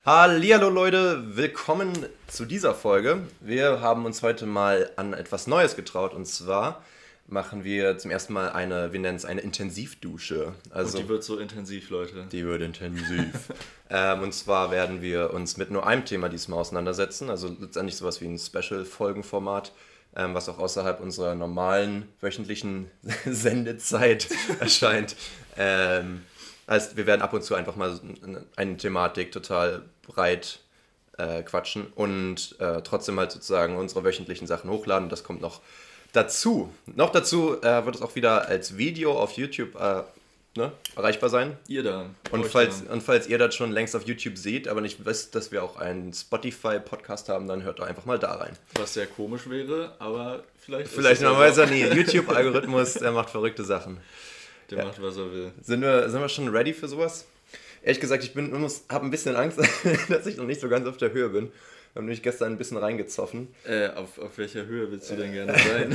Hallihallo Leute, willkommen zu dieser Folge. Wir haben uns heute mal an etwas Neues getraut und zwar machen wir zum ersten Mal wir nennen es eine Intensivdusche. Also, und die wird so intensiv, Leute. Die wird intensiv. Und zwar werden wir uns mit nur einem Thema diesmal auseinandersetzen, also letztendlich sowas wie ein Special-Folgenformat, was auch außerhalb unserer normalen wöchentlichen Sendezeit erscheint. Also wir werden ab und zu einfach mal eine Thematik total breit quatschen und trotzdem halt sozusagen unsere wöchentlichen Sachen hochladen. Das kommt noch dazu. Noch dazu wird es auch wieder als Video auf YouTube erreichbar sein. Ihr da. Und falls ihr das schon längst auf YouTube seht, aber nicht wisst, dass wir auch einen Spotify-Podcast haben, dann hört doch einfach mal da rein. Was sehr komisch wäre, aber vielleicht man weiß ja nie. YouTube-Algorithmus, der macht verrückte Sachen. Der macht, was er will. Sind wir schon ready für sowas? Ehrlich gesagt, ich habe ein bisschen Angst, dass ich noch nicht so ganz auf der Höhe bin. Wir haben nämlich gestern ein bisschen reingezoffen. Auf welcher Höhe willst du denn gerne sein?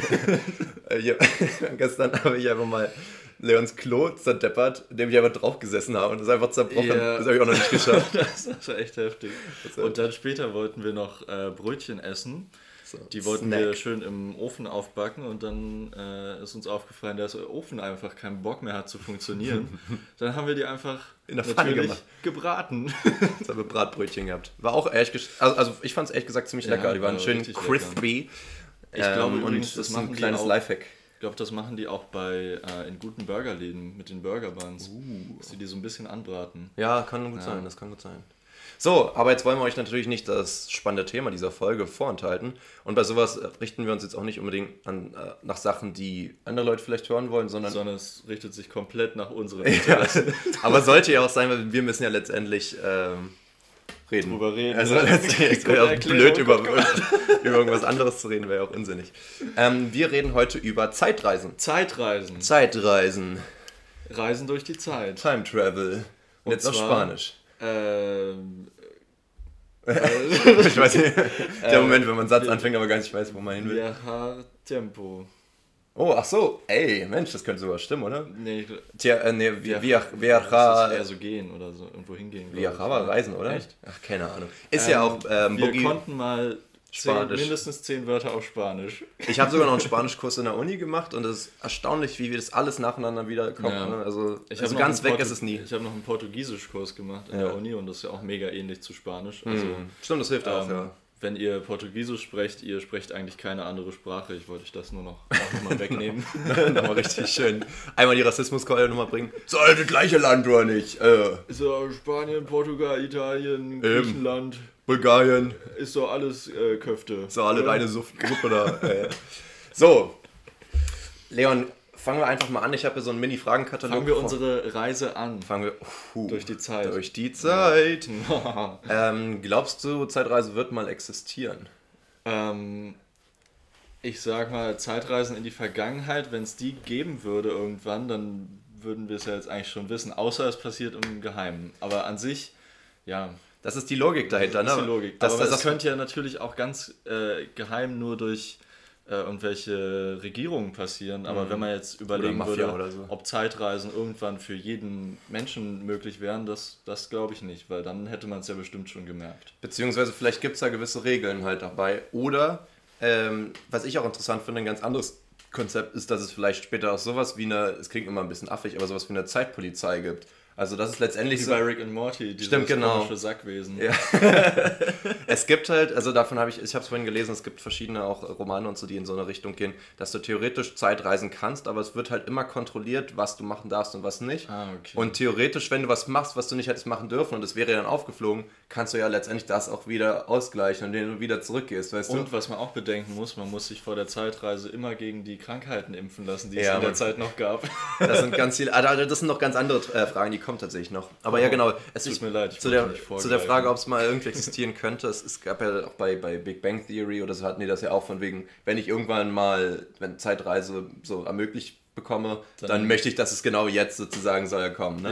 Gestern habe ich einfach mal Leons Klo zerdeppert, indem ich einfach drauf gesessen habe und das ist einfach zerbrochen. Ja. Das habe ich auch noch nicht geschafft. Das war echt heftig. Und dann später wollten wir noch Brötchen essen. So, die wollten wir schön im Ofen aufbacken und dann ist uns aufgefallen, dass der Ofen einfach keinen Bock mehr hat zu funktionieren. Dann haben wir die einfach in der Pfanne gebraten. Jetzt haben wir Bratbrötchen gehabt. War auch also ich fand es ehrlich gesagt ziemlich lecker. Die waren schön crispy. Ich glaube übrigens, das machen ein kleines Lifehack. Ich glaube, das machen die auch in guten Burgerläden mit den Burgerbuns. Dass die so ein bisschen anbraten. Ja, kann gut sein, das kann gut sein. So, aber jetzt wollen wir euch natürlich nicht das spannende Thema dieser Folge vorenthalten. Und bei sowas richten wir uns jetzt auch nicht unbedingt nach Sachen, die andere Leute vielleicht hören wollen, sondern es richtet sich komplett nach unseren Interessen. Aber sollte ja auch sein, weil wir müssen ja letztendlich reden. Drüber reden. Also letztendlich wäre auch blöd, über irgendwas anderes zu reden, wäre ja auch unsinnig. Wir reden heute über Zeitreisen. Reisen durch die Zeit. Time Travel. Und jetzt auf Spanisch. Ich weiß nicht, der Moment, wenn man einen Satz anfängt, aber gar nicht weiß, wo man hin will. Viajar Tempo. Oh, ach so, ey, Mensch, das könnte sogar stimmen, oder? Nee, Viajar. Das ist eher so gehen oder so, irgendwo hingehen. Viajar war Reisen, oder? Echt? Ach, keine Ahnung. Ist ja auch wir konnten mal mindestens 10 Wörter auf Spanisch. Ich habe sogar noch einen Spanischkurs in der Uni gemacht und es ist erstaunlich, wie wir das alles nacheinander wieder kommen. Ja. Ne? Also ganz weg ist es nie. Ich habe noch einen Portugiesischkurs gemacht in der Uni und das ist ja auch mega ähnlich zu Spanisch. Also, stimmt, das hilft auch, ja. Wenn ihr Portugiesisch sprecht, ihr sprecht eigentlich keine andere Sprache. Ich wollte euch das nur noch mal wegnehmen. Nochmal richtig schön. Einmal die Rassismuskeule nochmal bringen. Ist doch das gleiche Land, oder nicht? Ist doch Spanien, Portugal, Italien, Griechenland... Bulgarien. Ist doch alles Köfte. Ist doch alle deine Suppe da. So, Leon, fangen wir einfach mal an. Ich habe hier so einen Mini-Fragenkatalog. Fangen wir unsere Reise an. Durch die Zeit. Durch die Zeit. Glaubst du, Zeitreise wird mal existieren? Ich sag mal, Zeitreisen in die Vergangenheit, wenn es die geben würde irgendwann, dann würden wir es ja jetzt eigentlich schon wissen. Außer es passiert im Geheimen. Aber an sich, ja... Das ist die Logik dahinter, ne? Das ist die Logik. Das könnte ja natürlich auch ganz geheim nur durch irgendwelche Regierungen passieren. Aber wenn man jetzt überlegen würde, ob Zeitreisen irgendwann für jeden Menschen möglich wären, das glaube ich nicht. Weil dann hätte man es ja bestimmt schon gemerkt. Beziehungsweise vielleicht gibt es da gewisse Regeln halt dabei. Oder, was ich auch interessant finde, ein ganz anderes Konzept ist, dass es vielleicht später auch sowas wie es klingt immer ein bisschen affig, aber sowas wie eine Zeitpolizei gibt. Also das ist letztendlich wie bei Rick and Morty, dieses komische Sackwesen. Ja. Es gibt halt, also davon habe ich habe es vorhin gelesen, es gibt verschiedene auch Romane und so, die in so eine Richtung gehen, dass du theoretisch Zeitreisen kannst, aber es wird halt immer kontrolliert, was du machen darfst und was nicht. Okay. Und theoretisch, wenn du was machst, was du nicht hättest machen dürfen und es wäre dann aufgeflogen, kannst du ja letztendlich das auch wieder ausgleichen, indem du wieder zurückgehst, weißt du? Und was man auch bedenken muss, man muss sich vor der Zeitreise immer gegen die Krankheiten impfen lassen, die es in der Zeit noch gab. Das sind ganz viele, das sind noch ganz andere Fragen, die kommt tatsächlich noch. Aber ja, genau. Es tut mir leid, zu der Frage, ob es mal irgendwie existieren könnte, es gab ja auch bei Big Bang Theory oder so hatten die das ja auch von wegen, wenn ich irgendwann mal, wenn Zeitreise so ermöglicht bekomme, dann möchte ich, dass es genau jetzt sozusagen soll kommen. Ne? Ja.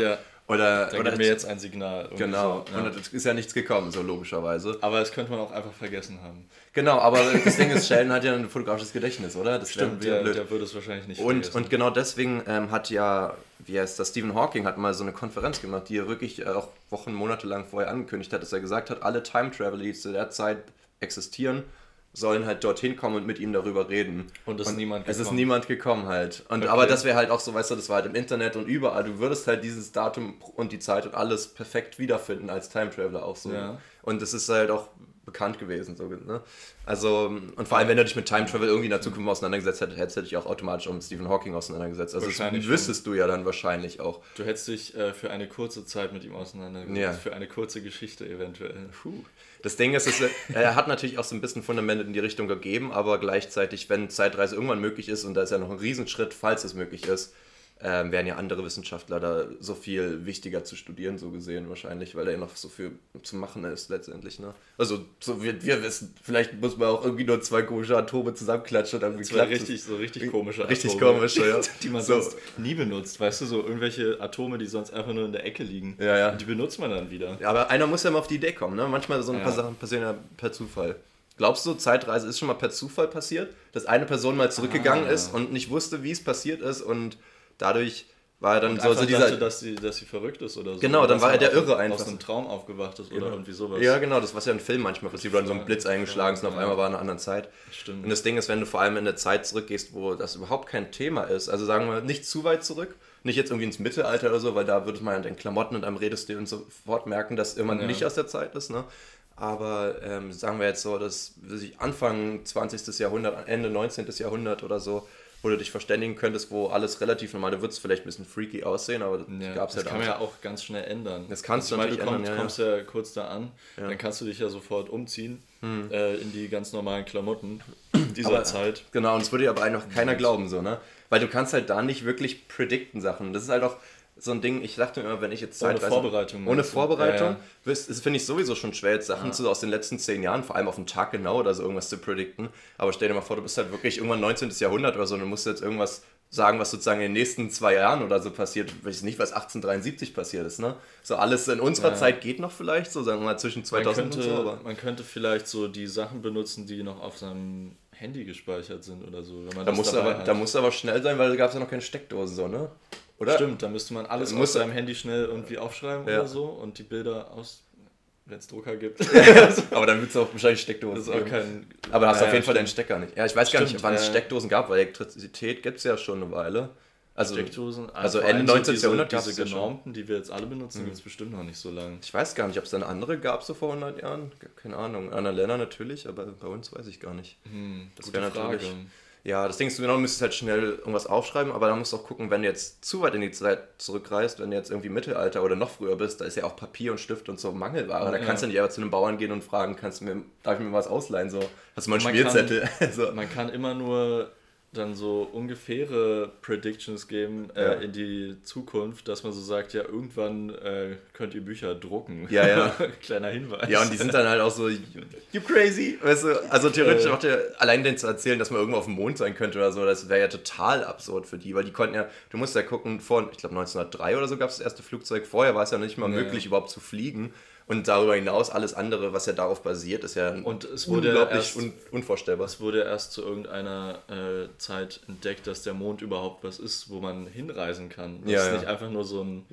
Oder gib mir jetzt ein Signal. Genau, so, ja. Und es ist ja nichts gekommen, so logischerweise. Aber das könnte man auch einfach vergessen haben. Genau, aber das Ding ist, Sheldon hat ja ein fotografisches Gedächtnis, oder? Das stimmt, der würde es wahrscheinlich nicht vergessen. Und genau deswegen hat ja, wie heißt das, Stephen Hawking hat mal so eine Konferenz gemacht, die er wirklich auch Wochen, Monate lang vorher angekündigt hat, dass er gesagt hat, alle Time-Traveler, die zu der Zeit existieren, sollen halt dorthin kommen und mit ihm darüber reden. Und es ist niemand gekommen halt. Und, okay. Aber das wäre halt auch so, weißt du, das war halt im Internet und überall. Du würdest halt dieses Datum und die Zeit und alles perfekt wiederfinden als Time Traveler auch so. Ja. Und es ist halt auch bekannt gewesen. So, ne? Also, und vor allem, wenn du dich mit Time Travel irgendwie in der Zukunft auseinandergesetzt hättest, hätte dich auch automatisch mit Stephen Hawking auseinandergesetzt. Also das wüsstest du ja dann wahrscheinlich auch. Du hättest dich für eine kurze Zeit mit ihm auseinandergesetzt, ja. Für eine kurze Geschichte eventuell. Das Ding ist, er hat natürlich auch so ein bisschen Fundament in die Richtung gegeben, aber gleichzeitig, wenn Zeitreise irgendwann möglich ist, und da ist ja noch ein Riesenschritt, falls es möglich ist, wären ja andere Wissenschaftler da so viel wichtiger zu studieren, so gesehen wahrscheinlich, weil da ja noch so viel zu machen ist letztendlich. Ne? Also, so wie wir wissen, vielleicht muss man auch irgendwie nur 2 komische Atome zusammenklatschen und dann richtig komische Atome. Richtig komische, ja. Die man sonst nie benutzt, weißt du, so irgendwelche Atome, die sonst einfach nur in der Ecke liegen. Ja, ja. Und die benutzt man dann wieder. Ja, aber einer muss ja mal auf die Idee kommen, ne? Manchmal so ein paar Sachen passieren ja per Zufall. Glaubst du, Zeitreise ist schon mal per Zufall passiert? Dass eine Person mal zurückgegangen ist und nicht wusste, wie es passiert ist und dadurch war er dann so dieser... Dachte, dass sie verrückt ist oder so. Genau, dann war er der Irre einfach. Aus einem Traum aufgewacht ist oder irgendwie sowas. Ja, genau, das was ja in Filmen manchmal passiert, wo dann so ein Blitz eingeschlagen ist und auf einmal war in einer anderen Zeit. Stimmt. Und das Ding ist, wenn du vor allem in eine Zeit zurückgehst, wo das überhaupt kein Thema ist, also sagen wir nicht zu weit zurück, nicht jetzt irgendwie ins Mittelalter oder so, weil da würde man an den Klamotten und am Redestil und sofort merken, dass irgendwann nicht aus der Zeit ist, ne? Aber sagen wir jetzt so, dass Anfang 20. Jahrhundert, Ende 19. Jahrhundert oder so, wo du dich verständigen könntest, wo alles relativ normal, da wird es vielleicht ein bisschen freaky aussehen, aber das gab's das kann man ja auch ganz schnell ändern. Das kannst du natürlich ändern, du kommst ja kurz da an, dann kannst du dich ja sofort umziehen in die ganz normalen Klamotten dieser Zeit. Genau, und es würde ja aber einfach keiner glauben, so, ne? Weil du kannst halt da nicht wirklich predikten Sachen. Das ist halt auch so ein Ding, ich dachte mir immer, wenn ich jetzt Zeitreise... Ohne Vorbereitung? Finde ich sowieso schon schwer, jetzt Sachen aus den letzten 10 Jahren, vor allem auf den Tag genau oder so irgendwas zu predikten. Aber stell dir mal vor, du bist halt wirklich irgendwann 19. Jahrhundert oder so und du musst jetzt irgendwas sagen, was sozusagen in den nächsten 2 Jahren oder so passiert. Ich weiß nicht, was 1873 passiert ist, ne? So alles in unserer Zeit geht noch vielleicht, so sagen wir mal zwischen 2000 und so. Aber man könnte vielleicht so die Sachen benutzen, die noch auf seinem Handy gespeichert sind oder so. Wenn man da musst du aber schnell sein, weil da gab es ja noch keine Steckdosen, so, ne? Oder? Stimmt, da müsste man alles auf seinem Handy schnell irgendwie aufschreiben oder so und die Bilder wenn es Drucker gibt. Aber dann wird es auch wahrscheinlich Steckdosen geben. Aber hast auf jeden Fall deinen Stecker nicht. Ja, ich weiß gar nicht, wann es Steckdosen gab, weil Elektrizität gibt es ja schon eine Weile. Also, Steckdosen, also Ende 19. Jahrhundert gab es diese genormten, die wir jetzt alle benutzen, gibt es bestimmt noch nicht so lange. Ich weiß gar nicht, ob es eine andere gab so vor 100 Jahren. Keine Ahnung. In anderen Ländern natürlich, aber bei uns weiß ich gar nicht. Das wäre natürlich... Ja, das Ding ist, du müsstest halt schnell irgendwas aufschreiben, aber dann musst du auch gucken, wenn du jetzt zu weit in die Zeit zurückreist, wenn du jetzt irgendwie Mittelalter oder noch früher bist, da ist ja auch Papier und Stift und so Mangelware. Da kannst du nicht einfach zu einem Bauern gehen und fragen, darf ich mir was ausleihen? So, hast du mal einen Spielzettel? Man kann immer nur dann so ungefähre Predictions geben in die Zukunft, dass man so sagt, ja, irgendwann könnt ihr Bücher drucken. Ja. Kleiner Hinweis. Ja, und die sind dann halt auch so, you crazy, weißt du, also theoretisch auch allein denen zu erzählen, dass man irgendwo auf dem Mond sein könnte oder so, das wäre ja total absurd für die, weil die konnten ja, du musst ja gucken, ich glaube 1903 oder so gab es das erste Flugzeug, vorher war es ja nicht mal möglich, überhaupt zu fliegen. Und darüber hinaus, alles andere, was ja darauf basiert, ist ja unglaublich unvorstellbar. Es wurde erst zu irgendeiner Zeit entdeckt, dass der Mond überhaupt was ist, wo man hinreisen kann. Das ist nicht einfach nur so ein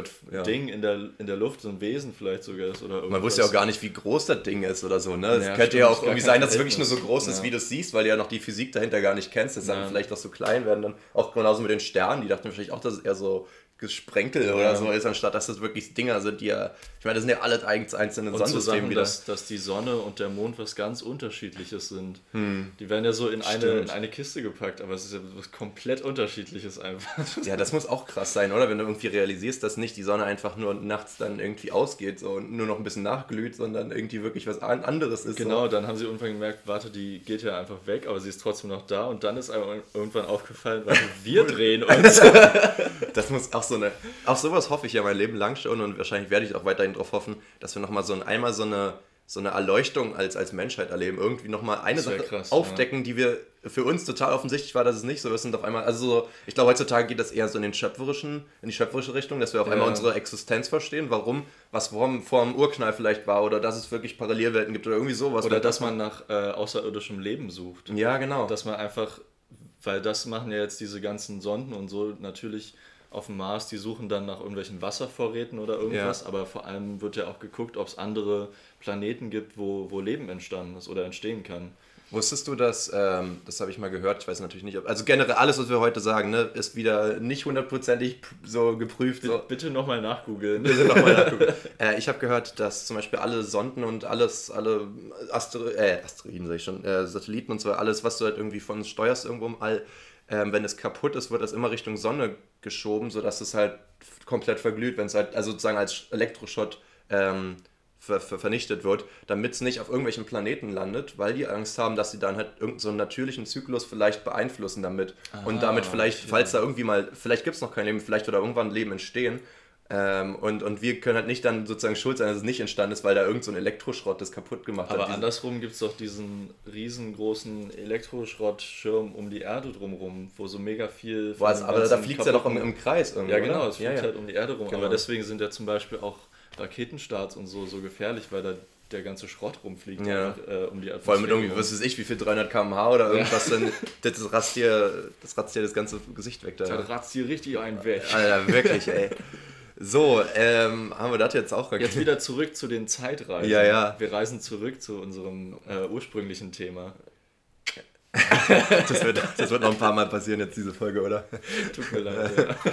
Ding in der Luft, so ein Wesen vielleicht sogar ist. Oder irgendwas. Man wusste ja auch gar nicht, wie groß das Ding ist oder so. Ne? Es könnte ja auch irgendwie sein, dass es wirklich nur so groß ist, wie du es siehst, weil du ja noch die Physik dahinter gar nicht kennst. Das dann vielleicht auch so klein werden. Dann auch genauso mit den Sternen, die dachten vielleicht auch, dass es eher so Gesprenkel oder so ist, anstatt dass das wirklich Dinger sind, die ja, ich meine, das sind ja alle einzelne Sonnensysteme wieder. Dass die Sonne und der Mond was ganz Unterschiedliches sind. Die werden ja so in eine Kiste gepackt, aber es ist ja was komplett Unterschiedliches einfach. Ja, das muss auch krass sein, oder? Wenn du irgendwie realisierst, dass nicht die Sonne einfach nur nachts dann irgendwie ausgeht so, und nur noch ein bisschen nachglüht, sondern irgendwie wirklich was anderes ist. Genau, so. Dann haben sie irgendwann gemerkt, warte, die geht ja einfach weg, aber sie ist trotzdem noch da und dann ist einem irgendwann aufgefallen, weil wir drehen uns. Das muss auch auf sowas hoffe ich ja mein Leben lang schon und wahrscheinlich werde ich auch weiterhin darauf hoffen, dass wir nochmal einmal so eine so eine Erleuchtung als Menschheit erleben, irgendwie nochmal eine Sache krass, aufdecken, die wir für uns total offensichtlich war, dass es nicht so ist und auf einmal, also so, ich glaube heutzutage geht das eher so in die schöpferische Richtung, dass wir auf einmal unsere Existenz verstehen, warum, was vor dem Urknall vielleicht war oder dass es wirklich Parallelwelten gibt oder irgendwie sowas. Oder dass man nach außerirdischem Leben sucht. Ja, genau. Dass man einfach, weil das machen ja jetzt diese ganzen Sonden und so natürlich auf dem Mars, die suchen dann nach irgendwelchen Wasservorräten oder irgendwas, aber vor allem wird ja auch geguckt, ob es andere Planeten gibt, wo Leben entstanden ist oder entstehen kann. Wusstest du, dass, das habe ich mal gehört, ich weiß natürlich nicht, also generell alles, was wir heute sagen, ne, ist wieder nicht hundertprozentig so geprüft. Bitte nochmal nachgoogeln. Ich habe gehört, dass zum Beispiel alle Sonden und alle Asteroiden, sag ich schon, Satelliten und so, alles, was du halt irgendwie von steuerst irgendwo im All, wenn es kaputt ist, wird das immer Richtung Sonne geschoben, sodass es halt komplett verglüht, wenn es halt, also sozusagen als Elektroschrott vernichtet wird, damit es nicht auf irgendwelchen Planeten landet, weil die Angst haben, dass sie dann halt irgendeinen so einen natürlichen Zyklus vielleicht beeinflussen damit. Und damit vielleicht, falls da irgendwie mal, vielleicht gibt es noch kein Leben, vielleicht oder irgendwann Leben entstehen. Und wir können halt nicht dann sozusagen schuld sein, dass es nicht entstanden ist, weil da irgend so ein Elektroschrott das kaputt gemacht hat. Aber andersrum gibt es doch diesen riesengroßen Elektroschrottschirm um die Erde drumherum, wo so mega viel... aber da fliegt es ja doch im Kreis irgendwie, ja, genau, es fliegt halt um die Erde rum. Genau. Aber deswegen sind ja zum Beispiel auch Raketenstarts und so gefährlich, weil da der ganze Schrott rumfliegt um die Atmosphäre. Vor allem mit irgendwie, was weiß ich, wie viel 300 km/h oder irgendwas, dann das ratzt dir das ganze Gesicht weg. Das ratzt dir richtig einen weg. Alter, wirklich, ey. So, haben wir das jetzt auch gekriegt. Jetzt wieder zurück zu den Zeitreisen. Ja. Wir reisen zurück zu unserem ursprünglichen Thema. Das wird noch ein paar Mal passieren jetzt, diese Folge, oder? Tut mir leid,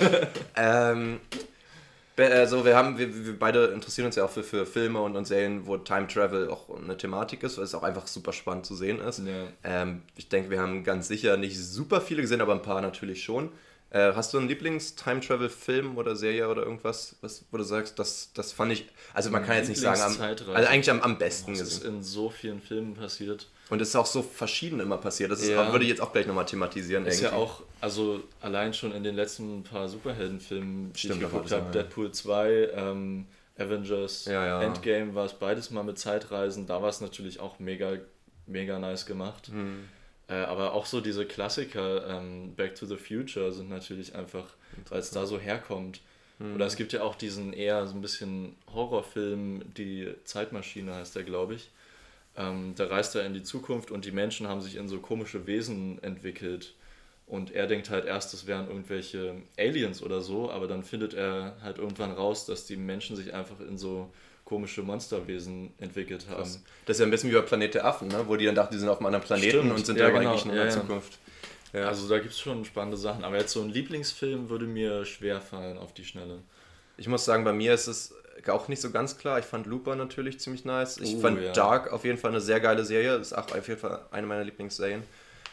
Also wir beide interessieren uns ja auch für Filme und Serien, wo Time Travel auch eine Thematik ist, weil es auch einfach super spannend zu sehen ist. Ja. Ich denke, wir haben ganz sicher nicht super viele gesehen, aber ein paar natürlich schon. Hast du einen Lieblings-Time-Travel-Film oder Serie oder irgendwas, wo du sagst, das fand ich, also man kann jetzt nicht sagen, also eigentlich am besten gesehen. Das ist in so vielen Filmen passiert. Und es ist auch so verschieden immer passiert, das würde ich jetzt auch gleich nochmal thematisieren. Ist ja auch, also allein schon in den letzten paar Superheldenfilmen, die ich geguckt habe, Deadpool 2, Avengers, Endgame, war es beides mal mit Zeitreisen, da war es natürlich auch mega, mega nice gemacht. Aber auch so diese Klassiker, Back to the Future, sind natürlich einfach, weil es da so herkommt. Oder es gibt ja auch diesen eher so ein bisschen Horrorfilm, die Zeitmaschine heißt der, glaube ich. Da reist er in die Zukunft und die Menschen haben sich in so komische Wesen entwickelt. Und er denkt halt erst, das wären irgendwelche Aliens oder so, aber dann findet er halt irgendwann raus, dass die Menschen sich einfach in so komische Monsterwesen entwickelt haben. Krass. Das ist ja ein bisschen wie bei Planet der Affen, ne? Wo die dann dachten, die sind auf einem anderen Planeten und sind aber eigentlich in der Zukunft. Ja. Also da gibt es schon spannende Sachen, aber jetzt so ein Lieblingsfilm würde mir schwer fallen auf die Schnelle. Ich muss sagen, bei mir ist es auch nicht so ganz klar. Ich fand Looper natürlich ziemlich nice. Ich fand Dark auf jeden Fall eine sehr geile Serie. Das ist auch auf jeden Fall eine meiner Lieblingsserien.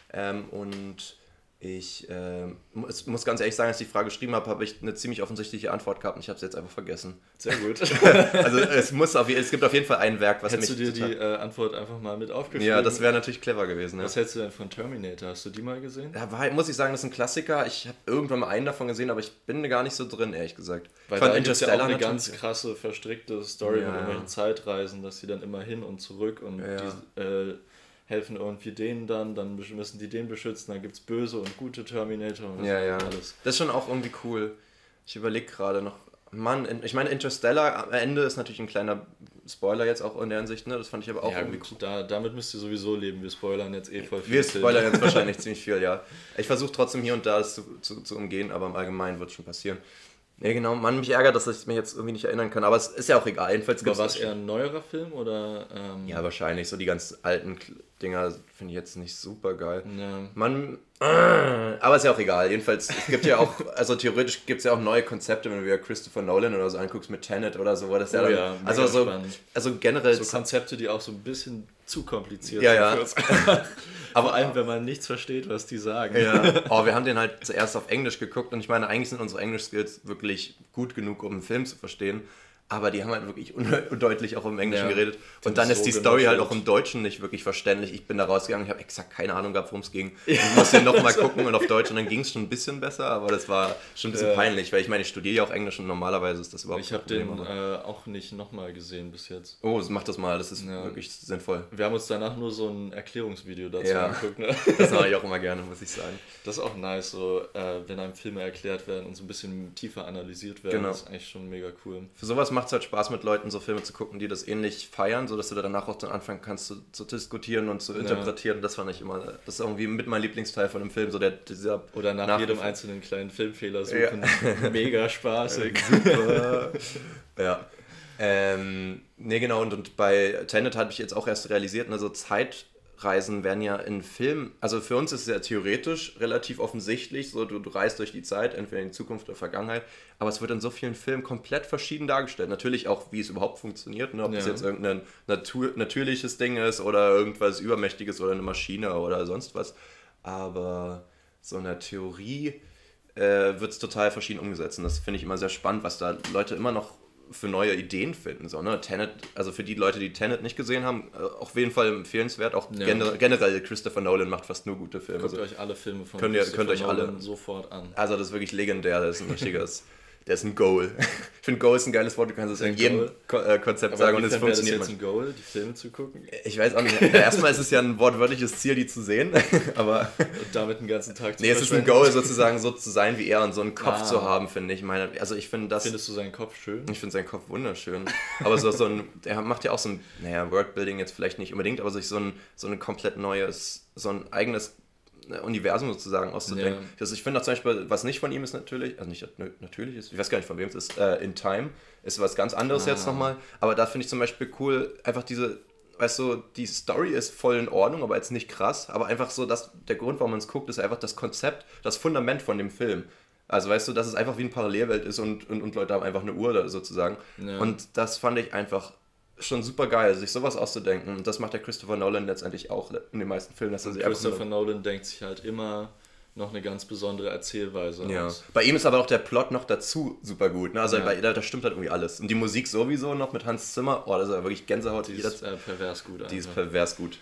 Und ich muss ganz ehrlich sagen, als ich die Frage geschrieben habe ich eine ziemlich offensichtliche Antwort gehabt und ich habe es jetzt einfach vergessen. Sehr gut. Also es gibt auf jeden Fall ein Werk, was Hättest du dir die Antwort einfach mal mit aufgeschrieben? Ja, das wäre natürlich clever gewesen. Was hältst du denn von Terminator? Hast du die mal gesehen? Ja, muss ich sagen, das ist ein Klassiker. Ich habe irgendwann mal einen davon gesehen, aber ich bin gar nicht so drin, ehrlich gesagt. Weil da gibt es ja auch eine ganz krasse, verstrickte Story mit irgendwelchen Zeitreisen, dass sie dann immer hin und zurück und die helfen irgendwie denen dann müssen die den beschützen, dann gibt es böse und gute Terminator und alles. Das ist schon auch irgendwie cool. Ich überlege gerade noch, Mann, ich meine Interstellar am Ende ist natürlich ein kleiner Spoiler jetzt auch in der Hinsicht, ne? Das fand ich aber auch irgendwie cool. Damit müsst ihr sowieso leben, wir spoilern jetzt voll viel. Wir spoilern jetzt wahrscheinlich ziemlich viel, ja. Ich versuche trotzdem hier und da das zu umgehen, aber im Allgemeinen wird es schon passieren. Ja, genau. Mann, mich ärgert, dass ich mich jetzt irgendwie nicht erinnern kann. Aber es ist ja auch egal. Jedenfalls war es eher ein neuerer Film oder? Ja, wahrscheinlich. So die ganz alten Dinger finde ich jetzt nicht super geil. Ja. Aber ist ja auch egal. Jedenfalls, es gibt ja auch, also theoretisch gibt es ja auch neue Konzepte, wenn du wieder Christopher Nolan oder so anguckst mit Tenet oder so. Das ist also generell. So Konzepte, die auch so ein bisschen zu kompliziert sind. Aber vor allem, wenn man nichts versteht, was die sagen. Ja. Wir haben den halt zuerst auf Englisch geguckt und ich meine, eigentlich sind unsere Englisch-Skills wirklich gut genug, um einen Film zu verstehen. aber die haben halt wirklich undeutlich auch im Englischen geredet. Und dann ist die Story halt auch im Deutschen nicht wirklich verständlich. Ich bin da rausgegangen, ich habe exakt keine Ahnung gehabt, worum es ging. Ich musste nochmal gucken und auf Deutsch und dann ging es schon ein bisschen besser, aber das war schon ein bisschen peinlich, weil ich meine, ich studiere ja auch Englisch und normalerweise ist das überhaupt nicht. Ich habe den auch nicht nochmal gesehen bis jetzt. Oh, mach das mal, das ist wirklich sinnvoll. Wir haben uns danach nur so ein Erklärungsvideo dazu angeguckt. Ne? Das mache ich auch immer gerne, muss ich sagen. Das ist auch nice, so wenn einem Filme erklärt werden und so ein bisschen tiefer analysiert werden, das ist eigentlich schon mega cool. Für sowas macht es halt Spaß, mit Leuten so Filme zu gucken, die das ähnlich feiern, sodass du da danach auch dann anfangen kannst zu diskutieren und zu interpretieren. Das fand ich immer, das ist irgendwie mit mein Lieblingsteil von einem Film, so dieser oder nach jedem einzelnen kleinen Filmfehler suchen. Mega spaßig. Super. Ja. Nee, genau, und bei Tenet habe ich jetzt auch erst realisiert, also Zeitreisen werden ja in Filmen, also für uns ist es ja theoretisch relativ offensichtlich, so du reist durch die Zeit, entweder in die Zukunft oder Vergangenheit, aber es wird in so vielen Filmen komplett verschieden dargestellt. Natürlich auch, wie es überhaupt funktioniert, ne? Ob das jetzt irgendein natürliches Ding ist oder irgendwas Übermächtiges oder eine Maschine oder sonst was, aber so in der Theorie wird es total verschieden umgesetzt und das finde ich immer sehr spannend, was da Leute immer noch für neue Ideen finden. So, ne? Tenet, also für die Leute, die Tenet nicht gesehen haben, auf jeden Fall empfehlenswert. Auch generell Christopher Nolan macht fast nur gute Filme. Guckt euch alle Filme von Christopher Nolan sofort an. Also das ist wirklich legendär, das ist ein richtiges... Der ist ein Goal. Ich finde, Goal ist ein geiles Wort, du kannst es in jedem Konzept sagen und es funktioniert. Aber ist jetzt ein Goal, die Filme zu gucken? Ich weiß auch nicht. Erstmal ist es ja ein wortwörtliches Ziel, die zu sehen, aber... Und damit den ganzen Tag zu es ist ein Goal, sozusagen so zu sein wie er und so einen Kopf zu haben, finde ich. Also ich finde das... Findest du seinen Kopf schön? Ich finde seinen Kopf wunderschön. Aber er macht ja auch so ein, Worldbuilding jetzt vielleicht nicht unbedingt, aber sich so ein komplett neues, so ein eigenes Universum sozusagen auszudenken. Ja. Ich finde auch zum Beispiel, was nicht von ihm ist natürlich, also nicht natürlich ist, ich weiß gar nicht von wem es ist, In Time ist was ganz anderes jetzt nochmal, aber da finde ich zum Beispiel cool, einfach diese, weißt du, die Story ist voll in Ordnung, aber jetzt nicht krass, aber einfach so, dass der Grund, warum man es guckt, ist einfach das Konzept, das Fundament von dem Film. Also weißt du, dass es einfach wie eine Parallelwelt ist und Leute haben einfach eine Uhr sozusagen. Ja. Und das fand ich einfach schon super geil, sich sowas auszudenken. Und das macht der Christopher Nolan letztendlich auch in den meisten Filmen. Dass Christopher Nolan denkt sich halt immer noch eine ganz besondere Erzählweise aus. Bei ihm ist aber auch der Plot noch dazu super gut. Ne? Also da stimmt halt irgendwie alles. Und die Musik sowieso noch mit Hans Zimmer. Oh, das ist ja wirklich Gänsehaut. Die ist pervers gut. Die ist pervers gut.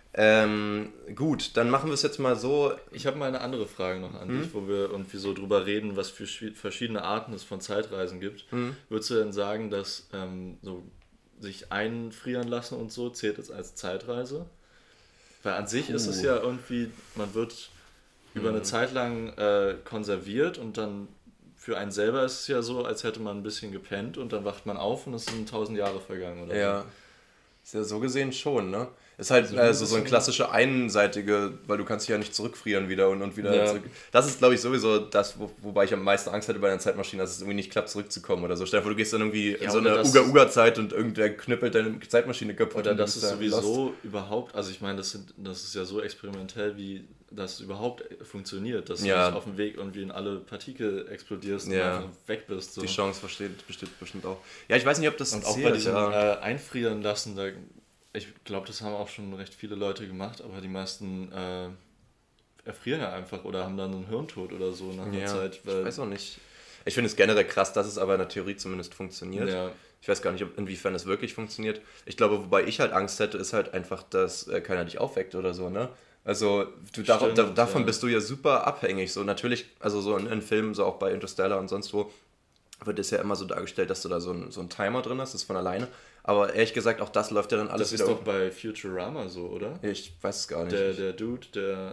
Gut, dann machen wir es jetzt mal so. Ich habe mal eine andere Frage noch an dich, wo wir irgendwie so drüber reden, was für verschiedene Arten es von Zeitreisen gibt. Würdest du denn sagen, dass so sich einfrieren lassen und so zählt es als Zeitreise? Weil an sich ist es ja irgendwie, man wird über eine Zeit lang konserviert und dann für einen selber ist es ja so, als hätte man ein bisschen gepennt und dann wacht man auf und es sind 1000 Jahre vergangen oder so. Ist ja so gesehen schon, ne? Ist halt so ein klassische einseitige, weil du kannst dich ja nicht zurückfrieren wieder und wieder zurück. Das ist, glaube ich, sowieso das, wobei ich am meisten Angst hatte bei einer Zeitmaschine, dass es irgendwie nicht klappt, zurückzukommen oder so. Stell dir vor, du gehst dann irgendwie in so eine Uga-Uga-Zeit und irgendwer knüppelt deine Zeitmaschine kaputt. Oder das ist sowieso überhaupt, also ich meine, das ist ja so experimentell, wie das überhaupt funktioniert, dass du nicht auf dem Weg irgendwie in alle Partikel explodierst und einfach weg bist. So. Die Chance besteht bestimmt auch. Ja, ich weiß nicht, ob das und auch bei diesem Einfrieren lassen, da ich glaube, das haben auch schon recht viele Leute gemacht, aber die meisten erfrieren ja einfach oder haben dann einen Hirntod oder so nach einer Zeit. Weil ich weiß auch nicht. Ich finde es generell krass, dass es aber in der Theorie zumindest funktioniert. Ja. Ich weiß gar nicht, inwiefern es wirklich funktioniert. Ich glaube, wobei ich halt Angst hätte, ist halt einfach, dass keiner dich aufweckt oder so, ne? Also davon bist du ja super abhängig. So natürlich, also so in Filmen, so auch bei Interstellar und sonst wo, wird es ja immer so dargestellt, dass du da so ein Timer drin hast, das ist von alleine. Aber ehrlich gesagt, auch das läuft ja dann alles wieder. Das ist doch bei Futurama so, oder? Ich weiß es gar nicht. Der Dude,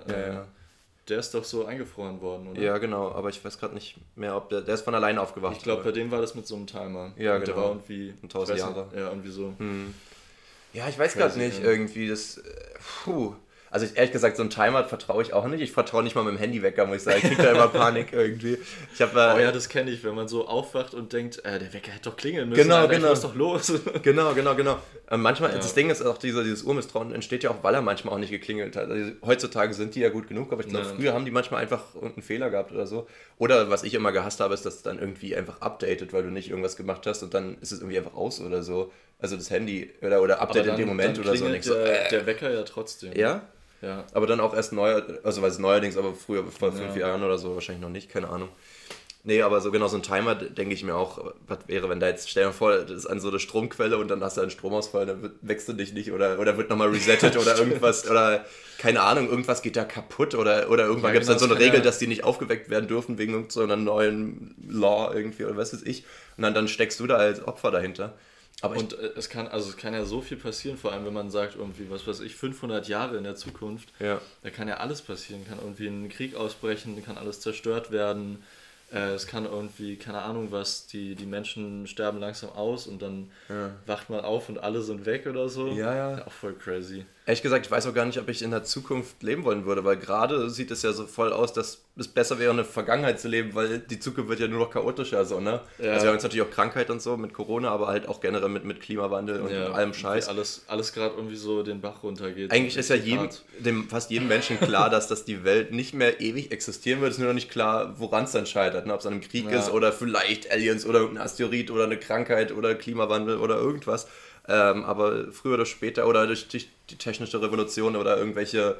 der ist doch so eingefroren worden, oder? Ja, genau, aber ich weiß gerade nicht mehr, ob der ist von alleine aufgewacht. Ich glaube, bei dem war das mit so einem Timer. Ja, genau. Der war irgendwie 1000 Jahre. Ja, irgendwie so. Ja, ich weiß gerade nicht, irgendwie das... Also ehrlich gesagt, so einen Timer vertraue ich auch nicht. Ich vertraue nicht mal mit dem Handywecker, muss ich sagen. Ich kriege da immer Panik irgendwie. Das kenne ich, wenn man so aufwacht und denkt, der Wecker hätte doch klingeln müssen. Genau. Ich muss doch los. Genau. Manchmal, das Ding ist auch, dieses Urmisstrauen entsteht ja auch, weil er manchmal auch nicht geklingelt hat. Also, heutzutage sind die ja gut genug, aber ich glaube, früher haben die manchmal einfach irgendeinen Fehler gehabt oder so. Oder was ich immer gehasst habe, ist, dass es dann irgendwie einfach updatet, weil du nicht irgendwas gemacht hast und dann ist es irgendwie einfach aus oder so. Also das Handy oder update in dem Moment oder so. Der Wecker ja trotzdem. Ja? Ja. Aber dann auch erst also weiß neuerdings, aber früher, vor 5 Jahren oder so, wahrscheinlich noch nicht, keine Ahnung. Nee, aber so genau so ein Timer, denke ich mir auch, was wäre, wenn da jetzt, stell dir mal vor, das ist an so eine Stromquelle und dann hast du einen Stromausfall, dann wächst du dich nicht oder wird nochmal resettet oder irgendwas oder keine Ahnung, irgendwas geht da kaputt oder irgendwann gibt es dann so eine Regel, dass die nicht aufgeweckt werden dürfen wegen so einer neuen Law irgendwie oder was weiß ich und dann steckst du da als Opfer dahinter. Aber es kann ja so viel passieren, vor allem wenn man sagt irgendwie, was weiß ich, 500 Jahre in der Zukunft, da kann ja alles passieren, kann irgendwie ein Krieg ausbrechen, kann alles zerstört werden. Es kann irgendwie, keine Ahnung was, die Menschen sterben langsam aus und dann wacht man auf und alle sind weg oder so. Ja. Auch voll crazy. Ehrlich gesagt, ich weiß auch gar nicht, ob ich in der Zukunft leben wollen würde, weil gerade sieht es ja so voll aus, dass es besser wäre, in der Vergangenheit zu leben, weil die Zukunft wird ja nur noch chaotischer, so, ne? Ja. Also wir haben jetzt natürlich auch Krankheit und so mit Corona, aber halt auch generell mit Klimawandel und allem Scheiß. Alles gerade irgendwie so den Bach runtergeht. Eigentlich ist ja fast jedem Menschen klar, dass die Welt nicht mehr ewig existieren wird. Es ist nur noch nicht klar, woran es dann scheitert, ne? Ob es an einem Krieg ist oder vielleicht Aliens oder irgendein Asteroid oder eine Krankheit oder Klimawandel oder irgendwas. Aber früher oder später oder durch die technische Revolution oder irgendwelche,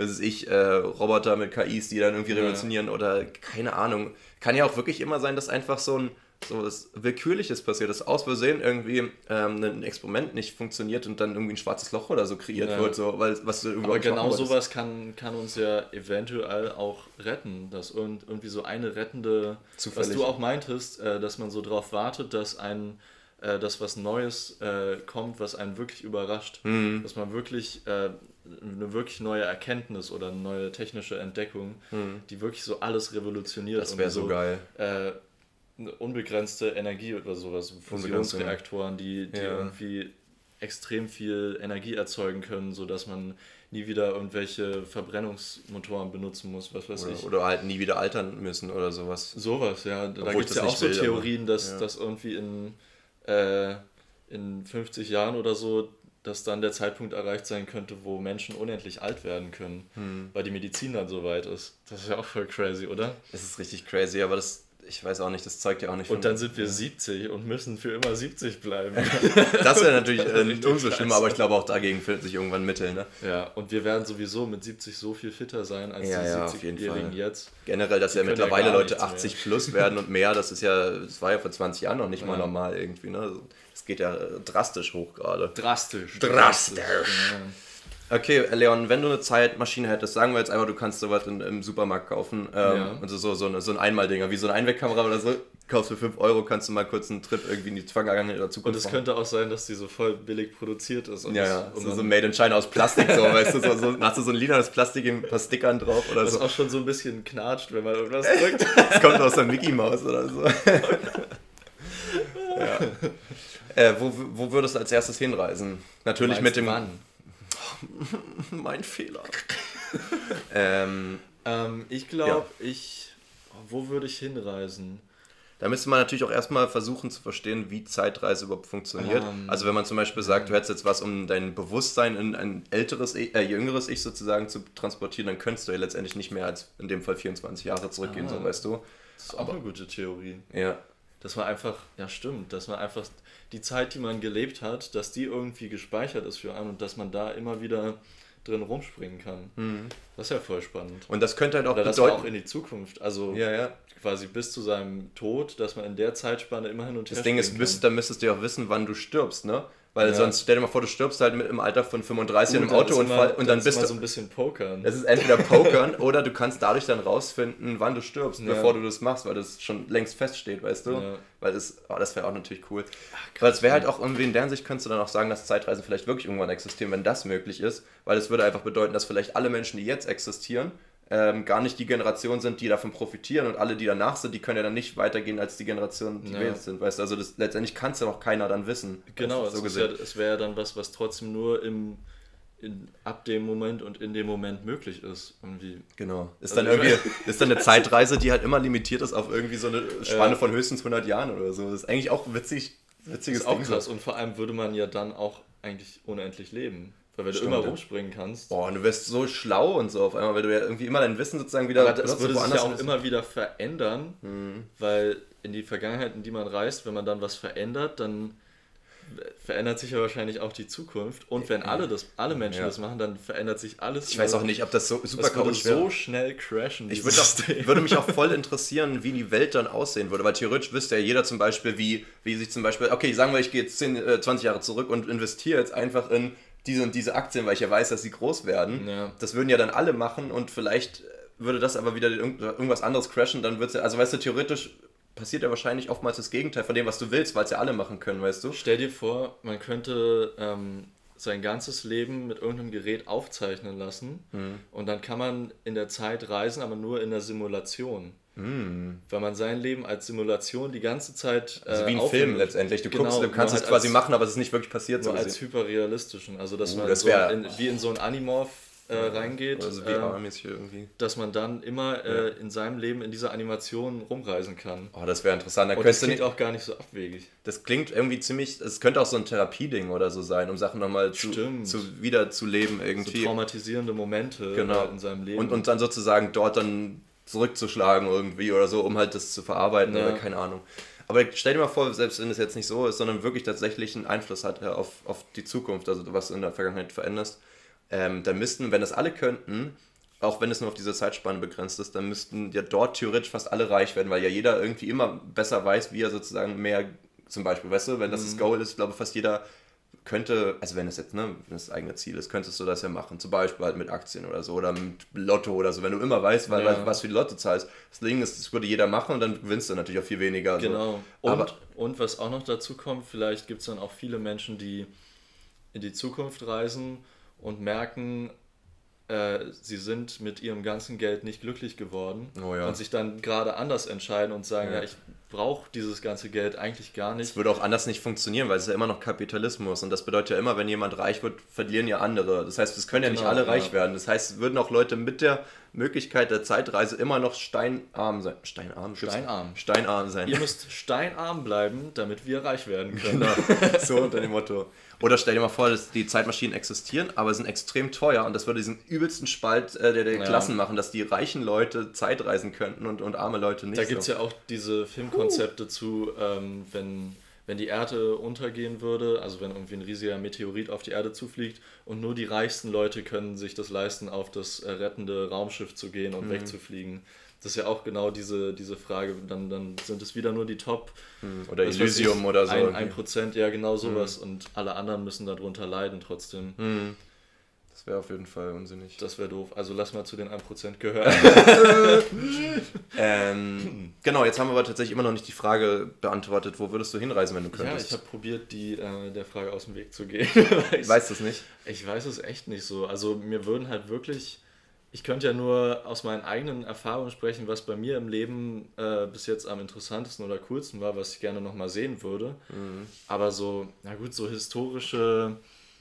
Roboter mit KIs, die dann irgendwie revolutionieren oder keine Ahnung. Kann ja auch wirklich immer sein, dass einfach so was Willkürliches passiert, dass aus Versehen irgendwie ein Experiment nicht funktioniert und dann irgendwie ein schwarzes Loch oder so kreiert wird. So, aber genau sowas kann uns ja eventuell auch retten, dass irgendwie so eine rettende, was du auch meintest, dass man so drauf wartet, dass was Neues kommt, was einen wirklich überrascht. Dass man wirklich eine wirklich neue Erkenntnis oder eine neue technische Entdeckung, die wirklich so alles revolutioniert. Das wäre so geil. Eine unbegrenzte Energie oder sowas, Fusionsreaktoren, die irgendwie extrem viel Energie erzeugen können, sodass man nie wieder irgendwelche Verbrennungsmotoren benutzen muss, was weiß ich. Oder halt nie wieder altern müssen oder sowas. Sowas, ja. Da gibt es ja auch so Theorien, dass irgendwie in 50 Jahren oder so, dass dann der Zeitpunkt erreicht sein könnte, wo Menschen unendlich alt werden können, weil die Medizin dann so weit ist. Das ist ja auch voll crazy, oder? Es ist richtig crazy, aber ich weiß auch nicht, das zeugt ja auch nicht von... Und dann sind wir 70 und müssen für immer 70 bleiben. Das wäre natürlich umso schlimmer, aber ich glaube auch dagegen findet sich irgendwann Mittel, ne? Ja, und wir werden sowieso mit 70 so viel fitter sein als die 70-Jährigen jetzt. Generell, dass ja mittlerweile Leute 80 plus werden und mehr, das war ja vor 20 Jahren noch nicht mal normal irgendwie, ne? Es geht ja drastisch hoch gerade. Drastisch. Ja. Okay, Leon, wenn du eine Zeitmaschine hättest, sagen wir jetzt einfach, du kannst sowas im Supermarkt kaufen, und so ein Einmaldinger, wie so eine Einwegkamera oder so, kaufst für 5 Euro, kannst du mal kurz einen Trip irgendwie in die Vergangenheit oder Zukunft machen. Und es könnte auch sein, dass die so voll billig produziert ist. Und so Made in China aus Plastik, so, weißt du, hast du so ein lilanes Plastik mit ein paar Stickern drauf oder so. Das auch schon so ein bisschen knatscht, wenn man irgendwas drückt. Das kommt aus der Mickey Maus oder so. Wo würdest du als erstes hinreisen? Natürlich mit dem... Wann? Mein Fehler. Ich glaube, wo würde ich hinreisen? Da müsste man natürlich auch erstmal versuchen zu verstehen, wie Zeitreise überhaupt funktioniert. Also wenn man zum Beispiel sagt, du hättest jetzt was, um dein Bewusstsein in ein jüngeres Ich sozusagen zu transportieren, dann könntest du ja letztendlich nicht mehr als in dem Fall 24 Jahre zurückgehen, so weißt du. Das ist auch eine gute Theorie. Ja. Dass man einfach, dass man einfach die Zeit, die man gelebt hat, dass die irgendwie gespeichert ist für einen und dass man da immer wieder drin rumspringen kann. Das ist ja voll spannend. Und das könnte halt auch bedeuten... Oder auch in die Zukunft, also quasi bis zu seinem Tod, dass man in der Zeitspanne immer hin und her springen kann. Das Ding ist, dann müsstest du ja auch wissen, wann du stirbst, ne? Weil sonst, stell dir mal vor, du stirbst halt im Alter von 35 in einem Autounfall und dann bist du... so ein bisschen Pokern. Das ist entweder Pokern oder du kannst dadurch dann rausfinden, wann du stirbst, bevor du das machst, weil das schon längst feststeht, weißt du? Ja. Weil das wäre auch natürlich cool. Weil es wäre halt auch irgendwie in der Sicht, könntest du dann auch sagen, dass Zeitreisen vielleicht wirklich irgendwann existieren, wenn das möglich ist, weil es würde einfach bedeuten, dass vielleicht alle Menschen, die jetzt existieren, gar nicht die Generation sind, die davon profitieren und alle, die danach sind, die können ja dann nicht weitergehen als die Generation, die wir jetzt sind, weißt du, also letztendlich kann es ja noch keiner dann wissen. Genau, es wäre ja dann was trotzdem nur ab dem Moment und in dem Moment möglich ist. Irgendwie. Genau. Ist dann eine Zeitreise, die halt immer limitiert ist auf irgendwie so eine Spanne von höchstens 100 Jahren oder so. Das ist eigentlich auch witziges Ding. Ist auch krass und vor allem würde man ja dann auch eigentlich unendlich leben. Weil du immer rumspringen kannst. Boah, und du wirst so schlau und so auf einmal, weil du ja irgendwie immer dein Wissen sozusagen wieder... Aber das würde sich ja auch immer wieder verändern, weil in die Vergangenheit, in die man reist, wenn man dann was verändert, dann verändert sich ja wahrscheinlich auch die Zukunft. Und wenn alle Menschen das machen, dann verändert sich alles. Ich weiß auch nicht, ob das so super chaotisch wäre. So schnell crashen. Würde mich auch voll interessieren, wie die Welt dann aussehen würde. Weil theoretisch wüsste ja jeder zum Beispiel, wie sich zum Beispiel, okay, sagen wir, ich gehe jetzt 20 Jahre zurück und investiere jetzt einfach in diese und diese Aktien, weil ich ja weiß, dass sie groß werden. Ja. Das würden ja dann alle machen und vielleicht würde das aber wieder irgendwas anderes crashen, dann wird es ja, also weißt du, theoretisch passiert ja wahrscheinlich oftmals das Gegenteil von dem, was du willst, weil es ja alle machen können, weißt du? Stell dir vor, man könnte sein ganzes Leben mit irgendeinem Gerät aufzeichnen lassen und dann kann man in der Zeit reisen, aber nur in der Simulation. Weil man sein Leben als Simulation die ganze Zeit also wie ein Film letztendlich. Du kannst es halt quasi machen, aber es ist nicht wirklich passiert. Nur als hyperrealistischen. Also dass man wie in so ein Animorph reingeht, also VR-mäßig irgendwie. Dass man dann immer in seinem Leben in dieser Animation rumreisen kann. Oh, das wäre interessant. Und das klingt auch gar nicht so abwegig. Das klingt irgendwie ziemlich, es könnte auch so ein Therapieding oder so sein, um Sachen nochmal wieder zu leben irgendwie. So traumatisierende Momente in seinem Leben. Und dann sozusagen dort dann zurückzuschlagen irgendwie oder so, um halt das zu verarbeiten oder keine Ahnung. Aber stell dir mal vor, selbst wenn es jetzt nicht so ist, sondern wirklich tatsächlich einen Einfluss hat auf die Zukunft, also was du in der Vergangenheit veränderst, dann müssten, wenn das alle könnten, auch wenn es nur auf diese Zeitspanne begrenzt ist, dann müssten ja dort theoretisch fast alle reich werden, weil ja jeder irgendwie immer besser weiß, wie er sozusagen mehr, zum Beispiel, weißt du, wenn das Goal ist, ich glaube fast jeder könnte, also wenn es jetzt, wenn das eigene Ziel ist, könntest du das ja machen, zum Beispiel halt mit Aktien oder so oder mit Lotto oder so, wenn du immer weißt, was für die Lotto zahlst. Das Ding ist, das würde jeder machen und dann gewinnst du natürlich auch viel weniger. Genau. Und was auch noch dazu kommt, vielleicht gibt es dann auch viele Menschen, die in die Zukunft reisen und merken, sie sind mit ihrem ganzen Geld nicht glücklich geworden und sich dann gerade anders entscheiden und sagen, ich brauche dieses ganze Geld eigentlich gar nicht. Es würde auch anders nicht funktionieren, weil es ist ja immer noch Kapitalismus und das bedeutet ja immer, wenn jemand reich wird, verlieren ja andere. Das heißt, es können ja nicht alle reich werden. Das heißt, es würden auch Leute mit der Möglichkeit der Zeitreise immer noch steinarm sein. Steinarm sein. Ihr müsst steinarm bleiben, damit wir reich werden können. Genau, so unter dem Motto. Oder stell dir mal vor, dass die Zeitmaschinen existieren, aber sind extrem teuer und das würde diesen übelsten Spalt der Klassen machen, dass die reichen Leute Zeitreisen könnten und arme Leute nicht. Da gibt es ja auch diese Filmkonzepte zu, wenn die Erde untergehen würde, also wenn irgendwie ein riesiger Meteorit auf die Erde zufliegt und nur die reichsten Leute können sich das leisten, auf das rettende Raumschiff zu gehen und wegzufliegen. Das ist ja auch genau diese Frage, dann sind es wieder nur die Top... Oder Elysium oder so. 1%, ja genau sowas und alle anderen müssen darunter leiden trotzdem. Das wäre auf jeden Fall unsinnig. Das wäre doof. Also lass mal zu den 1% gehören. Genau, jetzt haben wir aber tatsächlich immer noch nicht die Frage beantwortet, wo würdest du hinreisen, wenn du könntest? Ja, ich habe probiert, der Frage aus dem Weg zu gehen. Weißt du es nicht? Ich weiß es echt nicht so. Also mir würden halt wirklich... Ich könnte ja nur aus meinen eigenen Erfahrungen sprechen, was bei mir im Leben bis jetzt am interessantesten oder coolsten war, was ich gerne nochmal sehen würde. Aber so, na gut, so historische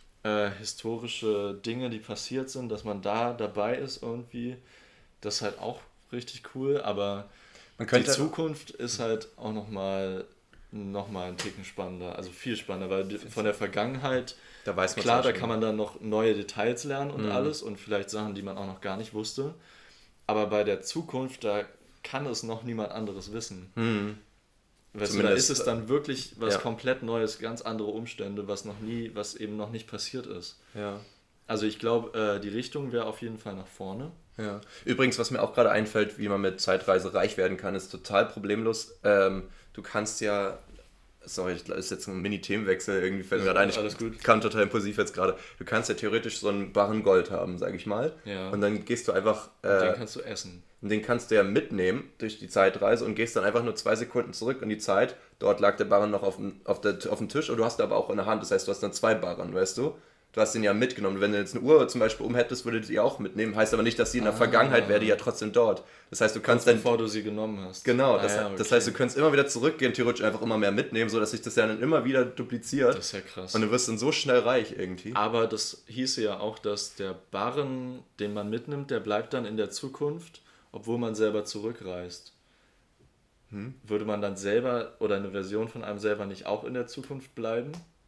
Dinge, die passiert sind, dass man da dabei ist irgendwie, das ist halt auch richtig cool, aber die Zukunft ist halt auch nochmal einen Ticken spannender, also viel spannender, weil von der Vergangenheit, da weiß man klar, da kann man dann noch neue Details lernen und alles und vielleicht Sachen, die man auch noch gar nicht wusste, aber bei der Zukunft, da kann es noch niemand anderes wissen. Weißt du, da ist es dann wirklich was komplett Neues, ganz andere Umstände, was eben noch nicht passiert ist. Ja. Also ich glaube, die Richtung wäre auf jeden Fall nach vorne. Ja. Übrigens, was mir auch gerade einfällt, wie man mit Zeitreise reich werden kann, ist total problemlos. Du kannst ja, sorry, das ist jetzt ein Mini-Themenwechsel, irgendwie fällt mir gerade ein, ich kam total impulsiv jetzt gerade. Du kannst ja theoretisch so einen Barren Gold haben, sage ich mal. Ja. Und dann gehst du einfach... den kannst du essen. Und den kannst du ja mitnehmen durch die Zeitreise und gehst dann einfach nur 2 Sekunden zurück in die Zeit. Dort lag der Barren noch auf dem Tisch und du hast ihn aber auch in der Hand. Das heißt, du hast dann 2 Barren, weißt du? Du hast den ja mitgenommen. Wenn du jetzt eine Uhr zum Beispiel hättest, würdest du die auch mitnehmen. Heißt aber nicht, dass die in der Vergangenheit wäre, die ja trotzdem dort. Das heißt, du kannst dann... Bevor du sie genommen hast. Genau, das heißt, du kannst immer wieder zurückgehen, theoretisch einfach immer mehr mitnehmen, sodass sich das ja dann immer wieder dupliziert. Das ist ja krass. Und du wirst dann so schnell reich irgendwie. Aber das hieße ja auch, dass der Barren, den man mitnimmt, der bleibt dann in der Zukunft, obwohl man selber zurückreist. Würde man dann selber oder eine Version von einem selber nicht auch in der Zukunft bleiben?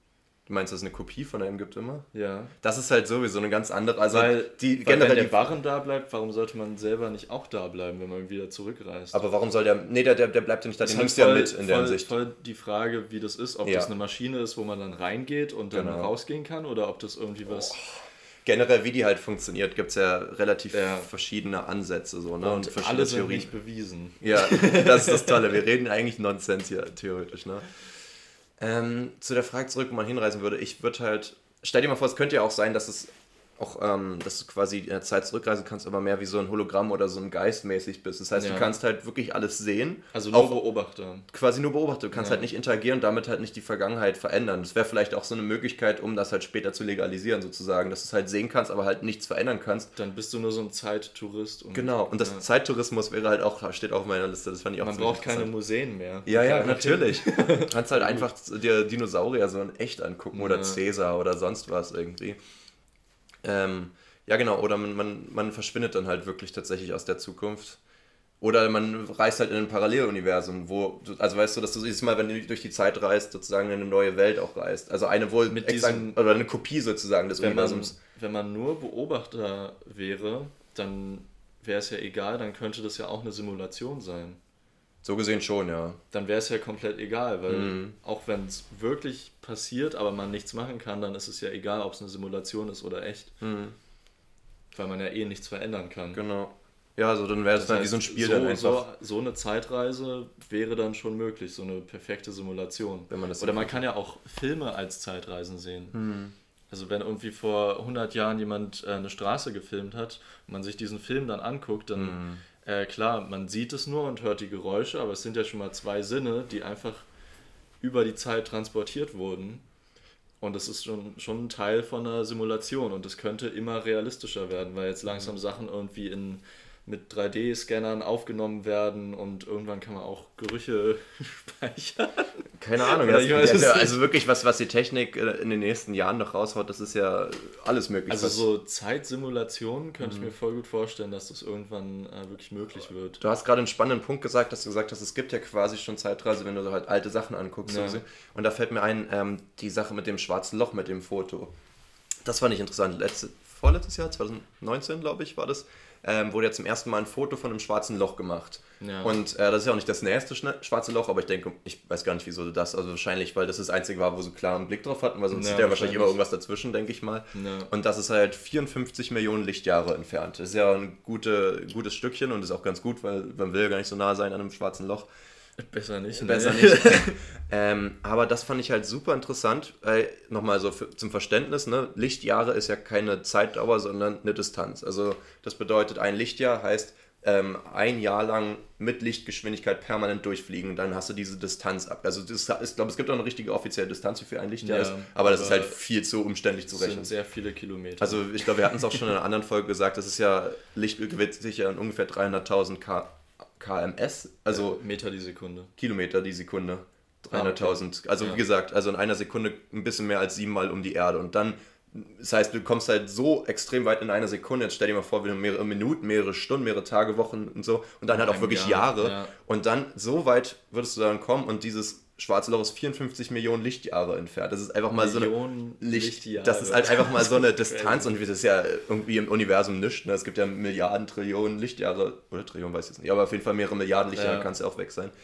Du meinst, dass es eine Kopie von einem gibt immer? Ja. Das ist halt sowieso eine ganz andere... Also weil wenn der Barren da bleibt, warum sollte man selber nicht auch da bleiben, wenn man wieder zurückreist? Aber warum soll der... Nee, der bleibt ja nicht da, den nimmst du ja mit in der Hinsicht. Voll die Frage, wie das ist, ob das eine Maschine ist, wo man dann reingeht und dann rausgehen kann, oder ob das irgendwie was... Generell, wie die halt funktioniert, gibt es ja relativ verschiedene Ansätze. So, ne? Und alle sind nicht bewiesen. Ja, das ist das Tolle. Wir reden eigentlich Nonsens hier, theoretisch. Ne? Zu der Frage zurück, wo man hinreisen würde. Ich würde halt... Stell dir mal vor, es könnte ja auch sein, dass es auch, dass du quasi in der Zeit zurückreisen kannst, aber mehr wie so ein Hologramm oder so ein Geist mäßig bist. Das heißt, du kannst halt wirklich alles sehen. Also nur Beobachter. Quasi nur Beobachter. Du kannst halt nicht interagieren und damit halt nicht die Vergangenheit verändern. Das wäre vielleicht auch so eine Möglichkeit, um das halt später zu legalisieren sozusagen, dass du es halt sehen kannst, aber halt nichts verändern kannst. Dann bist du nur so ein Zeittourist. Genau, und das Zeittourismus wäre halt auch, steht auch auf meiner Liste, das fand ich auch Man braucht keine Museen mehr. Ja, natürlich. Du kannst halt einfach dir Dinosaurier so in echt angucken oder Cäsar oder sonst was irgendwie. Ja, genau, oder man verschwindet dann halt wirklich tatsächlich aus der Zukunft. Oder man reist halt in ein Paralleluniversum, wo, also weißt du, dass du jedes Mal, wenn du durch die Zeit reist, sozusagen in eine neue Welt auch reist. Also eine wohl mit diesem, oder eine Kopie sozusagen des Universums. Wenn man nur Beobachter wäre, dann wäre es ja egal, dann könnte das ja auch eine Simulation sein. So gesehen schon, ja. Dann wäre es ja komplett egal, weil auch wenn es wirklich passiert, aber man nichts machen kann, dann ist es ja egal, ob es eine Simulation ist oder echt. Weil man ja nichts verändern kann. Genau. Ja, also dann wäre es dann wie so ein Spiel dann einfach. So eine Zeitreise wäre dann schon möglich, so eine perfekte Simulation. Wenn man das oder man kann ja auch Filme als Zeitreisen sehen. Also wenn irgendwie vor 100 Jahren jemand eine Straße gefilmt hat und man sich diesen Film dann anguckt, dann klar, man sieht es nur und hört die Geräusche, aber es sind ja schon mal 2 Sinne, die einfach über die Zeit transportiert wurden. Und das ist schon ein Teil von einer Simulation und das könnte immer realistischer werden, weil jetzt langsam Sachen irgendwie mit 3D-Scannern aufgenommen werden und irgendwann kann man auch Gerüche speichern. Keine Ahnung. Also wirklich, was die Technik in den nächsten Jahren noch raushaut, das ist ja alles möglich. Also so Zeitsimulationen könnte ich mir voll gut vorstellen, dass das irgendwann wirklich möglich wird. Du hast gerade einen spannenden Punkt gesagt, dass du gesagt hast, es gibt ja quasi schon Zeitreise, wenn du halt alte Sachen anguckst. Ja. Und da fällt mir ein, die Sache mit dem schwarzen Loch, mit dem Foto. Das fand ich interessant. Vorletztes Jahr, 2019, glaube ich, war das. Wurde ja zum ersten Mal ein Foto von einem schwarzen Loch gemacht. Ja. Und das ist ja auch nicht das nächste schwarze Loch, aber ich weiß gar nicht, wieso das, also wahrscheinlich, weil das Einzige war, wo sie klar einen Blick drauf hatten, weil sonst sieht ja wahrscheinlich immer irgendwas dazwischen, denke ich mal. Ja. Und das ist halt 54 Millionen Lichtjahre entfernt. Das ist ja ein gutes Stückchen und ist auch ganz gut, weil man will ja gar nicht so nah sein an einem schwarzen Loch. Besser nicht. Besser nicht. Aber das fand ich halt super interessant. Nochmal so zum Verständnis, ne? Lichtjahre ist ja keine Zeitdauer, sondern eine Distanz. Also das bedeutet, ein Lichtjahr heißt, ein Jahr lang mit Lichtgeschwindigkeit permanent durchfliegen, dann hast du diese Distanz ab. Also ich glaube, es gibt auch eine richtige offizielle Distanz, wie für ein Lichtjahr ist, aber das ist halt viel zu umständlich zu rechnen. Das sind sehr viele Kilometer. Also ich glaube, wir hatten es auch schon in einer anderen Folge gesagt, das ist ja, Licht bewegt sich ja in ungefähr 300.000 kms, also Meter die Sekunde. Kilometer die Sekunde. 300.000. Also wie gesagt, also in einer Sekunde ein bisschen mehr als 7-mal um die Erde. Und dann, das heißt, du kommst halt so extrem weit in einer Sekunde. Jetzt stell dir mal vor, wie du mehrere Minuten, mehrere Stunden, mehrere Tage, Wochen und so. Und dann halt auch wirklich Jahre. Ja. Und dann, so weit würdest du dann kommen und dieses schwarze Loch ist 54 Millionen Lichtjahre entfernt. Das ist einfach mal Millionen so eine Lichtjahre. Das ist halt einfach mal so eine Distanz und das ist ja irgendwie im Universum nichts. Ne? Es gibt ja Milliarden, Trillionen Lichtjahre, oder Trillionen weiß ich jetzt nicht, aber auf jeden Fall mehrere Milliarden Lichtjahre kannst du auch weg sein.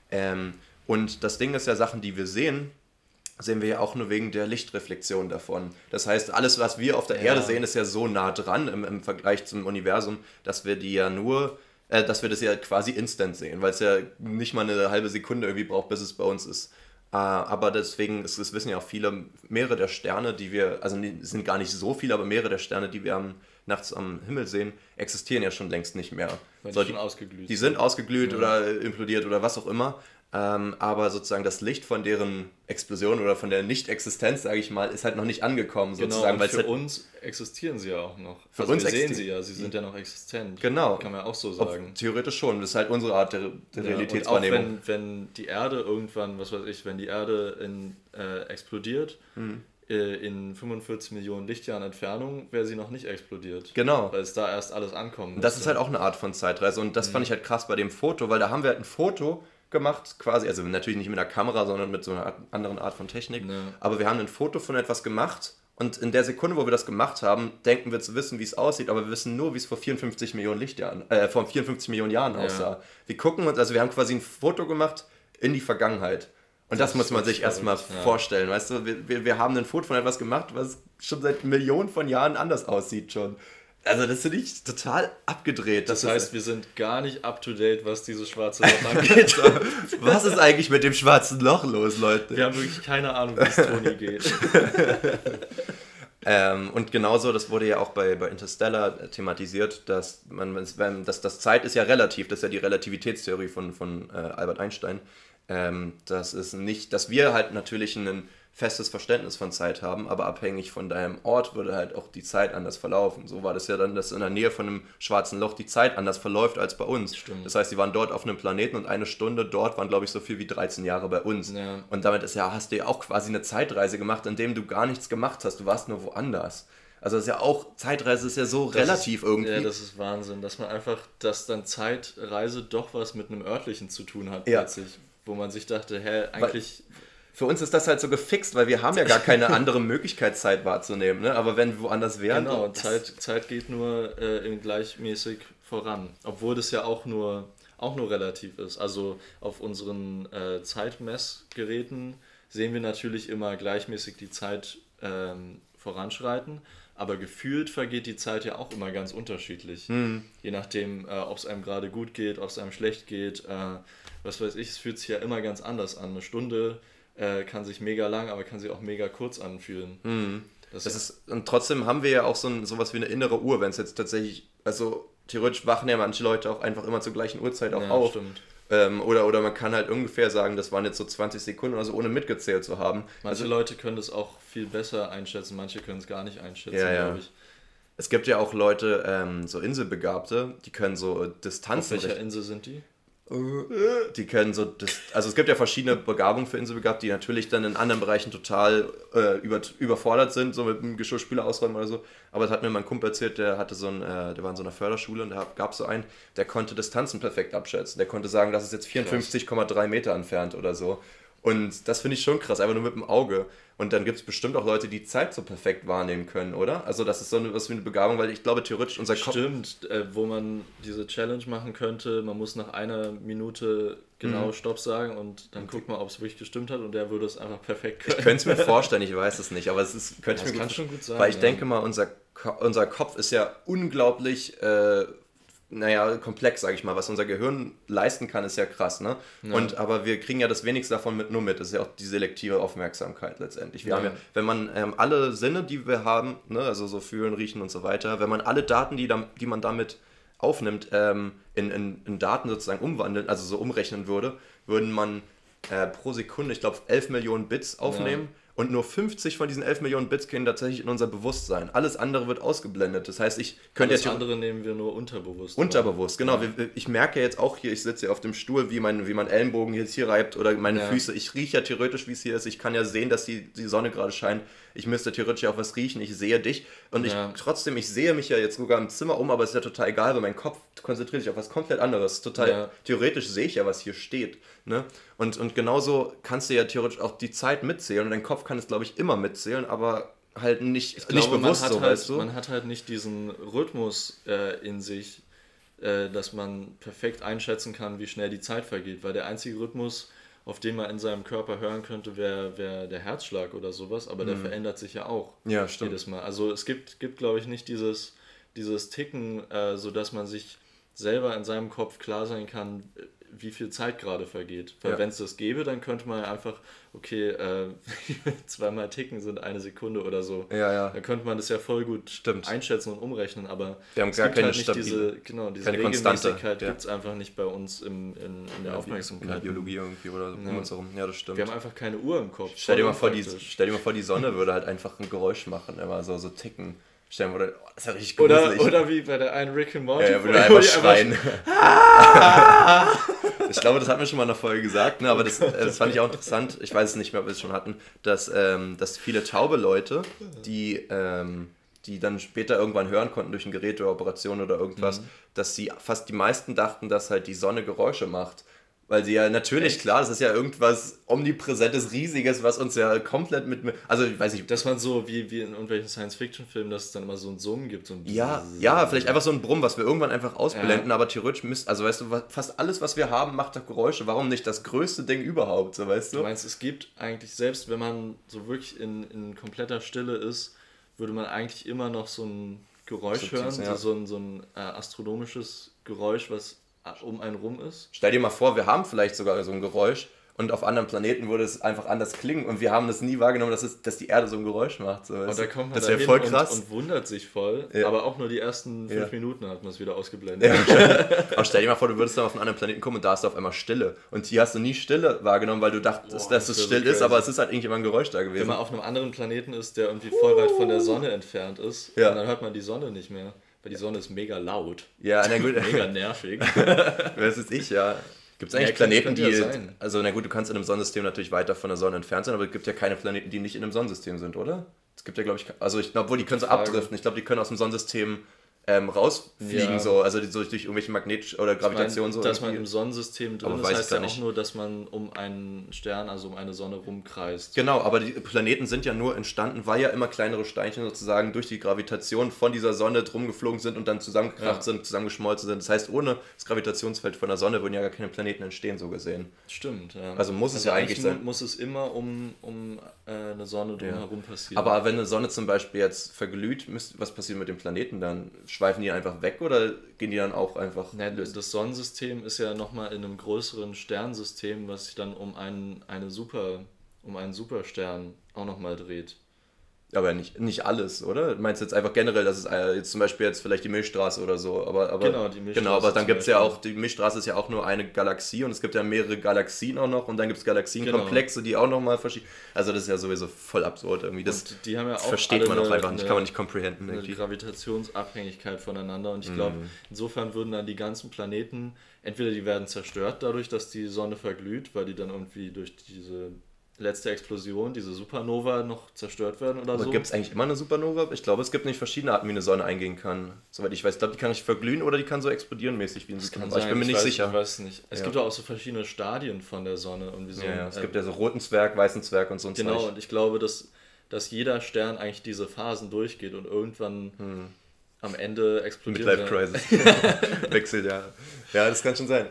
Und das Ding ist ja, Sachen, die wir sehen wir ja auch nur wegen der Lichtreflexion davon. Das heißt, alles, was wir auf der Erde sehen, ist ja so nah dran im Vergleich zum Universum, dass wir dass wir das ja quasi instant sehen, weil es ja nicht mal eine halbe Sekunde irgendwie braucht, bis es bei uns ist. Aber deswegen, das wissen ja auch viele, mehrere der Sterne, die wir, also es sind gar nicht so viele, aber mehrere der Sterne, die wir nachts am Himmel sehen, existieren ja schon längst nicht mehr. Die sind ausgeglüht. Die sind ausgeglüht oder implodiert oder was auch immer. Aber sozusagen das Licht von deren Explosion oder von der Nicht-Existenz, sage ich mal, ist halt noch nicht angekommen. Sozusagen, genau, und für uns existieren sie ja auch noch. Für uns wir sehen sie ja, sie sind ja noch existent. Genau. Kann man ja auch so sagen. Theoretisch schon, das ist halt unsere Art der Realitätswahrnehmung. Und auch wenn die Erde irgendwann, wenn die Erde explodiert, in 45 Millionen Lichtjahren Entfernung wäre sie noch nicht explodiert. Genau. Weil es da erst alles ankommt. Das ist halt auch eine Art von Zeitreise und das fand ich halt krass bei dem Foto, weil da haben wir halt ein Foto gemacht, quasi, also natürlich nicht mit einer Kamera, sondern mit so einer anderen Art von Technik, aber wir haben ein Foto von etwas gemacht und in der Sekunde, wo wir das gemacht haben, denken wir zu wissen, wie es aussieht, aber wir wissen nur, wie es vor 54 Millionen Jahren aussah. Wir gucken uns, also wir haben quasi ein Foto gemacht in die Vergangenheit. Und das muss man sich erstmal vorstellen, weißt du, wir haben ein Foto von etwas gemacht, was schon seit Millionen von Jahren anders aussieht schon. Also das finde ich total abgedreht. Das heißt, wir sind gar nicht up to date, was dieses schwarze Loch angeht. Was ist eigentlich mit dem schwarzen Loch los, Leute? Wir haben wirklich keine Ahnung, wie es Toni geht. Und genauso, das wurde ja auch bei Interstellar thematisiert, dass das Zeit ist ja relativ, das ist ja die Relativitätstheorie von Albert Einstein. Das ist nicht, dass wir halt natürlich ein festes Verständnis von Zeit haben, aber abhängig von deinem Ort würde halt auch die Zeit anders verlaufen. So war das ja dann, dass in der Nähe von einem schwarzen Loch die Zeit anders verläuft als bei uns. Stimmt. Das heißt, die waren dort auf einem Planeten und eine Stunde dort waren, glaube ich, so viel wie 13 Jahre bei uns. Ja. Und damit hast du ja auch quasi eine Zeitreise gemacht, in dem du gar nichts gemacht hast. Du warst nur woanders. Also das ist ja auch, Zeitreise ist ja so relativ irgendwie. Ja, das ist Wahnsinn, dass dann Zeitreise doch was mit einem örtlichen zu tun hat plötzlich. Wo man sich dachte, eigentlich... Für uns ist das halt so gefixt, weil wir haben ja gar keine andere Möglichkeit, Zeit wahrzunehmen. Ne? Aber wenn wir woanders wären... Genau, Zeit geht nur gleichmäßig voran. Obwohl das ja auch nur relativ ist. Also auf unseren Zeitmessgeräten sehen wir natürlich immer gleichmäßig die Zeit voranschreiten. Aber gefühlt vergeht die Zeit ja auch immer ganz unterschiedlich. Je nachdem, ob es einem gerade gut geht, ob es einem schlecht geht. Was weiß ich, es fühlt sich ja immer ganz anders an. Eine Stunde kann sich mega lang, aber kann sich auch mega kurz anfühlen. Und trotzdem haben wir ja auch sowas wie eine innere Uhr, wenn es jetzt tatsächlich, also theoretisch wachen ja manche Leute auch einfach immer zur gleichen Uhrzeit auch auf. Stimmt. Oder man kann halt ungefähr sagen, das waren jetzt so 20 Sekunden oder so, ohne mitgezählt zu haben. Manche Leute können das auch viel besser einschätzen, manche können es gar nicht einschätzen, glaube ich. Es gibt ja auch Leute, so Inselbegabte, die können so Distanzen... Auf welcher Insel sind die? Die können so, also es gibt ja verschiedene Begabungen für Inselbegabte, die natürlich dann in anderen Bereichen total überfordert sind, so mit dem Geschirrspüler ausräumen oder so. Aber das hat mir mein Kumpel erzählt, der war in so einer Förderschule und da gab es so einen, der konnte Distanzen perfekt abschätzen. Der konnte sagen, das ist jetzt 54,3 Meter entfernt oder so. Und das finde ich schon krass, einfach nur mit dem Auge. Und dann gibt es bestimmt auch Leute, die Zeit so perfekt wahrnehmen können, oder? Also das ist so was wie eine Begabung, weil ich glaube theoretisch unser Kopf... Stimmt, wo man diese Challenge machen könnte, man muss nach einer Minute genau Stopp sagen und dann guckt man, ob es wirklich gestimmt hat und der würde es einfach perfekt können. Ich könnte es mir vorstellen, ich weiß es nicht, aber könnte ich mir schon gut sein. Weil ich denke mal, unser Kopf ist ja unglaublich... komplex, sage ich mal. Was unser Gehirn leisten kann, ist ja krass, ne? Ja. Aber wir kriegen ja das wenigste davon nur mit. Das ist ja auch die selektive Aufmerksamkeit letztendlich. Wir haben ja, wenn man alle Sinne, die wir haben, ne, also so fühlen, riechen und so weiter, wenn man alle Daten, die man damit aufnimmt, in Daten sozusagen umwandeln, also so umrechnen würden man pro Sekunde, ich glaube, 11 Millionen Bits aufnehmen. Ja. Und nur 50 von diesen 11 Millionen Bits gehen tatsächlich in unser Bewusstsein. Alles andere wird ausgeblendet. Das heißt, alles andere nehmen wir nur unterbewusst. Unterbewusst, genau. Ja. Ich merke jetzt auch hier, ich sitze hier auf dem Stuhl, wie mein Ellenbogen jetzt hier reibt oder meine Füße. Ich rieche ja theoretisch, wie es hier ist. Ich kann ja sehen, dass die Sonne gerade scheint. Ich müsste theoretisch auch was riechen. Ich sehe dich. Und ich sehe mich ja jetzt sogar im Zimmer aber es ist ja total egal, weil mein Kopf konzentriert sich auf was komplett anderes. Theoretisch sehe ich ja, was hier steht. Ne? Und genauso kannst du ja theoretisch auch die Zeit mitzählen und dein Kopf kann es, glaube ich, immer mitzählen, aber halt nicht bewusst so, weißt du? Man hat halt nicht diesen Rhythmus in sich, dass man perfekt einschätzen kann, wie schnell die Zeit vergeht, weil der einzige Rhythmus, auf den man in seinem Körper hören könnte, wäre der Herzschlag oder sowas, aber der verändert sich ja auch jedes Mal. Also es gibt glaube ich, nicht dieses Ticken, sodass man sich selber in seinem Kopf klar sein kann, wie viel Zeit gerade vergeht. Weil wenn es das gäbe, dann könnte man einfach, okay, zweimal ticken sind eine Sekunde oder so. Ja. Dann könnte man das ja voll gut einschätzen und umrechnen, aber wir haben gar keine halt nicht diese Regelmäßigkeit gibt es einfach nicht bei uns in der Aufmerksamkeit. In der Biologie irgendwie oder um uns herum. Ja, das stimmt. Wir haben einfach keine Uhr im Kopf. Stell dir mal vor, die Sonne würde halt einfach ein Geräusch machen, immer so ticken. Stellen wir, das ist ja richtig gruselig. Oder wie bei der einen Rick and Morty. Ja, würde einfach schreien. Ich glaube, das hatten wir schon mal in der Folge gesagt, ne? Aber das fand ich auch interessant. Ich weiß es nicht mehr, ob wir es schon hatten, dass viele taube Leute, die dann später irgendwann hören konnten durch ein Gerät oder Operation oder irgendwas, dass sie fast die meisten dachten, dass halt die Sonne Geräusche macht. Weil sie ja natürlich, klar, das ist ja irgendwas Omnipräsentes, Riesiges, was uns ja komplett also ich weiß nicht. Dass man so, wie in irgendwelchen Science-Fiction-Filmen, dass es dann immer so ein Summen gibt. So ein ja, vielleicht einfach so ein Brummen, was wir irgendwann einfach ausblenden, aber theoretisch also weißt du, fast alles, was wir haben, macht doch Geräusche. Warum nicht das größte Ding überhaupt, so weißt du? Du meinst, es gibt eigentlich, selbst wenn man so wirklich in kompletter Stille ist, würde man eigentlich immer noch so ein Geräusch hören, so ein astronomisches Geräusch, was um einen rum ist. Stell dir mal vor, wir haben vielleicht sogar so ein Geräusch und auf anderen Planeten würde es einfach anders klingen und wir haben das nie wahrgenommen, dass die Erde so ein Geräusch macht. So, und da kommt man das wäre voll krass. Und wundert sich voll, aber auch nur die ersten 5 Minuten hat man es wieder ausgeblendet. Aber stell dir mal vor, du würdest dann auf einen anderen Planeten kommen und da hast du auf einmal Stille. Und hier hast du nie Stille wahrgenommen, weil du dachtest, dass es still ist, aber es ist halt irgendwie immer ein Geräusch da gewesen. Wenn man auf einem anderen Planeten ist, der irgendwie voll weit von der Sonne entfernt ist, und dann hört man die Sonne nicht mehr. Weil die Sonne ist mega laut. Ja, na gut. Mega nervig. Das ist ich, ja. Gibt es eigentlich Planeten, die... Also na gut, du kannst in einem Sonnensystem natürlich weiter von der Sonne entfernt sein, aber es gibt ja keine Planeten, die nicht in einem Sonnensystem sind, oder? Es gibt ja, glaube ich... Also ich glaube, obwohl die können so abdriften. Ich glaube, die können aus dem Sonnensystem rausfliegen, so, also durch irgendwelche Magnet- oder Gravitation. So dass man im Sonnensystem drin ist, heißt ja auch nur, dass man um einen Stern, also um eine Sonne rumkreist. Genau, aber die Planeten sind ja nur entstanden, weil ja immer kleinere Steinchen sozusagen durch die Gravitation von dieser Sonne drum geflogen sind und dann zusammengekracht sind, zusammengeschmolzen sind. Das heißt, ohne das Gravitationsfeld von der Sonne würden ja gar keine Planeten entstehen, so gesehen. Stimmt, ja. Also muss es ja eigentlich sein. Muss es immer um eine Sonne drumherum passieren. Aber wenn eine Sonne zum Beispiel jetzt verglüht, was passiert mit den Planeten dann? Schweifen die einfach weg oder gehen die dann auch einfach... Das Sonnensystem ist ja nochmal in einem größeren Sternsystem, was sich dann um einen Superstern auch nochmal dreht. Aber nicht alles, oder? Du meinst jetzt einfach generell, dass es jetzt zum Beispiel jetzt vielleicht die Milchstraße oder so, aber genau, die Milchstraße. Genau, aber dann gibt es ja auch, die Milchstraße ist ja auch nur eine Galaxie und es gibt ja mehrere Galaxien auch noch und dann gibt es Galaxienkomplexe, die auch nochmal verschieden. Also das ist ja sowieso voll absurd irgendwie. Das und die haben ja auch versteht man auch einfach nicht, kann man nicht comprehenden. Eine Gravitationsabhängigkeit voneinander und ich glaube, insofern würden dann die ganzen Planeten, entweder die werden zerstört dadurch, dass die Sonne verglüht, weil die dann irgendwie durch diese letzte Explosion, diese Supernova, noch zerstört werden oder so. Aber gibt es eigentlich immer eine Supernova? Ich glaube, es gibt nicht verschiedene Arten, wie eine Sonne eingehen kann. Soweit ich weiß, ich glaube, die kann nicht verglühen oder die kann so explodieren mäßig wie eine Supernova. Ich bin mir nicht sicher. Ich weiß nicht. Es gibt auch so verschiedene Stadien von der Sonne. Irgendwie so es gibt ja so roten Zwerg, weißen Zwerg und so ein Zeug. Genau, und ich glaube, dass jeder Stern eigentlich diese Phasen durchgeht und irgendwann am Ende explodiert. Midlife Crisis. Wechselt, ja. Ja, das kann schon sein.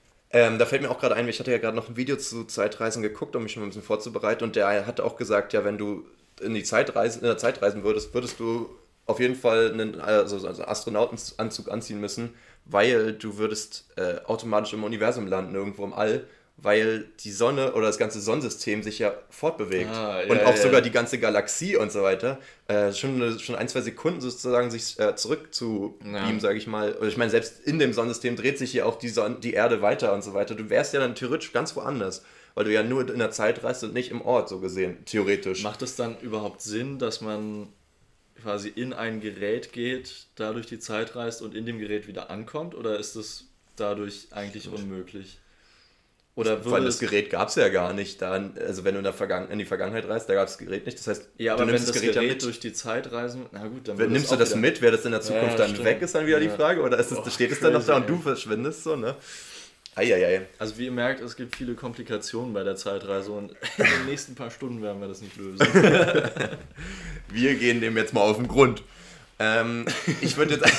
Da fällt mir auch gerade ein, ich hatte ja gerade noch ein Video zu Zeitreisen geguckt, um mich schon mal ein bisschen vorzubereiten und der hatte auch gesagt, ja, wenn du in der Zeit reisen würdest du auf jeden Fall einen Astronautenanzug anziehen müssen, weil du würdest automatisch im Universum landen, irgendwo im All, weil die Sonne oder das ganze Sonnensystem sich ja fortbewegt und auch sogar die ganze Galaxie und so weiter, schon 1-2 Sekunden sozusagen sich zurück zu beamen, sage ich mal. Ich meine, selbst in dem Sonnensystem dreht sich ja auch die Erde weiter und so weiter. Du wärst ja dann theoretisch ganz woanders, weil du ja nur in der Zeit reist und nicht im Ort, so gesehen, theoretisch. Macht es dann überhaupt Sinn, dass man quasi in ein Gerät geht, dadurch die Zeit reist und in dem Gerät wieder ankommt, oder ist es dadurch eigentlich unmöglich? Oder weil das Gerät gab es ja gar nicht. Also wenn du in die Vergangenheit reist, da gab es das Gerät nicht. Das heißt, aber du nimmst das Gerät ja mit durch die Zeit reisen, na gut, dann nimmst du das mit, wer das in der Zukunft dann weg ist, dann wieder die Frage? Oder steht es dann noch da und du verschwindest so, ne? Eieiei. Also wie ihr merkt, es gibt viele Komplikationen bei der Zeitreise und in den nächsten paar Stunden werden wir das nicht lösen. Wir gehen dem jetzt mal auf den Grund. Ich würde jetzt...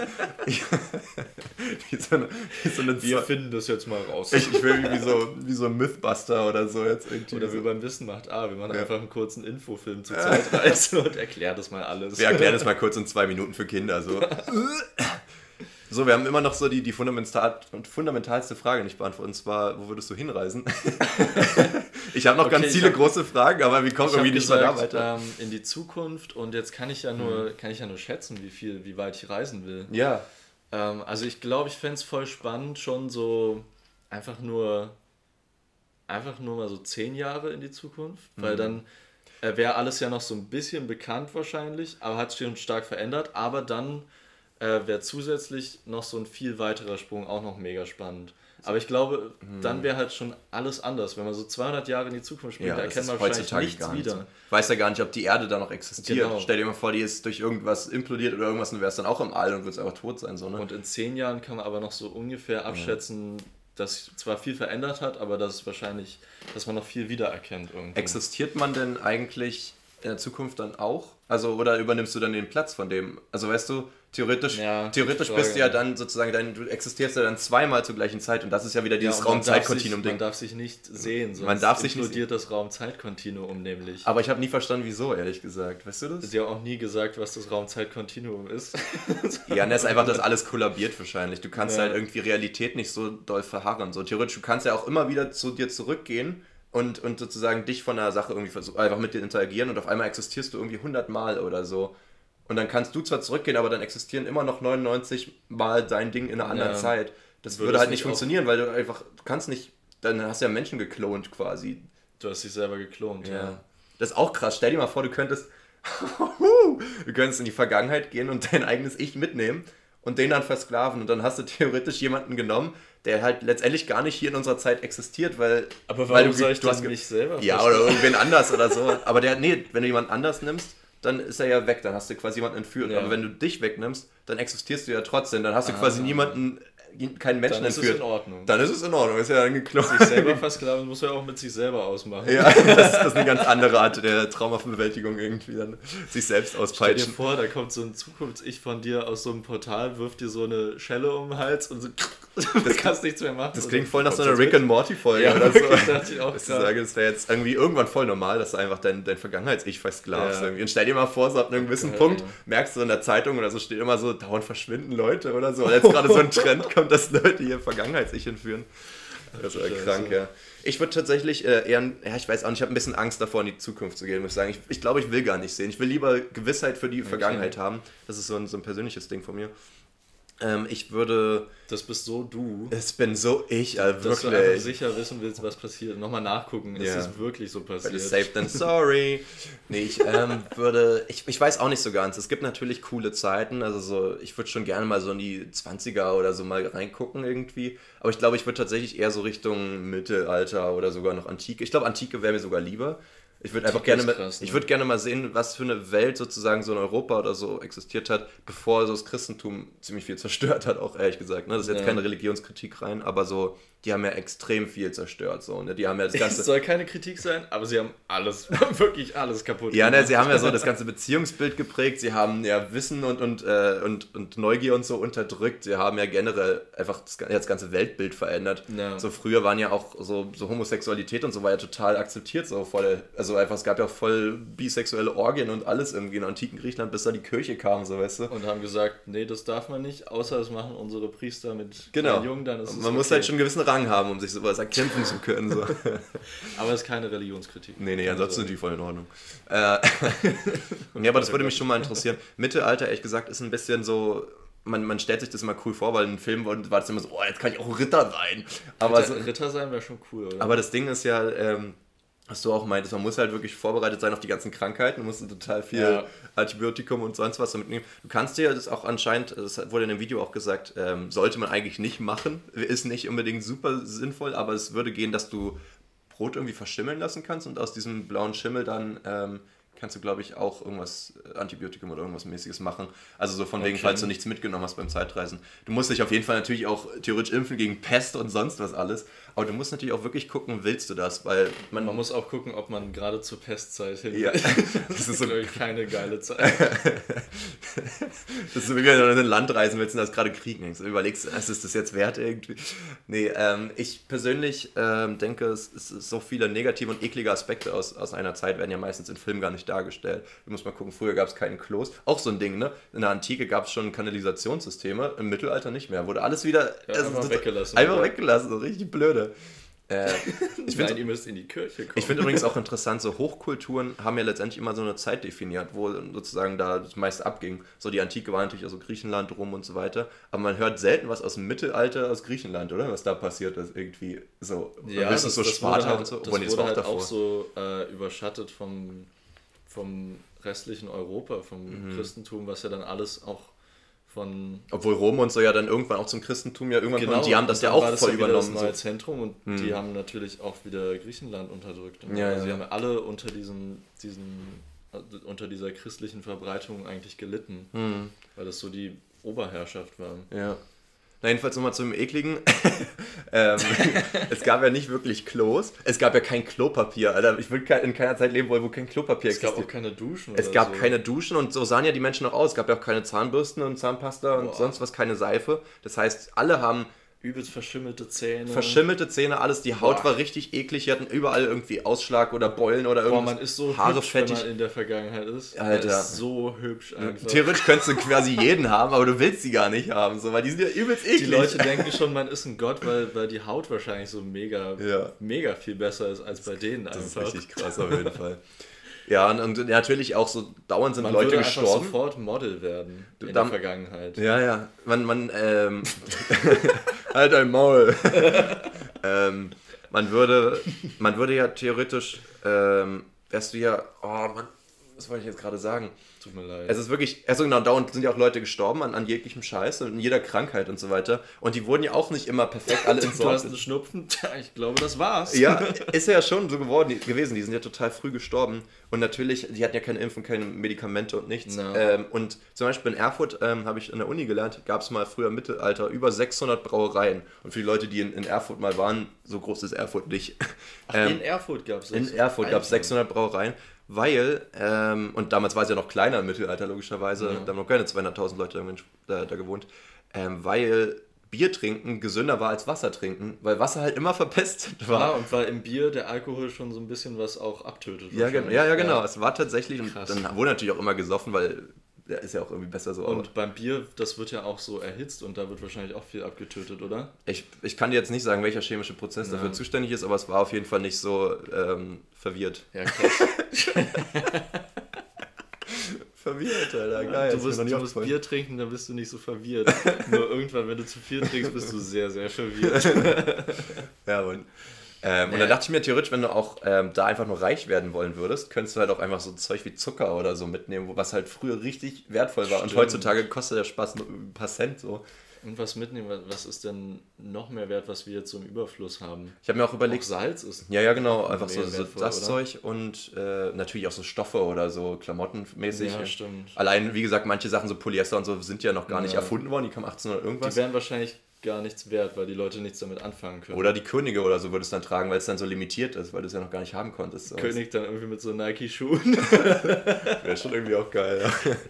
Wir finden das jetzt mal raus. Ich will wie so ein Mythbuster oder so jetzt irgendwie. Oder wie beim Wissen macht wir machen einfach einen kurzen Infofilm zur Zeitreise und erklären das mal alles. Wir erklären das mal kurz in 2 Minuten für Kinder. So, wir haben immer noch so die fundamentalste Frage nicht beantwortet, und zwar, wo würdest du hinreisen? Ich habe noch ganz viele große Fragen, aber wir kommen irgendwie nicht mehr da weiter. In die Zukunft, und jetzt kann ich ja nur schätzen, wie weit ich reisen will. Ja. Also ich glaube, ich fände es voll spannend, schon so einfach nur mal so 10 Jahre in die Zukunft, weil dann wäre alles ja noch so ein bisschen bekannt wahrscheinlich, aber hat sich schon stark verändert, aber dann wäre zusätzlich noch so ein viel weiterer Sprung auch noch mega spannend. Aber ich glaube, dann wäre halt schon alles anders. Wenn man so 200 Jahre in die Zukunft springt, da erkennt man wahrscheinlich nichts wieder. Ich weiß ja gar nicht, ob die Erde da noch existiert. Genau. Stell dir mal vor, die ist durch irgendwas implodiert oder irgendwas und wärst dann auch im All und würdest einfach tot sein. So, ne? Und in 10 Jahren kann man aber noch so ungefähr abschätzen, das zwar viel verändert hat, aber dass man noch viel wiedererkennt irgendwo. Existiert man denn eigentlich in der Zukunft dann auch? Also, oder übernimmst du dann den Platz von dem? Also, weißt du, theoretisch bist du ja dann sozusagen, du existierst ja dann zweimal zur gleichen Zeit und das ist ja wieder dieses Raum-Zeit-Kontinuum-Ding. Man darf sich nicht sehen, sonst explodiert das Raum-Zeit-Kontinuum nämlich. Aber ich habe nie verstanden, wieso, ehrlich gesagt. Weißt du das? Sie haben auch nie gesagt, was das Raum-Zeit-Kontinuum ist. Ja, das ist einfach, dass alles kollabiert wahrscheinlich. Du kannst halt irgendwie Realität nicht so doll verharren. So theoretisch, du kannst ja auch immer wieder zu dir zurückgehen und sozusagen dich von einer Sache irgendwie einfach mit dir interagieren und auf einmal existierst du irgendwie 100 Mal oder so. Und dann kannst du zwar zurückgehen, aber dann existieren immer noch 99 Mal dein Ding in einer anderen Zeit. Das würde halt nicht funktionieren, weil du kannst nicht, dann hast du ja Menschen geklont quasi. Du hast dich selber geklont, ja. Das ist auch krass. Stell dir mal vor, du könntest in die Vergangenheit gehen und dein eigenes Ich mitnehmen und den dann versklaven. Und dann hast du theoretisch jemanden genommen, der halt letztendlich gar nicht hier in unserer Zeit existiert, weil... Aber warum soll ich das nicht selber Ja, oder irgendwen anders oder so. Aber wenn du jemanden anders nimmst, dann ist er ja weg, dann hast du quasi jemanden entführt. Ja. Aber wenn du dich wegnimmst, dann existierst du ja trotzdem. Dann hast du quasi keinen Menschen entführt. Dann ist es in Ordnung. Dann ist es in Ordnung, ist ja dann geklont. Sich selber versklaven muss ja auch mit sich selber ausmachen. Ja, das ist eine ganz andere Art der Traumabewältigung irgendwie, dann sich selbst auspeitschen. Stell dir vor, da kommt so ein Zukunfts-Ich von dir aus so einem Portal, wirft dir so eine Schelle um den Hals und so, du kannst nichts mehr machen. Das klingt voll nach so einer Rick-and-Morty-Folge oder so. Dachte ich auch. Das wäre jetzt irgendwie irgendwann voll normal, dass du einfach dein Vergangenheits-Ich versklavst. Ja. Und stell dir mal vor, so ab einem gewissen Punkt merkst du in der Zeitung oder so, steht immer so, dauernd verschwinden Leute oder so. Weil jetzt gerade so ein Trend kommt, dass Leute hier Vergangenheits-Ich entführen. Das ist ja krank, ja. Ich würde tatsächlich ich weiß auch nicht, ich habe ein bisschen Angst davor, in die Zukunft zu gehen, muss ich sagen. Ich glaube, ich will gar nicht sehen. Ich will lieber Gewissheit für die Vergangenheit haben. Das ist so ein persönliches Ding von mir. Ich würde... Das bist so du. Das bin so ich, wirklich. Dass du einfach sicher wissen willst, was passiert. Nochmal nachgucken, ist es wirklich so passiert? But safe then sorry. Nee, ich ich weiß auch nicht so ganz. Es gibt natürlich coole Zeiten, also so, ich würde schon gerne mal so in die 20er oder so mal reingucken irgendwie. Aber ich glaube, ich würde tatsächlich eher so Richtung Mittelalter oder sogar noch Antike. Ich glaube, Antike wäre mir sogar lieber. Ich würde einfach gerne mal sehen, was für eine Welt sozusagen so in Europa oder so existiert hat, bevor so das Christentum ziemlich viel zerstört hat, auch ehrlich gesagt. Ne? Das ist jetzt keine Religionskritik rein, aber so, die haben ja extrem viel zerstört. So, ne? Die haben ja das Ganze... Es soll keine Kritik sein, aber sie haben alles, wirklich alles kaputt gemacht. Ja, ne, sie haben ja so das ganze Beziehungsbild geprägt, sie haben ja Wissen und Neugier und so unterdrückt, sie haben ja generell einfach das ganze Weltbild verändert. Ja. So früher waren ja auch so Homosexualität und so war ja total akzeptiert, so voll... Also einfach, es gab ja auch voll bisexuelle Orgien und alles irgendwie in antiken Griechenland, bis da die Kirche kam, so, weißt du. Und haben gesagt, nee, das darf man nicht, außer das machen unsere Priester mit kleinen Jungen, dann ist es man muss halt schon einen gewissen Rang haben, um sich sowas erkämpfen zu können. So. Aber es ist keine Religionskritik. Nee, ansonsten sind die voll in Ordnung. Ja, aber das würde mich schon mal interessieren. Mittelalter, ehrlich gesagt, ist ein bisschen so... Man stellt sich das immer cool vor, weil in Filmen war das immer so, oh, jetzt kann ich auch Ritter sein. Aber Ritter sein wäre schon cool, oder? Aber das Ding ist ja... was du auch meintest, man muss halt wirklich vorbereitet sein auf die ganzen Krankheiten, man muss total viel Antibiotikum und sonst was damit nehmen. Du kannst dir das auch anscheinend, das wurde in dem Video auch gesagt, sollte man eigentlich nicht machen, ist nicht unbedingt super sinnvoll, aber es würde gehen, dass du Brot irgendwie verschimmeln lassen kannst und aus diesem blauen Schimmel dann kannst du, glaube ich, auch irgendwas, Antibiotikum oder irgendwas mäßiges machen. Also so von wegen, falls du nichts mitgenommen hast beim Zeitreisen. Du musst dich auf jeden Fall natürlich auch theoretisch impfen gegen Pest und sonst was alles. Aber du musst natürlich auch wirklich gucken, willst du das? Weil man muss auch gucken, ob man gerade zur Pestzeit hin will. Ja. Das ist glaube ich, keine geile Zeit. Das ist wirklich, wenn du in ein Land reisen willst und das gerade Krieg denkst. Du überlegst, ist das jetzt wert irgendwie? Nee, ich persönlich denke, es ist so viele negative und eklige Aspekte aus einer Zeit werden ja meistens in Filmen gar nicht dargestellt. Du musst mal gucken, früher gab es keinen Klos. Auch so ein Ding, ne? In der Antike gab es schon Kanalisationssysteme, im Mittelalter nicht mehr. Wurde alles wieder einfach weggelassen. Einfach weggelassen, so richtig blöde. Ihr müsst in die Kirche kommen. Ich finde übrigens auch interessant, so Hochkulturen haben ja letztendlich immer so eine Zeit definiert, wo sozusagen da das meiste abging. So die Antike war natürlich also Griechenland rum und so weiter, aber man hört selten was aus dem Mittelalter aus Griechenland, oder? Was da passiert ist irgendwie so. Ja, das so Sparta und so. Das wurde halt auch so überschattet vom restlichen Europa, vom Christentum, was ja dann alles auch obwohl Rom und so ja dann irgendwann auch zum Christentum ja irgendwann kommen, die haben das ja auch voll übernommen. Das neue Zentrum und die haben natürlich auch wieder Griechenland unterdrückt. Also sie haben alle unter unter dieser christlichen Verbreitung eigentlich gelitten, weil das so die Oberherrschaft war. Ja. Na, jedenfalls nochmal zu dem Ekligen. Es gab ja nicht wirklich Klos. Es gab ja kein Klopapier, Alter. Ich würde in keiner Zeit leben wollen, wo kein Klopapier existiert. Es gab auch keine Duschen. Es gab keine Duschen und so sahen ja die Menschen noch aus. Es gab ja auch keine Zahnbürsten und Zahnpasta und sonst was, keine Seife. Das heißt, alle haben übelst verschimmelte Zähne. Verschimmelte Zähne, alles. Die Haut war richtig eklig. Die hatten überall irgendwie Ausschlag oder Beulen oder irgendwas. Man ist so Haare hübsch, fettig. wenn man in der Vergangenheit ist. Alter. Man ist so hübsch einfach. Theoretisch könntest du quasi jeden haben, aber du willst sie gar nicht haben, so, weil die sind ja übelst eklig. Die Leute denken schon, man ist ein Gott, weil die Haut wahrscheinlich so mega viel besser ist als bei denen das einfach. Das ist richtig krass auf jeden Fall. Ja, und natürlich auch so dauernd sind man Leute würde gestorben. Sofort Model werden in der Vergangenheit. Ja. Man halt dein Maul. Man würde ja theoretisch, wärst du ja, oh Mann, was wollte ich jetzt gerade sagen? Tut mir leid. Es ist wirklich, also genau, dauernd sind ja auch Leute gestorben an jeglichem Scheiß und an jeder Krankheit und so weiter. Und die wurden ja auch nicht immer perfekt alle entsorgt. Du hast einen Schnupfen? Ich glaube, das war's. Ja, ist ja schon so gewesen. Die sind ja total früh gestorben. Und natürlich, die hatten ja keine Impfung, keine Medikamente und nichts. No. Und zum Beispiel in Erfurt, habe ich in der Uni gelernt, gab es mal früher im Mittelalter über 600 Brauereien. Und für die Leute, die in Erfurt mal waren, so groß ist Erfurt nicht. In Erfurt gab es 600 Brauereien. Weil, und damals war es ja noch kleiner im Mittelalter logischerweise, da haben noch keine 200.000 Leute da gewohnt, weil Bier trinken gesünder war als Wasser trinken, weil Wasser halt immer verpestet war. Ja, und weil im Bier der Alkohol schon so ein bisschen was auch abtötet. Ja, genau. Es war tatsächlich, und dann wurde natürlich auch immer gesoffen, weil der ist ja auch irgendwie besser so. Und beim Bier, das wird ja auch so erhitzt und da wird wahrscheinlich auch viel abgetötet, oder? Ich kann dir jetzt nicht sagen, welcher chemische Prozess dafür zuständig ist, aber es war auf jeden Fall nicht so verwirrt. Ja, krass. Verwirrt, Alter, geil. Du musst Bier trinken, dann bist du nicht so verwirrt. Nur irgendwann, wenn du zu viel trinkst, bist du sehr, sehr verwirrt. Ja, und dann dachte ich mir theoretisch, wenn du auch da einfach nur reich werden wollen würdest, könntest du halt auch einfach so Zeug wie Zucker oder so mitnehmen, was halt früher richtig wertvoll war. Stimmt. Und heutzutage kostet der Spaß nur ein paar Cent so. Und was mitnehmen, was ist denn noch mehr wert, was wir jetzt so im Überfluss haben? Ich habe mir auch überlegt... Auch Salz ist... Ja, genau, einfach so das Zeug und natürlich auch so Stoffe oder so klamottenmäßig. Ja, stimmt. Allein, wie gesagt, manche Sachen, so Polyester und so, sind ja noch gar nicht erfunden worden, die kamen 1800 irgendwas. Die wären wahrscheinlich gar nichts wert, weil die Leute nichts damit anfangen können. Oder die Könige oder so würde es dann tragen, weil es dann so limitiert ist, weil du es ja noch gar nicht haben konntest. So. König dann irgendwie mit so Nike-Schuhen. Wäre schon irgendwie auch geil,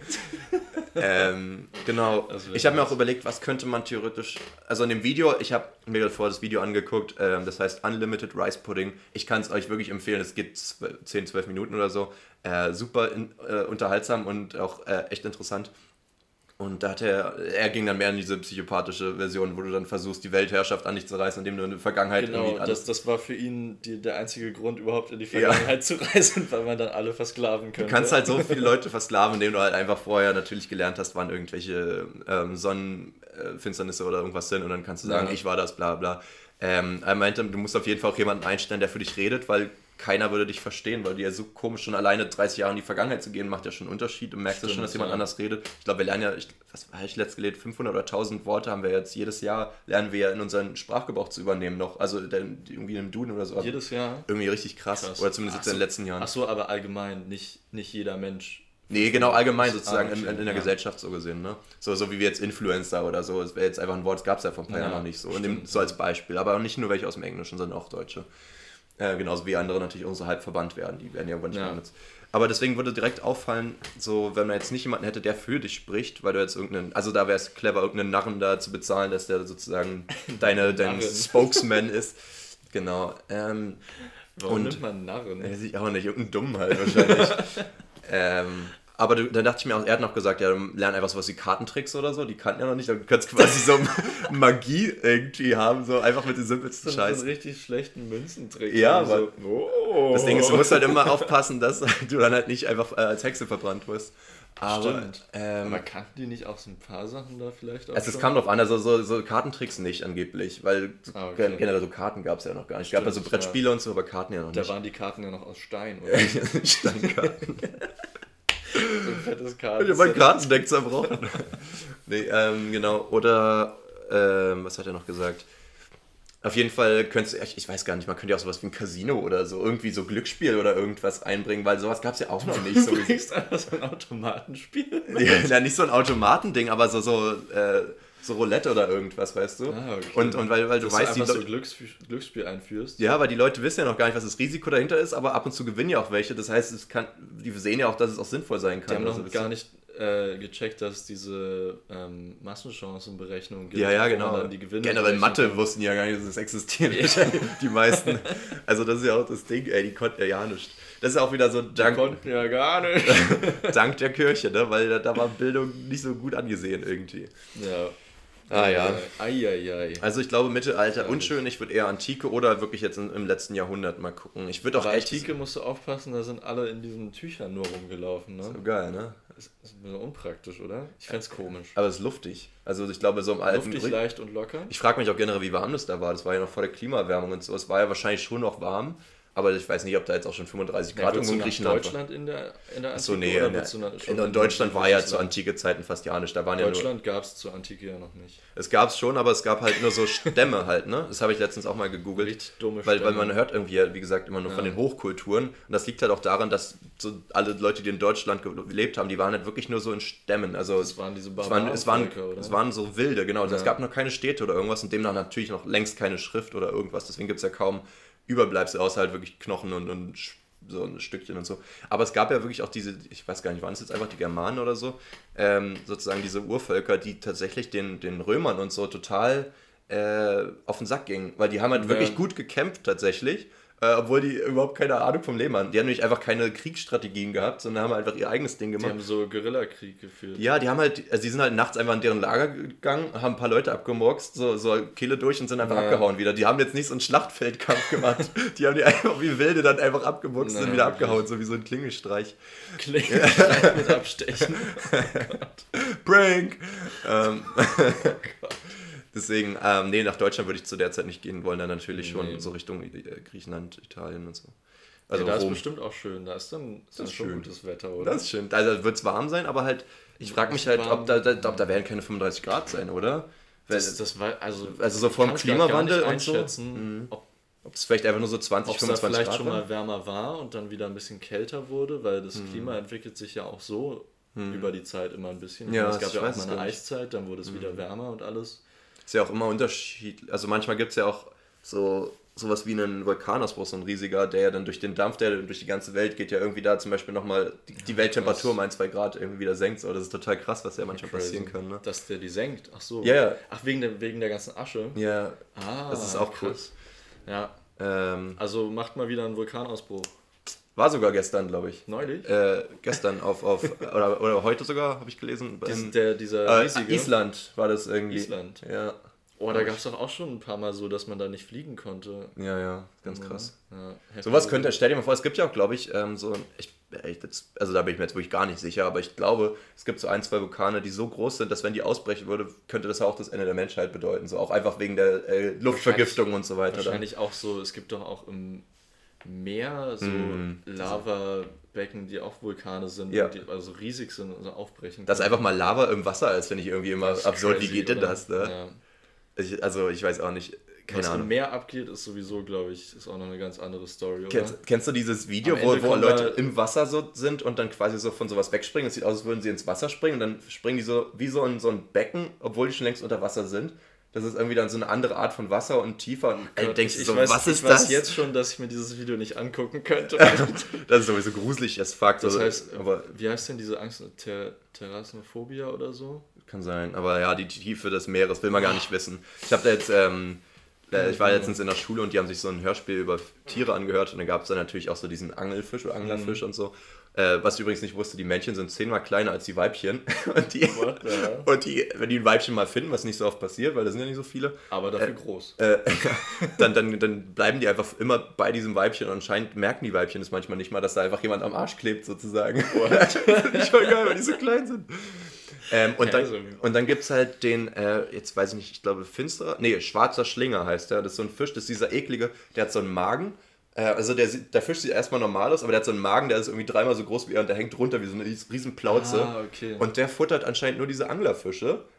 ja. Genau. Ich habe mir auch überlegt, was könnte man theoretisch... Also in dem Video, ich habe mir gerade vorher das Video angeguckt, das heißt Unlimited Rice Pudding. Ich kann es euch wirklich empfehlen, es geht 10, 12 Minuten oder so. Super unterhaltsam und auch echt interessant. Und da hat er ging dann mehr in diese psychopathische Version, wo du dann versuchst, die Weltherrschaft an dich zu reißen, indem du in der Vergangenheit irgendwie alles... das war für ihn der einzige Grund, überhaupt in die Vergangenheit zu reisen, weil man dann alle versklaven könnte. Du kannst halt so viele Leute versklaven, indem du halt einfach vorher natürlich gelernt hast, wann irgendwelche Sonnenfinsternisse oder irgendwas sind und dann kannst du sagen, ich war das, bla bla. Er meinte, du musst auf jeden Fall auch jemanden einstellen, der für dich redet, weil keiner würde dich verstehen, weil die ja so komisch schon alleine 30 Jahre in die Vergangenheit zu gehen, macht ja schon einen Unterschied. Du merkst ja schon, dass jemand anders redet. Ich glaube, wir lernen ja, was habe ich letzt gelesen, 500 oder 1000 Worte haben wir jetzt jedes Jahr, lernen wir ja in unseren Sprachgebrauch zu übernehmen noch. Also irgendwie in einem Duden oder so. Jedes Jahr? Irgendwie richtig krass. Oder zumindest jetzt in den letzten Jahren. Ach so, aber allgemein, nicht jeder Mensch. Nee, genau, allgemein sozusagen in der Gesellschaft so gesehen. Ne? So wie wir jetzt Influencer oder so. Das wäre jetzt einfach ein Wort, das gab es ja vor ein paar Jahren noch nicht so. So als Beispiel. Aber nicht nur welche aus dem Englischen, sondern auch Deutsche. Genauso wie andere natürlich außerhalb verbannt werden. Die werden ja irgendwann nicht mehr benutzt. Aber deswegen würde direkt auffallen, so wenn man jetzt nicht jemanden hätte, der für dich spricht, weil du jetzt also da wäre es clever, irgendeinen Narren da zu bezahlen, dass der sozusagen dein Spokesman ist. Genau. Warum nimmt man Narren? Weiß ich auch nicht, irgendeinen Dummen halt wahrscheinlich. Aber dann dachte ich mir auch, er hat noch gesagt, ja, lern einfach sowas wie Kartentricks oder so, die kannten ja noch nicht, dann könntest du quasi so Magie irgendwie haben, so einfach mit den simpelsten Scheiß. So einen richtig schlechten Münzentrick. Ja, aber das Ding ist, du musst halt immer aufpassen, dass du dann halt nicht einfach als Hexe verbrannt wirst. Aber, aber kannten die nicht auch so ein paar Sachen da vielleicht auch? Also es kam drauf an, also so Kartentricks nicht angeblich, weil generell so Karten gab es ja noch gar nicht. Es gab ja so Brettspiele und so, aber Karten ja noch nicht. Da waren die Karten ja noch aus Stein, oder? Steinkarten. So ein fettes Karten. Ich habe mein Kartendeck zerbrochen. Nee, genau. Oder, was hat er noch gesagt? Auf jeden Fall könntest du, ich weiß gar nicht, man könnte ja auch sowas wie ein Casino oder so, irgendwie so Glücksspiel oder irgendwas einbringen, weil sowas gab es ja auch noch nicht. Du bringst einfach so ein Automatenspiel. Ja, nicht so ein Automatending, aber so so Roulette oder irgendwas, weißt du? Ah, okay. Und weil du weißt, die so Glücksspiel einführst. Ja, weil die Leute wissen ja noch gar nicht, was das Risiko dahinter ist, aber ab und zu gewinnen ja auch welche. Das heißt, die sehen ja auch, dass es auch sinnvoll sein kann. Die haben noch gar nicht gecheckt, dass diese Massenchancenberechnung gibt. Ja, genau. Dann die Gewinne generell Mathe wussten ja gar nicht, dass es existiert. Die meisten. Also das ist ja auch das Ding, die konnten ja nicht. Das ist auch wieder so Dank. Die konnten ja gar nicht. Dank der Kirche, ne? Weil da war Bildung nicht so gut angesehen irgendwie. Ja. Ja. Eieiei. Also ich glaube Mittelalter unschön, ich würde eher Antike oder wirklich jetzt im letzten Jahrhundert mal gucken. Ich würde auch echt... Antike musst du aufpassen, da sind alle in diesen Tüchern nur rumgelaufen, ne? So geil, ne? Das ist ein bisschen unpraktisch, oder? Ich find's komisch. Aber es ist luftig. Also ich glaube so im alten... Luftig, leicht und locker? Ich frage mich auch generell, wie warm das da war. Das war ja noch vor der Klimaerwärmung und so. Es war ja wahrscheinlich schon noch warm. Aber ich weiß nicht, ob da jetzt auch schon 35 Grad irgendwo in Griechenland war. Deutschland in der Antike? Achso, nee. In Deutschland war ja zu antike Zeiten fast ja nicht. Da waren Deutschland gab es zur Antike ja noch nicht. Es gab es schon, aber es gab halt nur so Stämme halt, ne? Das habe ich letztens auch mal gegoogelt. Richtig dumme Stämme. Weil man hört irgendwie, wie gesagt, immer nur von den Hochkulturen. Und das liegt halt auch daran, dass so alle Leute, die in Deutschland gelebt haben, die waren halt wirklich nur so in Stämmen. Also das waren diese Barbarenvölker, oder? Es waren so wilde, genau. Es gab noch keine Städte oder irgendwas und demnach natürlich noch längst keine Schrift oder irgendwas. Deswegen gibt es ja kaum Überbleibsel, außer halt wirklich Knochen und so ein Stückchen und so. Aber es gab ja wirklich auch diese, ich weiß gar nicht, waren es jetzt einfach die Germanen oder so, sozusagen diese Urvölker, die tatsächlich den Römern und so total auf den Sack gingen. Weil die haben halt wirklich gut gekämpft tatsächlich, obwohl die überhaupt keine Ahnung vom Leben hatten. Die haben nämlich einfach keine Kriegsstrategien gehabt, sondern haben einfach ihr eigenes Ding gemacht. Die haben so Guerillakrieg geführt. Ja, die haben halt, also die sind halt nachts einfach in deren Lager gegangen, haben ein paar Leute abgemurkst, so Kehle durch und sind einfach abgehauen wieder. Die haben jetzt nicht so einen Schlachtfeldkampf gemacht. Die haben die einfach wie Wilde dann einfach abgemurkst und sind wieder abgehauen, so wie so ein Klingelstreich. Klingelstreich mit Abstechen. Oh Prank! Deswegen, nach Deutschland würde ich zu der Zeit nicht gehen wollen, dann natürlich schon so Richtung Griechenland, Italien und so. Also da ist bestimmt auch schön, da ist dann schon gutes Wetter, oder? Das ist schön, also wird es warm sein, aber halt, ich frage mich halt, ob da werden keine 35 Grad sein, oder? Das war, also so vom Klimawandel und so, ob es vielleicht einfach nur so 20, 25 Grad vielleicht schon mal wärmer war und dann wieder ein bisschen kälter wurde, weil das Klima entwickelt sich ja auch so über die Zeit immer ein bisschen. Ja, es gab ja auch mal eine Eiszeit, dann wurde es wieder wärmer und alles. Ist ja auch immer unterschiedlich. Also manchmal gibt es ja auch sowas wie einen Vulkanausbruch, so ein riesiger, der ja dann durch den Dampf, der durch die ganze Welt geht, ja irgendwie da zum Beispiel nochmal die Welttemperatur um 1-2 Grad irgendwie wieder senkt. So, das ist total krass, was ja manchmal passieren kann. Ne? Dass der die senkt? Ach so. Ja. Ach, wegen der ganzen Asche? Ja. Das ist auch krass. Cool. Ja. Also macht mal wieder einen Vulkanausbruch. War sogar gestern, glaube ich. Neulich? Gestern oder heute sogar, habe ich gelesen. Dieser riesige... Island war das irgendwie. Island. Ja. Oh, da gab es doch auch schon ein paar Mal so, dass man da nicht fliegen konnte. Ja, ganz krass. Ja, sowas stell dir mal vor, es gibt ja auch, glaube ich, also da bin ich mir jetzt wirklich gar nicht sicher, aber ich glaube, es gibt so 1-2 Vulkane, die so groß sind, dass wenn die ausbrechen würde, könnte das auch das Ende der Menschheit bedeuten. So auch einfach wegen der Luftvergiftung und so weiter. Wahrscheinlich auch so, es gibt doch auch im Meer so Lavabecken, die auch Vulkane sind, die also riesig sind und so aufbrechen. Dass einfach mal Lava im Wasser ist, finde ich irgendwie immer absurd. Wie geht denn das? Ne? Ja. Ich weiß auch nicht. Keine Ahnung. Was im Meer abgeht, ist sowieso, glaube ich, ist auch noch eine ganz andere Story, oder? Kennst du dieses Video, wo Leute im Wasser so sind und dann quasi so von sowas wegspringen? Es sieht aus, als würden sie ins Wasser springen und dann springen die so wie so in so ein Becken, obwohl die schon längst unter Wasser sind. Das ist irgendwie dann so eine andere Art von Wasser und tiefer. Und denkst du so, was ist das? Ich weiß jetzt schon, dass ich mir dieses Video nicht angucken könnte. Das ist sowieso gruselig as fuck. Das heißt, wie heißt denn diese Angst? Terrassophobia oder so? Kann sein, aber ja, die Tiefe des Meeres will man gar nicht wissen. Ich habe da jetzt, ich war letztens in der Schule und die haben sich so ein Hörspiel über Tiere angehört und da gab es dann natürlich auch so diesen Angelfisch oder Anglerfisch und so. Was ich übrigens nicht wusste, die Männchen sind 10-mal kleiner als die Weibchen. Und wenn die ein Weibchen mal finden, was nicht so oft passiert, weil da sind ja nicht so viele. Aber dafür groß. Dann bleiben die einfach immer bei diesem Weibchen und anscheinend merken die Weibchen es manchmal nicht mal, dass da einfach jemand am Arsch klebt sozusagen. Ich war geil, weil die so klein sind. Und dann gibt es halt den, jetzt weiß ich nicht, ich glaube schwarzer Schlinger heißt der. Das ist so ein Fisch, das ist dieser eklige, der hat so einen Magen. Also der Fisch sieht erstmal normal aus, aber der hat so einen Magen, der ist irgendwie 3-mal so groß wie er und der hängt runter wie so eine riesen Plauze. Okay. Und der futtert anscheinend nur diese Anglerfische.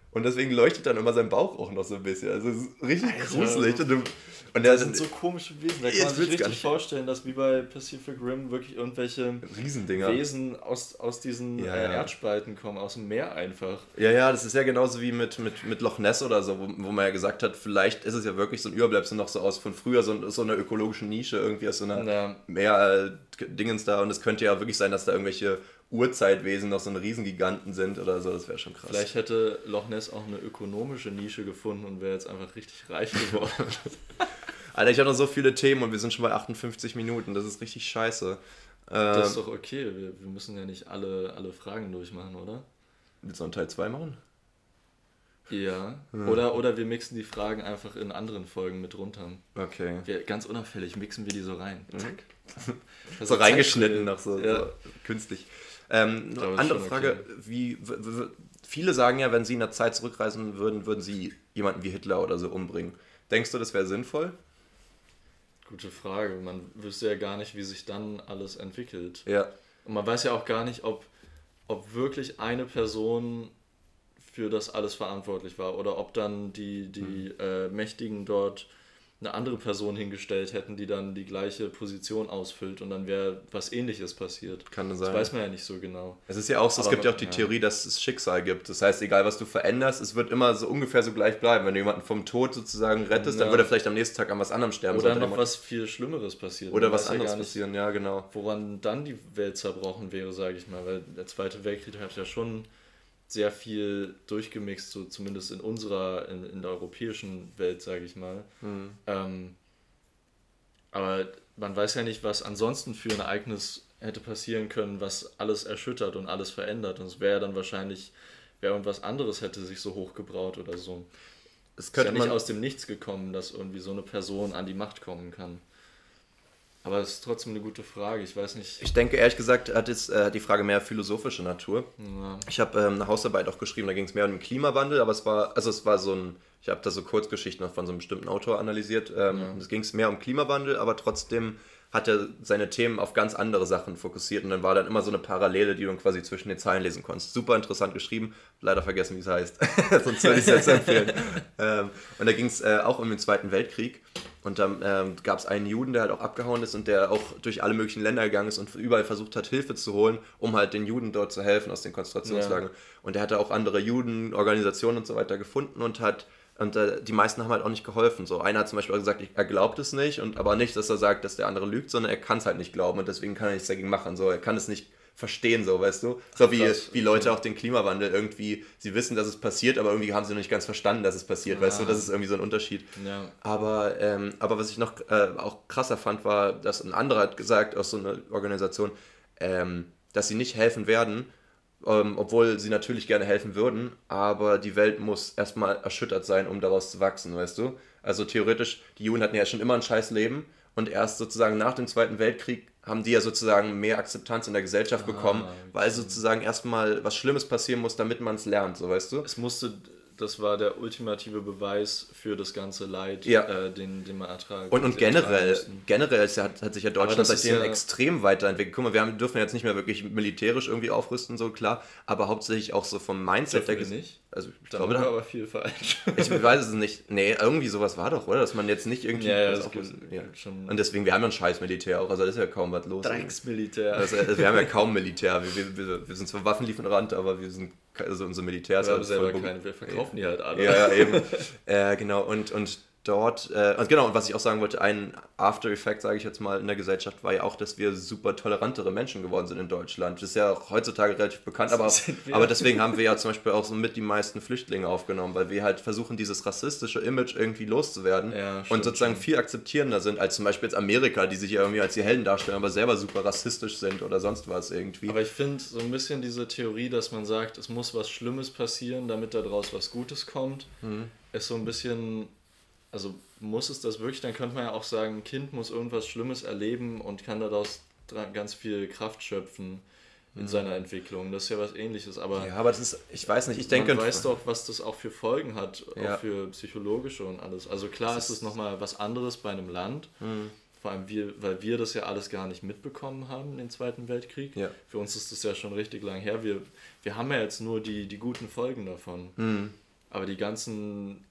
Und deswegen leuchtet dann immer sein Bauch auch noch so ein bisschen. Also es ist richtig gruselig. Und das sind so komische Wesen. Da kann man sich richtig vorstellen, dass wie bei Pacific Rim wirklich irgendwelche Riesendinger. Wesen aus diesen Erdspalten kommen, aus dem Meer einfach. Ja, das ist ja genauso wie mit Loch Ness oder so, wo man ja gesagt hat, vielleicht ist es ja wirklich so ein Überbleibsel noch so aus von früher, so einer ökologischen Nische irgendwie aus so einer Meer-Dingens da. Und es könnte ja wirklich sein, dass da irgendwelche Urzeitwesen noch so ein Riesengiganten sind oder so, das wäre schon krass. Vielleicht hätte Loch Ness auch eine ökonomische Nische gefunden und wäre jetzt einfach richtig reich geworden. Alter, ich habe noch so viele Themen und wir sind schon bei 58 Minuten, das ist richtig scheiße. Das ist doch okay, wir müssen ja nicht alle Fragen durchmachen, oder? Willst du noch einen Teil 2 machen? Ja, oder wir mixen die Fragen einfach in anderen Folgen mit runter. Okay. Ganz unauffällig mixen wir die so rein. Zack. So reingeschnitten noch so künstlich. Andere Frage, okay. Viele sagen ja, wenn sie in der Zeit zurückreisen würden sie jemanden wie Hitler oder so umbringen. Denkst du, das wäre sinnvoll? Gute Frage. Man wüsste ja gar nicht, wie sich dann alles entwickelt. Ja. Und man weiß ja auch gar nicht, ob wirklich eine Person für das alles verantwortlich war oder ob dann die Mächtigen dort eine andere Person hingestellt hätten, die dann die gleiche Position ausfüllt und dann wäre was Ähnliches passiert. Kann sein. Das weiß man ja nicht so genau. Es ist ja auch so, es gibt ja auch die Theorie, dass es Schicksal gibt. Das heißt, egal was du veränderst, es wird immer so ungefähr so gleich bleiben. Wenn du jemanden vom Tod sozusagen rettest, dann wird er vielleicht am nächsten Tag an was anderem sterben. Oder noch was viel Schlimmeres passiert. Oder was anderes passieren, ja genau. Woran dann die Welt zerbrochen wäre, sage ich mal. Weil der Zweite Weltkrieg hat ja schon sehr viel durchgemixt, so zumindest in der europäischen Welt, sage ich mal. Aber man weiß ja nicht, was ansonsten für ein Ereignis hätte passieren können, was alles erschüttert und alles verändert. Und es wäre ja dann wahrscheinlich, irgendwas anderes hätte sich so hochgebraut oder so. Es ist ja nicht aus dem Nichts gekommen, dass irgendwie so eine Person an die Macht kommen kann. Aber es ist trotzdem eine gute Frage, ich weiß nicht. Ich denke, ehrlich gesagt, hat die Frage mehr philosophische Natur. Ja. Ich habe eine Hausarbeit auch geschrieben, da ging es mehr um den Klimawandel, aber es war so ein, ich habe da so Kurzgeschichten noch von so einem bestimmten Autor analysiert. Es ging mehr um Klimawandel, aber trotzdem hat er seine Themen auf ganz andere Sachen fokussiert und dann war dann immer so eine Parallele, die du dann quasi zwischen den Zeilen lesen konntest. Super interessant geschrieben, leider vergessen, wie es heißt, sonst würde ich es jetzt empfehlen. Und da ging es auch um den Zweiten Weltkrieg und dann gab es einen Juden, der halt auch abgehauen ist und der auch durch alle möglichen Länder gegangen ist und überall versucht hat, Hilfe zu holen, um halt den Juden dort zu helfen aus den Konzentrationslagern. Ja. Und der hatte auch andere Judenorganisationen und so weiter gefunden und die meisten haben halt auch nicht geholfen. So, einer hat zum Beispiel gesagt, er glaubt es nicht, aber nicht, dass er sagt, dass der andere lügt, sondern er kann es halt nicht glauben und deswegen kann er nichts dagegen machen. So, er kann es nicht verstehen, so, weißt du? So wie Leute auch den Klimawandel irgendwie, sie wissen, dass es passiert, aber irgendwie haben sie noch nicht ganz verstanden, dass es passiert, weißt du? Das ist irgendwie so ein Unterschied. Ja. Aber was ich noch auch krasser fand, war, dass ein anderer hat gesagt, aus so einer Organisation, dass sie nicht helfen werden, obwohl sie natürlich gerne helfen würden, aber die Welt muss erstmal erschüttert sein, um daraus zu wachsen, weißt du? Also theoretisch, die Juden hatten ja schon immer ein scheiß Leben und erst sozusagen nach dem Zweiten Weltkrieg haben die ja sozusagen mehr Akzeptanz in der Gesellschaft bekommen, weil sozusagen erstmal was Schlimmes passieren muss, damit man es lernt, so weißt du? Das war der ultimative Beweis für das ganze Leid, den man ertragen Und generell hat sich ja Deutschland seitdem extrem weiterentwickelt. Guck mal, wir dürfen jetzt nicht mehr wirklich militärisch irgendwie aufrüsten, so klar, aber hauptsächlich auch so vom Mindset der nicht. Also ich glaube, da aber viel falsch. Ich weiß es nicht. Nee, irgendwie sowas war doch, oder? Dass man jetzt nicht irgendwie... Schon. Und deswegen, wir haben ja ein scheiß Militär auch, also da ist ja kaum was los. Drecksmilitär. Also, wir haben ja kaum Militär. Wir sind zwar Waffenlieferant, aber wir sind... Also unser Militär ist halt selber wir verkaufen die halt alle. Ja, eben. Genau, und dort, und was ich auch sagen wollte, ein After-Effekt, sage ich jetzt mal, in der Gesellschaft war ja auch, dass wir super tolerantere Menschen geworden sind in Deutschland. Das ist ja auch heutzutage relativ bekannt, aber deswegen haben wir ja zum Beispiel auch so mit die meisten Flüchtlinge aufgenommen, weil wir halt versuchen, dieses rassistische Image irgendwie loszuwerden und sozusagen viel akzeptierender sind, als zum Beispiel jetzt Amerika, die sich ja irgendwie als die Helden darstellen, aber selber super rassistisch sind oder sonst was irgendwie. Aber ich finde so ein bisschen diese Theorie, dass man sagt, es muss was Schlimmes passieren, damit daraus was Gutes kommt, ist so ein bisschen... Also muss es das wirklich, dann könnte man ja auch sagen, ein Kind muss irgendwas Schlimmes erleben und kann daraus ganz viel Kraft schöpfen in seiner Entwicklung. Das ist ja was Ähnliches, aber... Ja, aber das ist, ich weiß nicht, ich denke... Man weiß doch, was das auch für Folgen hat, auch für psychologische und alles. Also klar ist es nochmal was anderes bei einem Land, vor allem weil wir das ja alles gar nicht mitbekommen haben, den Zweiten Weltkrieg. Ja. Für uns ist das ja schon richtig lang her. Wir haben ja jetzt nur die guten Folgen davon. Aber die ganzen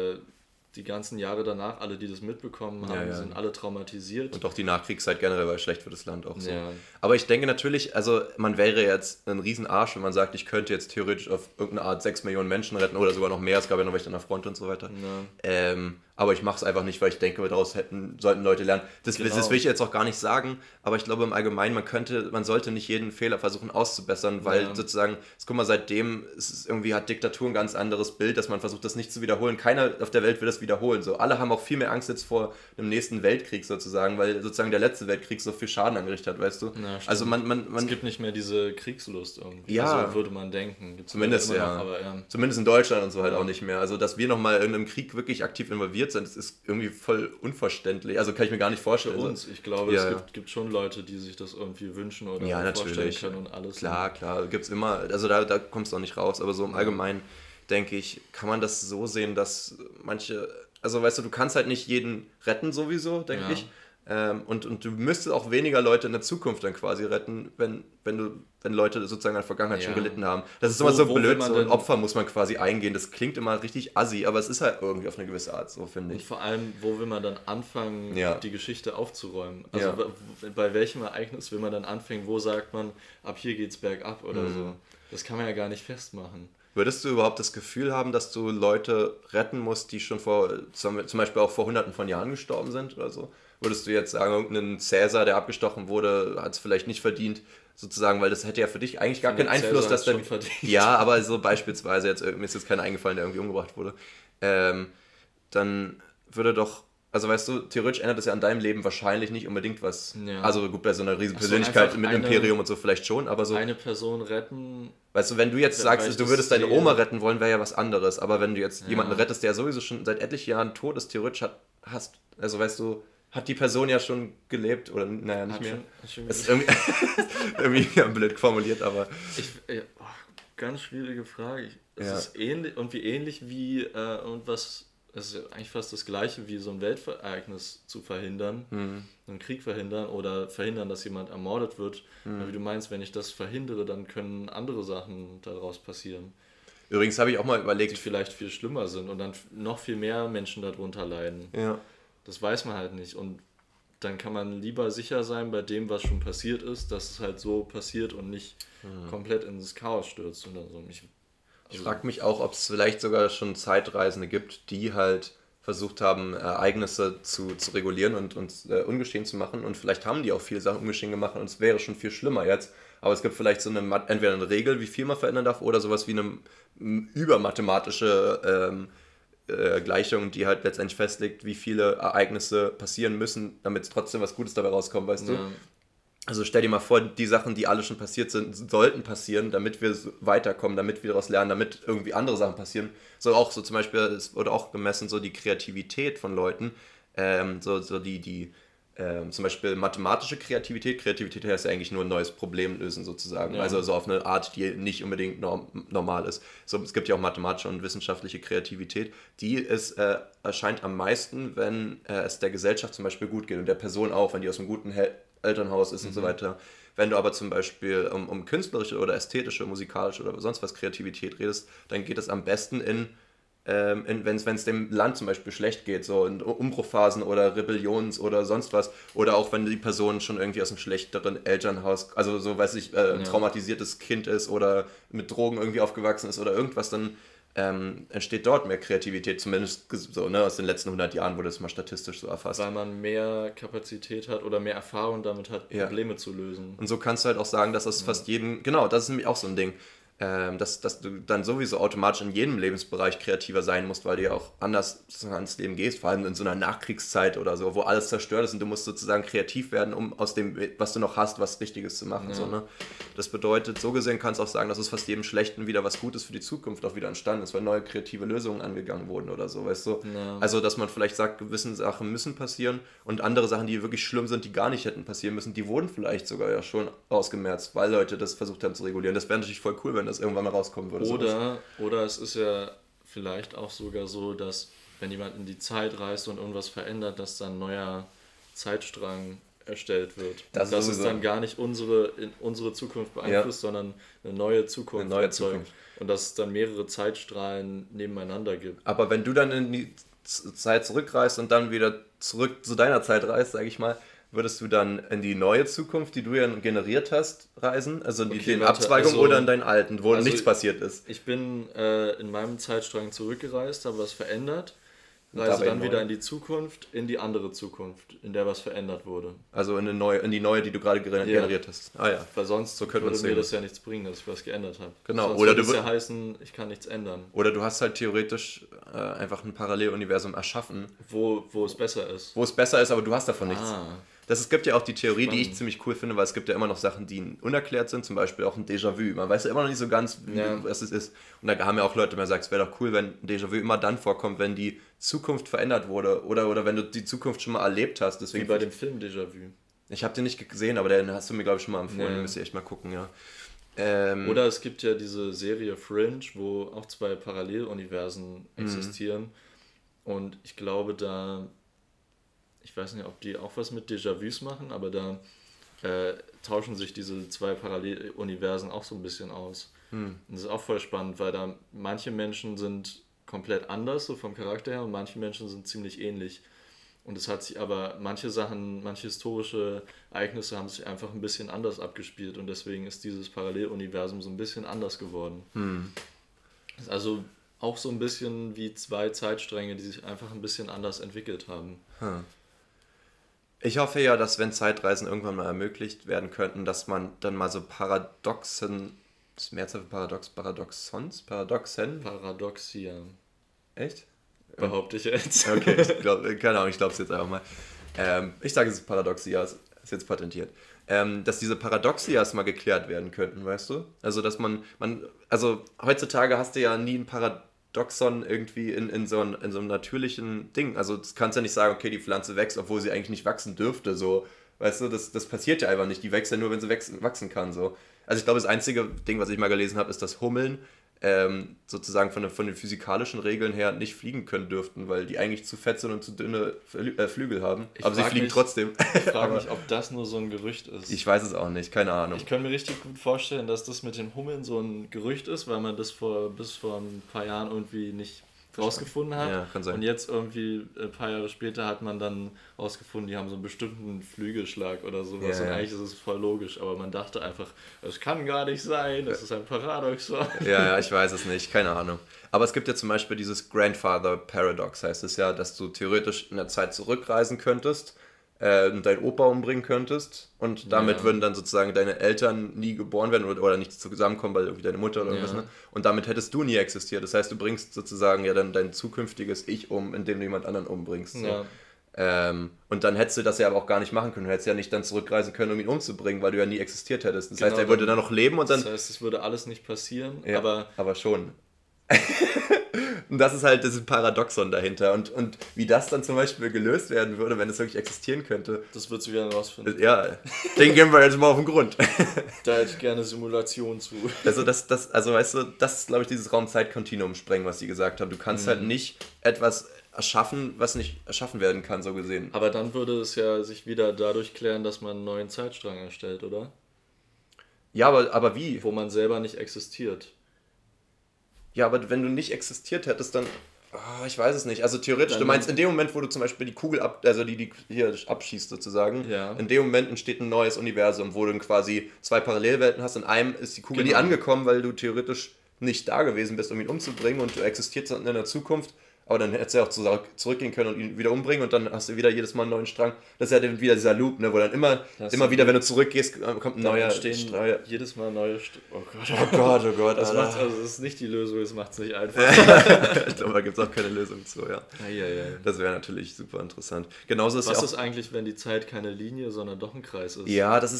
Jahre danach, alle, die das mitbekommen haben, sind alle traumatisiert. Und auch die Nachkriegszeit generell war schlecht für das Land auch so. Ja. Aber ich denke natürlich, also man wäre jetzt ein Riesenarsch, wenn man sagt, ich könnte jetzt theoretisch auf irgendeine Art 6 Millionen Menschen retten oder sogar noch mehr, es gab ja noch welche an der Front und so weiter. Ja. Aber ich mache es einfach nicht, weil ich denke, daraus sollten Leute lernen. Das will ich jetzt auch gar nicht sagen, aber ich glaube im Allgemeinen, man sollte nicht jeden Fehler versuchen auszubessern, weil sozusagen, guck mal, seitdem hat Diktatur ein ganz anderes Bild, dass man versucht, das nicht zu wiederholen. Keiner auf der Welt will das wiederholen. So. Alle haben auch viel mehr Angst jetzt vor einem nächsten Weltkrieg sozusagen, weil sozusagen der letzte Weltkrieg so viel Schaden angerichtet hat, weißt du? Ja, also es gibt nicht mehr diese Kriegslust irgendwie. Ja. Also würde man denken. Gibt's zumindest noch, aber zumindest in Deutschland und so halt auch nicht mehr. Also dass wir nochmal in einem Krieg wirklich aktiv involviert sind, das ist irgendwie voll unverständlich. Also kann ich mir gar nicht vorstellen. Für uns, ich glaube, es gibt schon Leute, die sich das irgendwie wünschen oder vorstellen können und alles. Klar, gibt's immer. Also da kommst du auch nicht raus, aber so im Allgemeinen denke ich, kann man das so sehen, dass manche, also weißt du, du kannst halt nicht jeden retten sowieso, denke ich. Und du müsstest auch weniger Leute in der Zukunft dann quasi retten, wenn Leute sozusagen in der Vergangenheit schon gelitten haben. Das ist immer so blöd, so ein Opfer muss man quasi eingehen. Das klingt immer richtig assi, aber es ist halt irgendwie auf eine gewisse Art so, finde ich. Und vor allem, wo will man dann anfangen, die Geschichte aufzuräumen? Also bei welchem Ereignis will man dann anfangen, wo sagt man, ab hier geht's bergab oder so? Das kann man ja gar nicht festmachen. Würdest du überhaupt das Gefühl haben, dass du Leute retten musst, die schon zum Beispiel auch vor Hunderten von Jahren gestorben sind oder so? Würdest du jetzt sagen, irgendein Cäsar, der abgestochen wurde, hat es vielleicht nicht verdient, sozusagen, weil das hätte ja für dich eigentlich gar keinen Einfluss, dass der... Ja, aber so beispielsweise, mir ist jetzt keiner eingefallen, der irgendwie umgebracht wurde, dann würde doch... Also weißt du, theoretisch ändert das ja an deinem Leben wahrscheinlich nicht unbedingt was. Ja. Also gut, bei so einer riesen Persönlichkeit mit einem Imperium und so vielleicht schon, aber so... Eine Person retten... Weißt du, wenn du jetzt sagst, du würdest deine Oma retten wollen, wäre ja was anderes. Aber wenn du jetzt jemanden rettest, der sowieso schon seit etlichen Jahren tot ist, theoretisch hast... Also weißt du, hat die Person ja schon gelebt oder naja, nicht mehr. Das ist irgendwie blöd formuliert, aber... Ganz schwierige Frage. Es ist ähnlich wie irgendwas... Es ist eigentlich fast das Gleiche wie so ein Weltereignis zu verhindern, einen Krieg verhindern oder verhindern, dass jemand ermordet wird. Aber wie du meinst, wenn ich das verhindere, dann können andere Sachen daraus passieren. Übrigens habe ich auch mal überlegt, die vielleicht viel schlimmer sind und dann noch viel mehr Menschen darunter leiden. Ja. Das weiß man halt nicht und dann kann man lieber sicher sein bei dem, was schon passiert ist, dass es halt so passiert und nicht komplett ins Chaos stürzt oder so. Ich frage mich auch, ob es vielleicht sogar schon Zeitreisende gibt, die halt versucht haben, Ereignisse zu regulieren und ungeschehen zu machen. Und vielleicht haben die auch viele Sachen ungeschehen gemacht und es wäre schon viel schlimmer jetzt. Aber es gibt vielleicht so entweder eine Regel, wie viel man verändern darf, oder sowas wie eine übermathematische Gleichung, die halt letztendlich festlegt, wie viele Ereignisse passieren müssen, damit trotzdem was Gutes dabei rauskommt, weißt du? Also stell dir mal vor, die Sachen, die alle schon passiert sind, sollten passieren, damit wir weiterkommen, damit wir daraus lernen, damit irgendwie andere Sachen passieren. So auch so zum Beispiel, es wurde auch gemessen, so die Kreativität von Leuten, zum Beispiel mathematische Kreativität heißt ja eigentlich nur ein neues Problem lösen sozusagen, also so auf eine Art, die nicht unbedingt normal ist. So, es gibt ja auch mathematische und wissenschaftliche Kreativität, die erscheint am meisten, wenn es der Gesellschaft zum Beispiel gut geht und der Person auch, wenn die aus einem guten Elternhaus ist und so weiter. Wenn du aber zum Beispiel um künstlerische oder ästhetische, musikalische oder sonst was Kreativität redest, dann geht es am besten wenn es dem Land zum Beispiel schlecht geht, so in Umbruchphasen oder Rebellions oder sonst was, oder auch wenn die Person schon irgendwie aus einem schlechteren Elternhaus, also so weiß ich, ein traumatisiertes Kind ist oder mit Drogen irgendwie aufgewachsen ist oder irgendwas, dann entsteht dort mehr Kreativität, zumindest so, ne, aus den letzten 100 Jahren wurde es mal statistisch so erfasst. Weil man mehr Kapazität hat oder mehr Erfahrung damit hat, Probleme zu lösen. Und so kannst du halt auch sagen, dass das fast jedem, genau, das ist nämlich auch so ein Ding, dass du dann sowieso automatisch in jedem Lebensbereich kreativer sein musst, weil du ja auch anders ans Leben gehst, vor allem in so einer Nachkriegszeit oder so, wo alles zerstört ist und du musst sozusagen kreativ werden, um aus dem, was du noch hast, was Richtiges zu machen. So, ne? Das bedeutet, so gesehen kannst du auch sagen, dass es fast jedem Schlechten wieder was Gutes für die Zukunft auch wieder entstanden ist, weil neue kreative Lösungen angegangen wurden oder so, weißt du? Ja. Also, dass man vielleicht sagt, gewisse Sachen müssen passieren und andere Sachen, die wirklich schlimm sind, die gar nicht hätten passieren müssen, die wurden vielleicht sogar ja schon ausgemerzt, weil Leute das versucht haben zu regulieren. Das wäre natürlich voll cool, wenn das irgendwann mal rauskommen würde. Oder es ist ja vielleicht auch sogar so, dass wenn jemand in die Zeit reist und irgendwas verändert, dass dann ein neuer Zeitstrang erstellt wird. Das ist dann gar nicht unsere Zukunft beeinflusst, sondern eine neue Zukunft erzeugt. Und dass es dann mehrere Zeitstrahlen nebeneinander gibt. Aber wenn du dann in die Zeit zurückreist und dann wieder zurück zu deiner Zeit reist, sage ich mal, würdest du dann in die neue Zukunft, die du ja generiert hast, reisen? Also in die Abzweigung oder in deinen alten, wo nichts passiert ist? Ich bin in meinem Zeitstrang zurückgereist, habe was verändert. Reise dann wieder in die Zukunft, in die andere Zukunft, in der was verändert wurde. Also in die neue, die du gerade generiert hast. Ah ja. Weil sonst würde mir das ja nichts bringen, dass ich was geändert habe. Genau. Sonst würde es ja heißen, ich kann nichts ändern. Oder du hast halt theoretisch einfach ein Paralleluniversum erschaffen. Wo es besser ist. Wo es besser ist, aber du hast davon nichts. Es gibt ja auch die Theorie, die ich ziemlich cool finde, weil es gibt ja immer noch Sachen, die unerklärt sind, zum Beispiel auch ein Déjà-vu. Man weiß ja immer noch nicht so ganz, was es ist. Und da haben ja auch Leute immer gesagt, es wäre doch cool, wenn ein Déjà-vu immer dann vorkommt, wenn die Zukunft verändert wurde oder wenn du die Zukunft schon mal erlebt hast. Deswegen wie bei dem Film Déjà-vu. Ich habe den nicht gesehen, aber den hast du mir, glaube ich, schon mal empfohlen. Den müsst ihr echt mal gucken, ja. Oder es gibt ja diese Serie Fringe, wo auch 2 Paralleluniversen existieren. Und ich glaube, ich weiß nicht, ob die auch was mit Déjà-vus machen, aber da tauschen sich diese 2 Paralleluniversen auch so ein bisschen aus. Und das ist auch voll spannend, weil da manche Menschen sind komplett anders, so vom Charakter her, und manche Menschen sind ziemlich ähnlich. Und es hat sich aber manche historische Ereignisse haben sich einfach ein bisschen anders abgespielt und deswegen ist dieses Paralleluniversum so ein bisschen anders geworden. Also auch so ein bisschen wie 2 Zeitstränge, die sich einfach ein bisschen anders entwickelt haben. Ich hoffe ja, dass wenn Zeitreisen irgendwann mal ermöglicht werden könnten, dass man dann mal so Paradoxen, das ist Mehrzahl für Paradoxia. Echt? Behaupte ich jetzt. Okay, keine Ahnung, ich glaube es jetzt einfach mal. Ich sage, es ist Paradoxia, ist jetzt patentiert. Dass diese Paradoxias mal geklärt werden könnten, weißt du? Also, dass also heutzutage hast du ja nie ein Paradoxon irgendwie in so einem natürlichen Ding. Also, du kannst ja nicht sagen, okay, die Pflanze wächst, obwohl sie eigentlich nicht wachsen dürfte, so. Weißt du, das passiert ja einfach nicht. Die wächst ja nur, wenn sie wachsen kann, so. Also, ich glaube, das einzige Ding, was ich mal gelesen habe, ist, dass Hummeln sozusagen von den physikalischen Regeln her nicht fliegen können dürften, weil die eigentlich zu fett sind und zu dünne Flügel haben. Aber sie fliegen trotzdem. Ich frage mich, ob das nur so ein Gerücht ist. Ich weiß es auch nicht, keine Ahnung. Ich kann mir richtig gut vorstellen, dass das mit den Hummeln so ein Gerücht ist, weil man das bis vor ein paar Jahren irgendwie nicht rausgefunden hat. Ja, kann sein. Und jetzt irgendwie ein paar Jahre später hat man dann rausgefunden, die haben so einen bestimmten Flügelschlag oder sowas. Und eigentlich ist es voll logisch, aber man dachte einfach, das kann gar nicht sein, das ist ein Paradoxon. Ja, ich weiß es nicht, keine Ahnung. Aber es gibt ja zum Beispiel dieses Grandfather Paradox, heißt es ja, dass du theoretisch in der Zeit zurückreisen könntest, deinen Opa umbringen könntest und damit würden dann sozusagen deine Eltern nie geboren werden oder nicht zusammenkommen, weil irgendwie deine Mutter oder irgendwas, ne? Und damit hättest du nie existiert. Das heißt, du bringst sozusagen ja dann dein zukünftiges Ich um, indem du jemand anderen umbringst. So. Und dann hättest du das ja aber auch gar nicht machen können. Du hättest ja nicht dann zurückreisen können, um ihn umzubringen, weil du ja nie existiert hättest. Das heißt, er würde dann noch leben und dann... Das heißt, es würde alles nicht passieren, aber schon. Und das ist halt das Paradoxon dahinter. Und wie das dann zum Beispiel gelöst werden würde, wenn es wirklich existieren könnte. Das wird sie wieder rausfinden. Ja, den gehen wir jetzt mal auf den Grund. Da hätte ich gerne Simulation zu. Also weißt du, das ist, glaube ich, dieses Raum-Zeit-Kontinuum sprengen, was sie gesagt haben. Du kannst halt nicht etwas erschaffen, was nicht erschaffen werden kann, so gesehen. Aber dann würde es ja sich wieder dadurch klären, dass man einen neuen Zeitstrang erstellt, oder? Ja, aber wie? Wo man selber nicht existiert. Ja, aber wenn du nicht existiert hättest, dann... Oh, ich weiß es nicht. Also theoretisch, du meinst, in dem Moment, wo du zum Beispiel die Kugel die hier abschießt sozusagen, in dem Moment entsteht ein neues Universum, wo du dann quasi 2 Parallelwelten hast. In einem ist die Kugel nie angekommen, weil du theoretisch nicht da gewesen bist, um ihn umzubringen und du existierst in der Zukunft. Aber dann hättest du ja auch zurückgehen können und ihn wieder umbringen und dann hast du wieder jedes Mal einen neuen Strang. Das ist ja wieder dieser Loop, ne, wo dann immer wieder, wenn du zurückgehst, kommt ein neuer Strang. Jedes Mal neue Oh Gott. Das ist nicht die Lösung, das macht es nicht einfach. Ich glaube, da gibt es auch keine Lösung zu, ja. Das wäre natürlich super interessant. Genauso ist Was ist eigentlich, wenn die Zeit keine Linie, sondern doch ein Kreis ist? Ja, das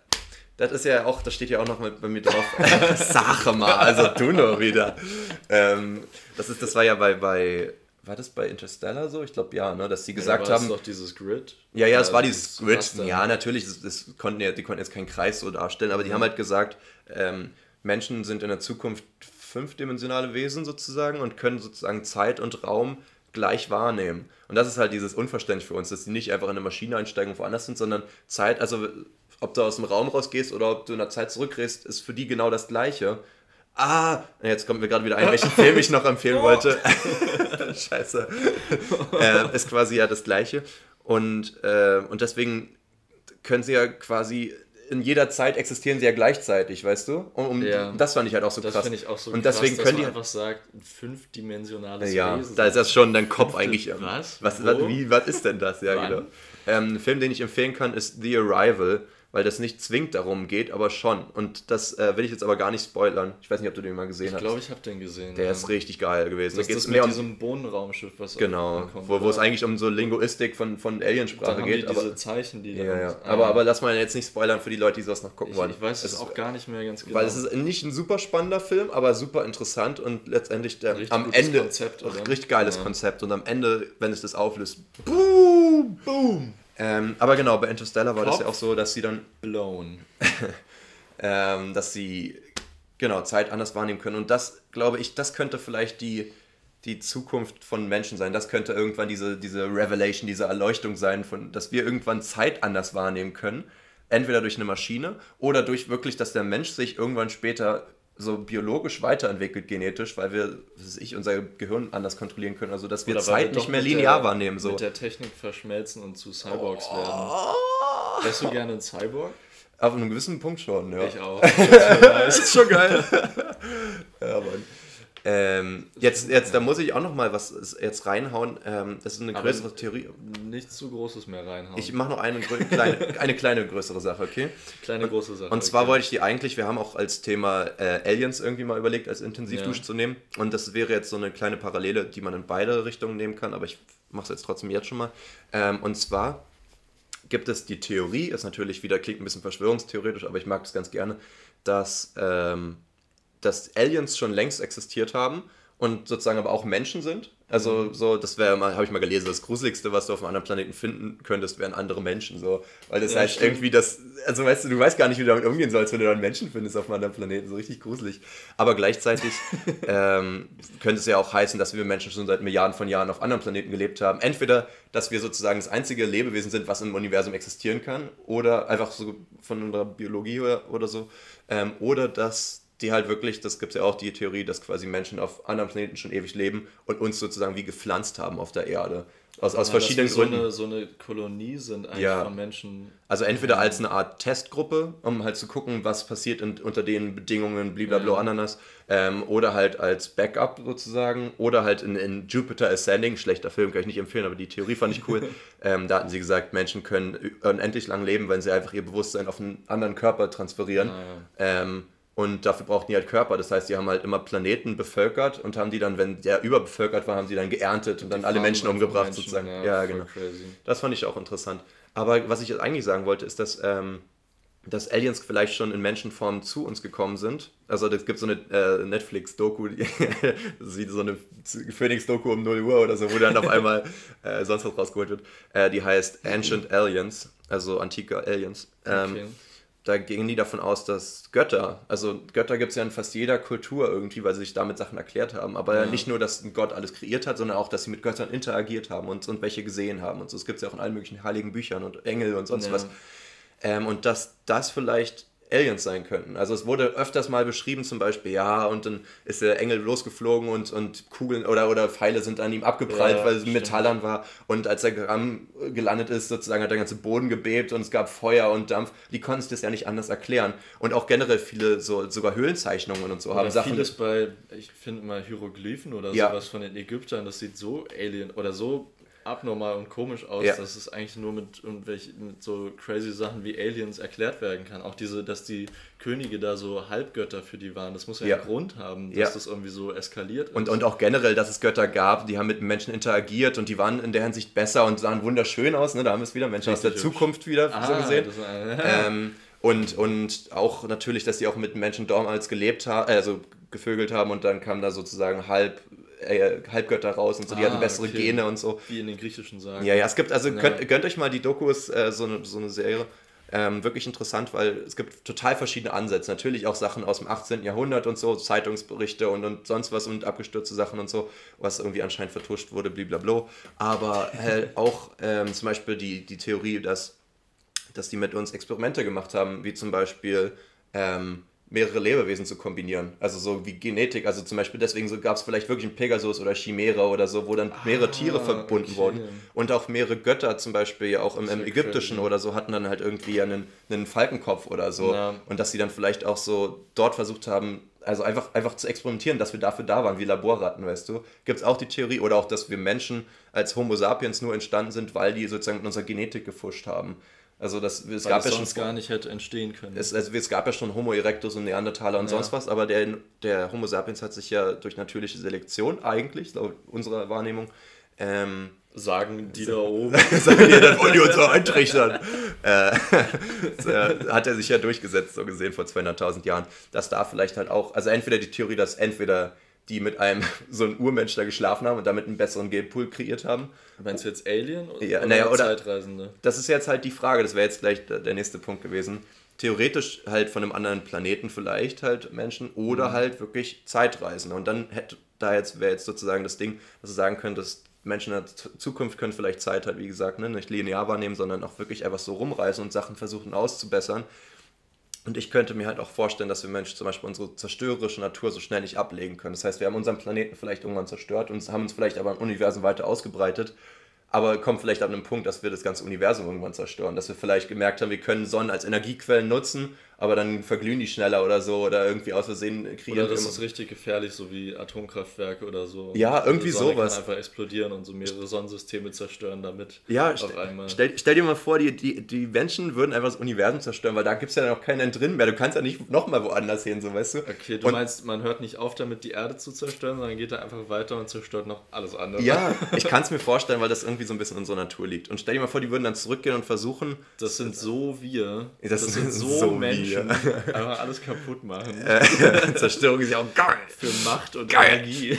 steht ja auch noch bei mir drauf. Sag mal, also du nur wieder. Das war ja war das bei Interstellar so? Ich glaube ja, ne, dass sie gesagt haben... Das ist doch dieses Grid. Ja, es war dieses Grid. Raster. Ja, natürlich, die konnten jetzt keinen Kreis so darstellen, aber die haben halt gesagt, Menschen sind in der Zukunft 5-dimensionale Wesen sozusagen und können sozusagen Zeit und Raum gleich wahrnehmen. Und das ist halt dieses Unverständnis für uns, dass die nicht einfach in eine Maschine einsteigen und woanders sind, sondern Zeit, also ob du aus dem Raum rausgehst oder ob du in der Zeit zurückgehst, ist für die genau das Gleiche. Jetzt kommt mir gerade wieder ein, welchen Film ich noch empfehlen wollte. Scheiße. Ist quasi ja das Gleiche. Und deswegen können sie ja quasi in jeder Zeit existieren sie ja gleichzeitig, weißt du? Das fand ich halt auch so krass. Das finde ich auch so und krass, deswegen können dass man einfach sagt, ein 5-dimensionales Wesen. Da ist das schon dein Kopf eigentlich. Was ist denn das? Ja, genau. Ein Film, den ich empfehlen kann, ist The Arrival, weil das nicht zwingend darum geht, aber schon. Und das will ich jetzt aber gar nicht spoilern. Ich weiß nicht, ob du den mal gesehen hast. Ich glaube, ich habe den gesehen. Der ist richtig geil gewesen. Das ist mit diesem Bohnenraumschiff, was genau, wo es eigentlich um so Linguistik von Aliensprache geht. Aber diese Zeichen, die ja. Aber lass mal jetzt nicht spoilern für die Leute, die sowas noch gucken wollen. Ich weiß es auch gar nicht mehr ganz genau. Weil es ist nicht ein super spannender Film, aber super interessant und letztendlich am Ende Konzept, richtig geiles Konzept. Und am Ende, wenn es das auflöst, boom, boom. Aber genau, bei Interstellar war das ja auch so, dass sie dann dass sie Zeit anders wahrnehmen können. Und das, glaube ich, das könnte vielleicht die Zukunft von Menschen sein. Das könnte irgendwann diese Revelation, diese Erleuchtung sein, dass wir irgendwann Zeit anders wahrnehmen können. Entweder durch eine Maschine oder durch wirklich, dass der Mensch sich irgendwann später so biologisch weiterentwickelt, genetisch, weil wir, unser Gehirn anders kontrollieren können, also dass wir Zeit nicht mehr linear wahrnehmen. So. Mit der Technik verschmelzen und zu Cyborgs werden. Wärst du gerne ein Cyborg? Auf einem gewissen Punkt schon, ja. Ich auch. Das ist schon geil. Ja, Mann. Jetzt, da muss ich auch noch mal was jetzt reinhauen. Das ist eine größere Theorie. Nichts zu Großes mehr reinhauen. Ich mache noch eine kleine größere Sache, okay? Große Sache. Und zwar wollte ich die eigentlich, wir haben auch als Thema Aliens irgendwie mal überlegt, als Intensivdusch zu nehmen. Und das wäre jetzt so eine kleine Parallele, die man in beide Richtungen nehmen kann, aber ich mache es jetzt trotzdem jetzt schon mal. Und zwar gibt es die Theorie, ist natürlich wieder, klingt ein bisschen verschwörungstheoretisch, aber ich mag das ganz gerne, dass Aliens schon längst existiert haben und sozusagen aber auch Menschen sind. Also so, das wäre mal, habe ich mal gelesen, das Gruseligste, was du auf einem anderen Planeten finden könntest, wären andere Menschen. So. Weil das heißt irgendwie, also weißt du weißt gar nicht, wie du damit umgehen sollst, wenn du dann Menschen findest auf einem anderen Planeten. So richtig gruselig. Aber gleichzeitig könnte es ja auch heißen, dass wir Menschen schon seit Milliarden von Jahren auf anderen Planeten gelebt haben. Entweder, dass wir sozusagen das einzige Lebewesen sind, was im Universum existieren kann, oder einfach so von unserer Biologie oder so. Oder dass die halt wirklich, das gibt es ja auch die Theorie, dass quasi Menschen auf anderen Planeten schon ewig leben und uns sozusagen wie gepflanzt haben auf der Erde. Aus verschiedenen Gründen. So eine Kolonie sind eigentlich von Menschen. Also entweder als eine Art Testgruppe, um halt zu gucken, was passiert unter den Bedingungen, blablabla, Ananas, oder halt als Backup sozusagen, oder halt in Jupiter Ascending, schlechter Film, kann ich nicht empfehlen, aber die Theorie fand ich cool. Da hatten sie gesagt, Menschen können unendlich lang leben, wenn sie einfach ihr Bewusstsein auf einen anderen Körper transferieren. Und dafür brauchten die halt Körper, das heißt, die haben halt immer Planeten bevölkert und haben die dann, wenn der überbevölkert war, haben sie dann geerntet und dann alle Menschen umgebracht sozusagen. Ja, genau. Crazy. Das fand ich auch interessant. Aber was ich jetzt eigentlich sagen wollte, ist, dass Aliens vielleicht schon in Menschenform zu uns gekommen sind. Also es gibt so eine Netflix-Doku, das ist wie so eine Phoenix-Doku um 0 Uhr oder so, wo dann auf einmal sonst was rausgeholt wird. Die heißt Ancient Aliens, also antike Aliens. Okay. Da gingen die davon aus, dass Götter gibt es ja in fast jeder Kultur irgendwie, weil sie sich damit Sachen erklärt haben, aber nicht nur, dass ein Gott alles kreiert hat, sondern auch, dass sie mit Göttern interagiert haben und welche gesehen haben und so. Das gibt es ja auch in allen möglichen heiligen Büchern und Engel und sonst was. Und dass das vielleicht Aliens sein könnten. Also es wurde öfters mal beschrieben, zum Beispiel, und dann ist der Engel losgeflogen und Kugeln oder Pfeile sind an ihm abgeprallt, weil es metallern war. Und als er gelandet ist, sozusagen hat der ganze Boden gebebt und es gab Feuer und Dampf. Die konnten es das ja nicht anders erklären. Und auch generell viele, sogar Höhlenzeichnungen und so oder haben Sachen. Vieles ich finde mal Hieroglyphen oder sowas von den Ägyptern, das sieht so alien oder so abnormal und komisch aus, dass es eigentlich nur mit so crazy Sachen wie Aliens erklärt werden kann. Auch dass die Könige da so Halbgötter für die waren, das muss ja einen Grund haben, dass das irgendwie so eskaliert ist. Und auch generell, dass es Götter gab, die haben mit Menschen interagiert und die waren in der Hinsicht besser und sahen wunderschön aus, ne? Da haben wir es wieder, Menschen aus der Zukunft wieder so gesehen. Und auch natürlich, dass die auch mit Menschen damals gelebt haben, also gevögelt haben und dann kam da sozusagen Halbgötter raus und so, die hatten bessere Gene und so. Wie in den griechischen Sagen. Ja, es gibt, also gönnt euch mal die Dokus, so eine Serie, wirklich interessant, weil es gibt total verschiedene Ansätze. Natürlich auch Sachen aus dem 18. Jahrhundert und so, Zeitungsberichte und sonst was und abgestürzte Sachen und so, was irgendwie anscheinend vertuscht wurde, blablabla. Aber auch zum Beispiel die Theorie, dass die mit uns Experimente gemacht haben, wie zum Beispiel mehrere Lebewesen zu kombinieren. Also so wie Genetik, also zum Beispiel deswegen so gab es vielleicht wirklich einen Pegasus oder Chimäre oder so, wo dann mehrere Tiere verbunden wurden. Und auch mehrere Götter zum Beispiel ja auch im Ägyptischen oder so hatten dann halt irgendwie einen Falkenkopf oder so. Ja. Und dass sie dann vielleicht auch so dort versucht haben, also einfach zu experimentieren, dass wir dafür da waren, wie Laborratten, weißt du. Gibt es auch die Theorie, oder auch, dass wir Menschen als Homo sapiens nur entstanden sind, weil die sozusagen mit unserer Genetik gefuscht haben. Also es gab ja schon gar nicht hätte entstehen können. Es gab ja schon Homo erectus und Neandertaler und sonst was, aber der Homo sapiens hat sich ja durch natürliche Selektion eigentlich, laut unserer Wahrnehmung, sagen die da oben. Sagen die, dann wollen die uns auch eintrichtern. Hat er sich ja durchgesetzt, so gesehen, vor 200.000 Jahren. Dass da vielleicht halt auch, also entweder die Theorie, dass entweder die mit einem so einem Urmensch da geschlafen haben und damit einen besseren Genpool kreiert haben. Meinst du jetzt Alien oder Zeitreisende? Das ist jetzt halt die Frage, das wäre jetzt gleich der nächste Punkt gewesen. Theoretisch halt von einem anderen Planeten vielleicht halt Menschen oder halt wirklich Zeitreisende. Und dann wäre jetzt sozusagen das Ding, dass du sagen könntest, Menschen in der Zukunft können vielleicht Zeit halt, wie gesagt, nicht linear wahrnehmen, sondern auch wirklich einfach so rumreisen und Sachen versuchen auszubessern. Und ich könnte mir halt auch vorstellen, dass wir Menschen zum Beispiel unsere zerstörerische Natur so schnell nicht ablegen können. Das heißt, wir haben unseren Planeten vielleicht irgendwann zerstört und haben uns vielleicht aber im Universum weiter ausgebreitet, aber kommen vielleicht an einem Punkt, dass wir das ganze Universum irgendwann zerstören. Dass wir vielleicht gemerkt haben, wir können Sonnen als Energiequellen nutzen, aber dann verglühen die schneller oder so oder irgendwie aus Versehen kreieren. Oder das ist richtig gefährlich, so wie Atomkraftwerke oder so. Ja, irgendwie sowas. Die Sonne kann einfach explodieren und so mehrere Sonnensysteme zerstören damit. Ja, auf einmal. Stell dir mal vor, die Menschen würden einfach das Universum zerstören, weil da gibt es ja dann auch keinen drin mehr. Du kannst ja nicht nochmal woanders hin, so weißt du. Okay, du meinst, man hört nicht auf damit, die Erde zu zerstören, sondern geht da einfach weiter und zerstört noch alles andere. Ja, ich kann es mir vorstellen, weil das irgendwie so ein bisschen in unserer Natur liegt. Und stell dir mal vor, die würden dann zurückgehen und versuchen... Das sind so wir. Das sind so Menschen. Einfach alles kaputt machen. Zerstörung ist ja auch geil. Für Macht und Energie.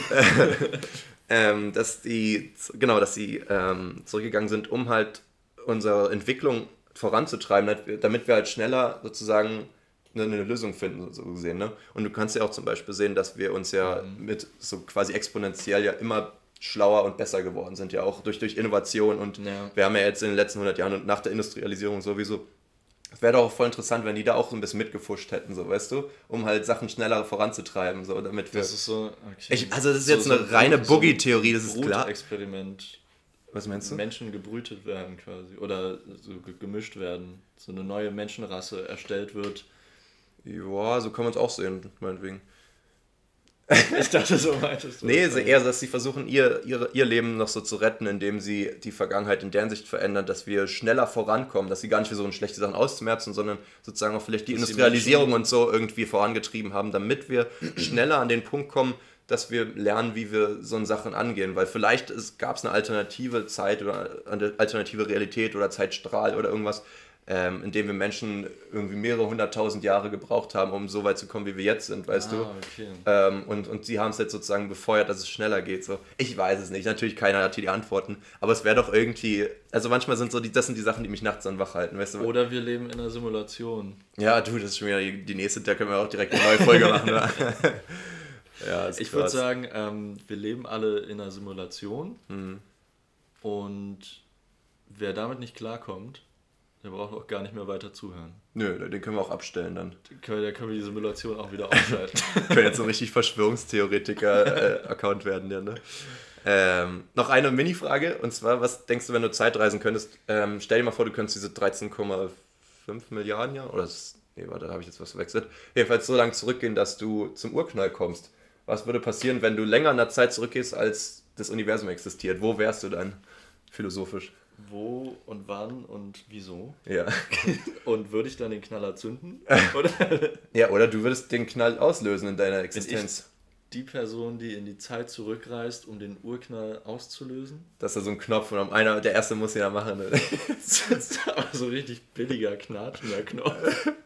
Dass die zurückgegangen sind, um halt unsere Entwicklung voranzutreiben, damit wir halt schneller sozusagen eine Lösung finden, so gesehen. Ne? Und du kannst ja auch zum Beispiel sehen, dass wir uns ja mit so quasi exponentiell ja immer schlauer und besser geworden sind, ja auch durch Innovation. Und wir haben ja jetzt in den letzten 100 Jahren und nach der Industrialisierung sowieso. Es wäre doch auch voll interessant, wenn die da auch so ein bisschen mitgefuscht hätten, so, weißt du, um halt Sachen schneller voranzutreiben, so, damit wir... Das ist so, okay. Das ist jetzt eine reine Boogie-Theorie, das ist klar. Experiment. Was meinst du? Menschen gebrütet werden quasi, oder so gemischt werden, so eine neue Menschenrasse erstellt wird. Ja, so kann man es auch sehen, meinetwegen. Ich dachte, so meintest du. Nee, eher, dass sie versuchen, ihr Leben noch so zu retten, indem sie die Vergangenheit in der Hinsicht verändern, dass wir schneller vorankommen, dass sie gar nicht versuchen, schlechte Sachen auszumerzen, sondern sozusagen auch vielleicht die Industrialisierung und so irgendwie vorangetrieben haben, damit wir schneller an den Punkt kommen, dass wir lernen, wie wir so Sachen angehen, weil vielleicht gab es eine alternative Zeit oder eine alternative Realität oder Zeitstrahl oder irgendwas, in dem wir Menschen irgendwie mehrere 100.000 Jahre gebraucht haben, um so weit zu kommen, wie wir jetzt sind, weißt du? Okay. Und sie haben es jetzt sozusagen befeuert, dass es schneller geht. So. Ich weiß es nicht, natürlich keiner hat hier die Antworten, aber es wäre doch irgendwie, also manchmal sind das sind die Sachen, die mich nachts dann wach halten, weißt du? Oder wir leben in einer Simulation. Ja, das ist schon wieder die nächste, da können wir auch direkt eine neue Folge machen. Ne? Ja, ich würde sagen, wir leben alle in einer Simulation und wer damit nicht klarkommt, der braucht auch gar nicht mehr weiter zuhören. Nö, den können wir auch abstellen dann. Da können wir die Simulation auch wieder ausschalten. Können jetzt so ein richtig Verschwörungstheoretiker-Account werden, ja, ne? Noch eine Mini-Frage, und zwar, was denkst du, wenn du Zeitreisen könntest? Stell dir mal vor, du könntest diese 13,5 Milliarden Jahre, da habe ich jetzt was verwechselt, jedenfalls so lange zurückgehen, dass du zum Urknall kommst. Was würde passieren, wenn du länger in der Zeit zurückgehst, als das Universum existiert? Wo wärst du dann, philosophisch? Wo und wann und wieso? Ja. Und würde ich dann den Knaller zünden? Oder? Ja, oder du würdest den Knall auslösen in deiner Existenz. Bin ich die Person, die in die Zeit zurückreist, um den Urknall auszulösen? Das ist da so ein Knopf und der Erste muss ihn ja machen. Ne? Das ist aber so richtig billiger, knatschender Knopf.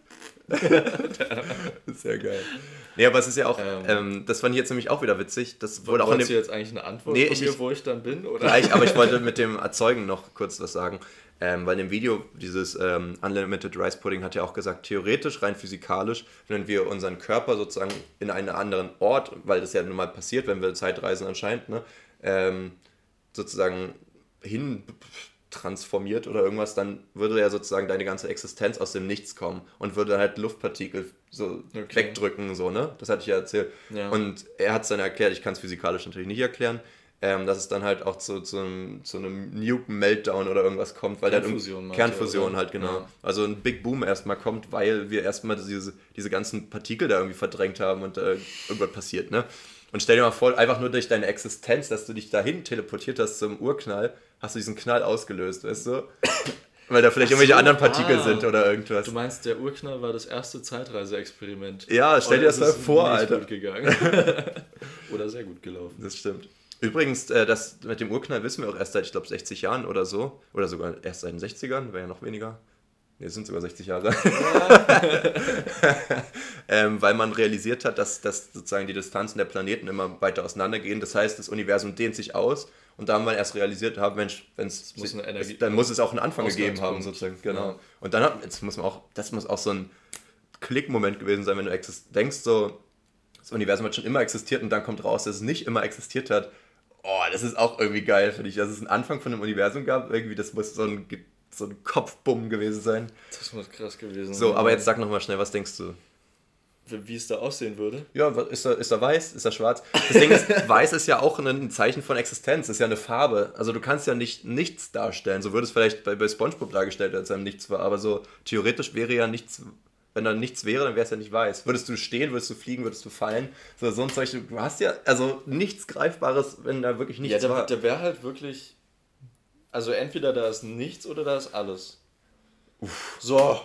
Sehr geil. Nee, aber es ist ja auch, das fand ich jetzt nämlich auch wieder witzig. Das wurde auch wolltest du jetzt eigentlich eine Antwort von mir, wo ich dann bin? Oder? Gleich, aber ich wollte mit dem Erzeugen noch kurz was sagen. Weil im Video, dieses Unlimited Rice Pudding hat ja auch gesagt, theoretisch, rein physikalisch, wenn wir unseren Körper sozusagen in einen anderen Ort, weil das ja nun mal passiert, wenn wir Zeitreisen anscheinend, ne, sozusagen hin transformiert oder irgendwas, dann würde ja sozusagen deine ganze Existenz aus dem Nichts kommen und würde halt Luftpartikel so wegdrücken, so, ne? Das hatte ich ja erzählt. Ja. Und er hat es dann erklärt, ich kann es physikalisch natürlich nicht erklären, dass es dann halt auch zu einem Nuke-Meltdown oder irgendwas kommt, weil Kernfusion halt, genau. Ja. Also ein Big Boom erstmal kommt, weil wir erstmal diese ganzen Partikel da irgendwie verdrängt haben und irgendwas passiert, ne? Und stell dir mal vor, einfach nur durch deine Existenz, dass du dich dahin teleportiert hast zum Urknall, hast du diesen Knall ausgelöst, weißt du? Weil da vielleicht irgendwelche anderen Partikel sind oder irgendwas. Du meinst, der Urknall war das erste Zeitreise-Experiment? Ja, stell dir das mal vor, Alter. Gut gegangen. Oder sehr gut gelaufen. Das stimmt. Übrigens, das mit dem Urknall wissen wir auch erst seit, ich glaube, 60 Jahren oder so. Oder sogar erst seit den 60ern, wäre ja noch weniger. Ne, es sind sogar 60 Jahre. Weil man realisiert hat, dass sozusagen die Distanzen der Planeten immer weiter auseinandergehen. Das heißt, das Universum dehnt sich aus. Und da haben wir erst realisiert, Mensch, dann muss es auch einen Anfang gegeben haben, sozusagen. Genau. Ja. Und dann das muss auch so ein Klickmoment gewesen sein, wenn du denkst, so, das Universum hat schon immer existiert und dann kommt raus, dass es nicht immer existiert hat. Oh, das ist auch irgendwie geil, finde ich. Dass es einen Anfang von einem Universum gab, irgendwie, das muss so ein Kopfbumm gewesen sein. Das muss krass gewesen sein. So, aber jetzt sag nochmal schnell, was denkst du? Wie es da aussehen würde? Ja, ist er weiß? Ist er schwarz? Das Ding ist, weiß ist ja auch ein Zeichen von Existenz, ist ja eine Farbe. Also du kannst ja nicht nichts darstellen. So würde es vielleicht bei SpongeBob dargestellt, als er nichts war. Aber so theoretisch wäre ja nichts, wenn da nichts wäre, dann wäre es ja nicht weiß. Würdest du stehen, würdest du fliegen, würdest du fallen? So ein Zeug, du hast ja also nichts Greifbares, wenn da wirklich nichts war. Ja, der wäre halt wirklich, also entweder da ist nichts oder da ist alles. Uff. So.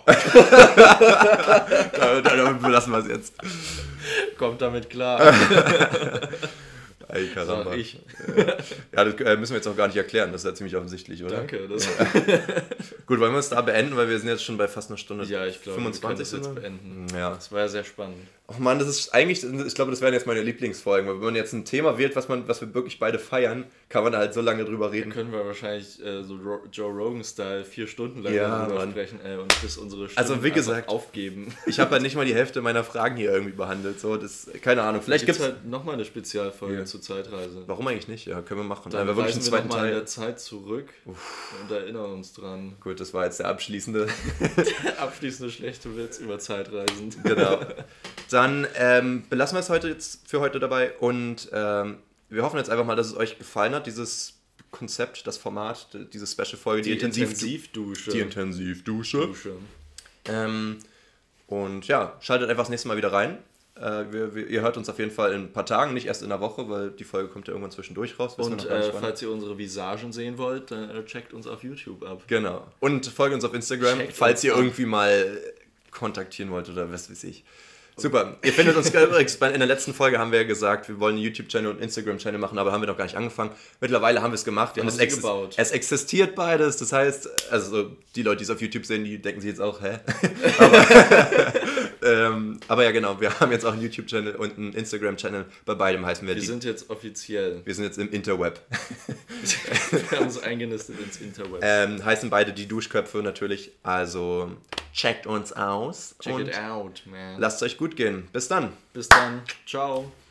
Damit belassen wir es jetzt. Kommt damit klar. Ey, Karamba. Ich. Ja, das müssen wir jetzt auch gar nicht erklären, das ist ja ziemlich offensichtlich, oder? Danke. Gut, wollen wir es da beenden, weil wir sind jetzt schon bei fast einer Stunde. Ja, ich glaube, 25 wir können das jetzt beenden. Ja. Das war ja sehr spannend. Oh Mann, das ist eigentlich, ich glaube, das wären jetzt meine Lieblingsfolgen, weil wenn man jetzt ein Thema wählt, was wir wirklich beide feiern, kann man da halt so lange drüber reden. Dann können wir wahrscheinlich so Joe Rogan-Style 4 Stunden lang darüber sprechen und bis unsere Stimmen also wie gesagt, aufgeben. Ich habe halt nicht mal die Hälfte meiner Fragen hier irgendwie behandelt, so, das, keine Ahnung. Vielleicht gibt es halt nochmal eine Spezialfolge zur Zeitreise. Warum eigentlich nicht? Ja, können wir machen. Dann reisen wir nochmal in der Zeit zurück und erinnern uns dran. Gut, das war jetzt der abschließende schlechte Witz über Zeitreisen. Genau. Dann belassen wir es für heute dabei und wir hoffen jetzt einfach mal, dass es euch gefallen hat, dieses Konzept, das Format, diese Special-Folge, die Intensivdusche. Die Intensivdusche. Und ja, schaltet einfach das nächste Mal wieder rein. Ihr hört uns auf jeden Fall in ein paar Tagen, nicht erst in einer Woche, weil die Folge kommt ja irgendwann zwischendurch raus. Und falls ihr unsere Visagen sehen wollt, dann checkt uns auf YouTube ab. Genau. Und folgt uns auf Instagram, falls ihr irgendwie mal kontaktieren wollt oder was weiß ich. Super. Ihr findet uns übrigens, in der letzten Folge haben wir ja gesagt, wir wollen einen YouTube-Channel und einen Instagram-Channel machen, aber haben wir noch gar nicht angefangen. Mittlerweile haben wir es gemacht. Es existiert beides. Das heißt, also die Leute, die es auf YouTube sehen, die denken sich jetzt auch, hä? Aber ja genau, wir haben jetzt auch einen YouTube-Channel und einen Instagram-Channel. Bei beidem heißen wir Wir sind jetzt offiziell. Wir sind jetzt im Interweb. Wir haben uns eingenistet ins Interweb. Heißen beide die Duschköpfe natürlich. Also checkt uns aus. Check it out, man. Lasst es euch gut gehen. Bis dann. Bis dann. Ciao.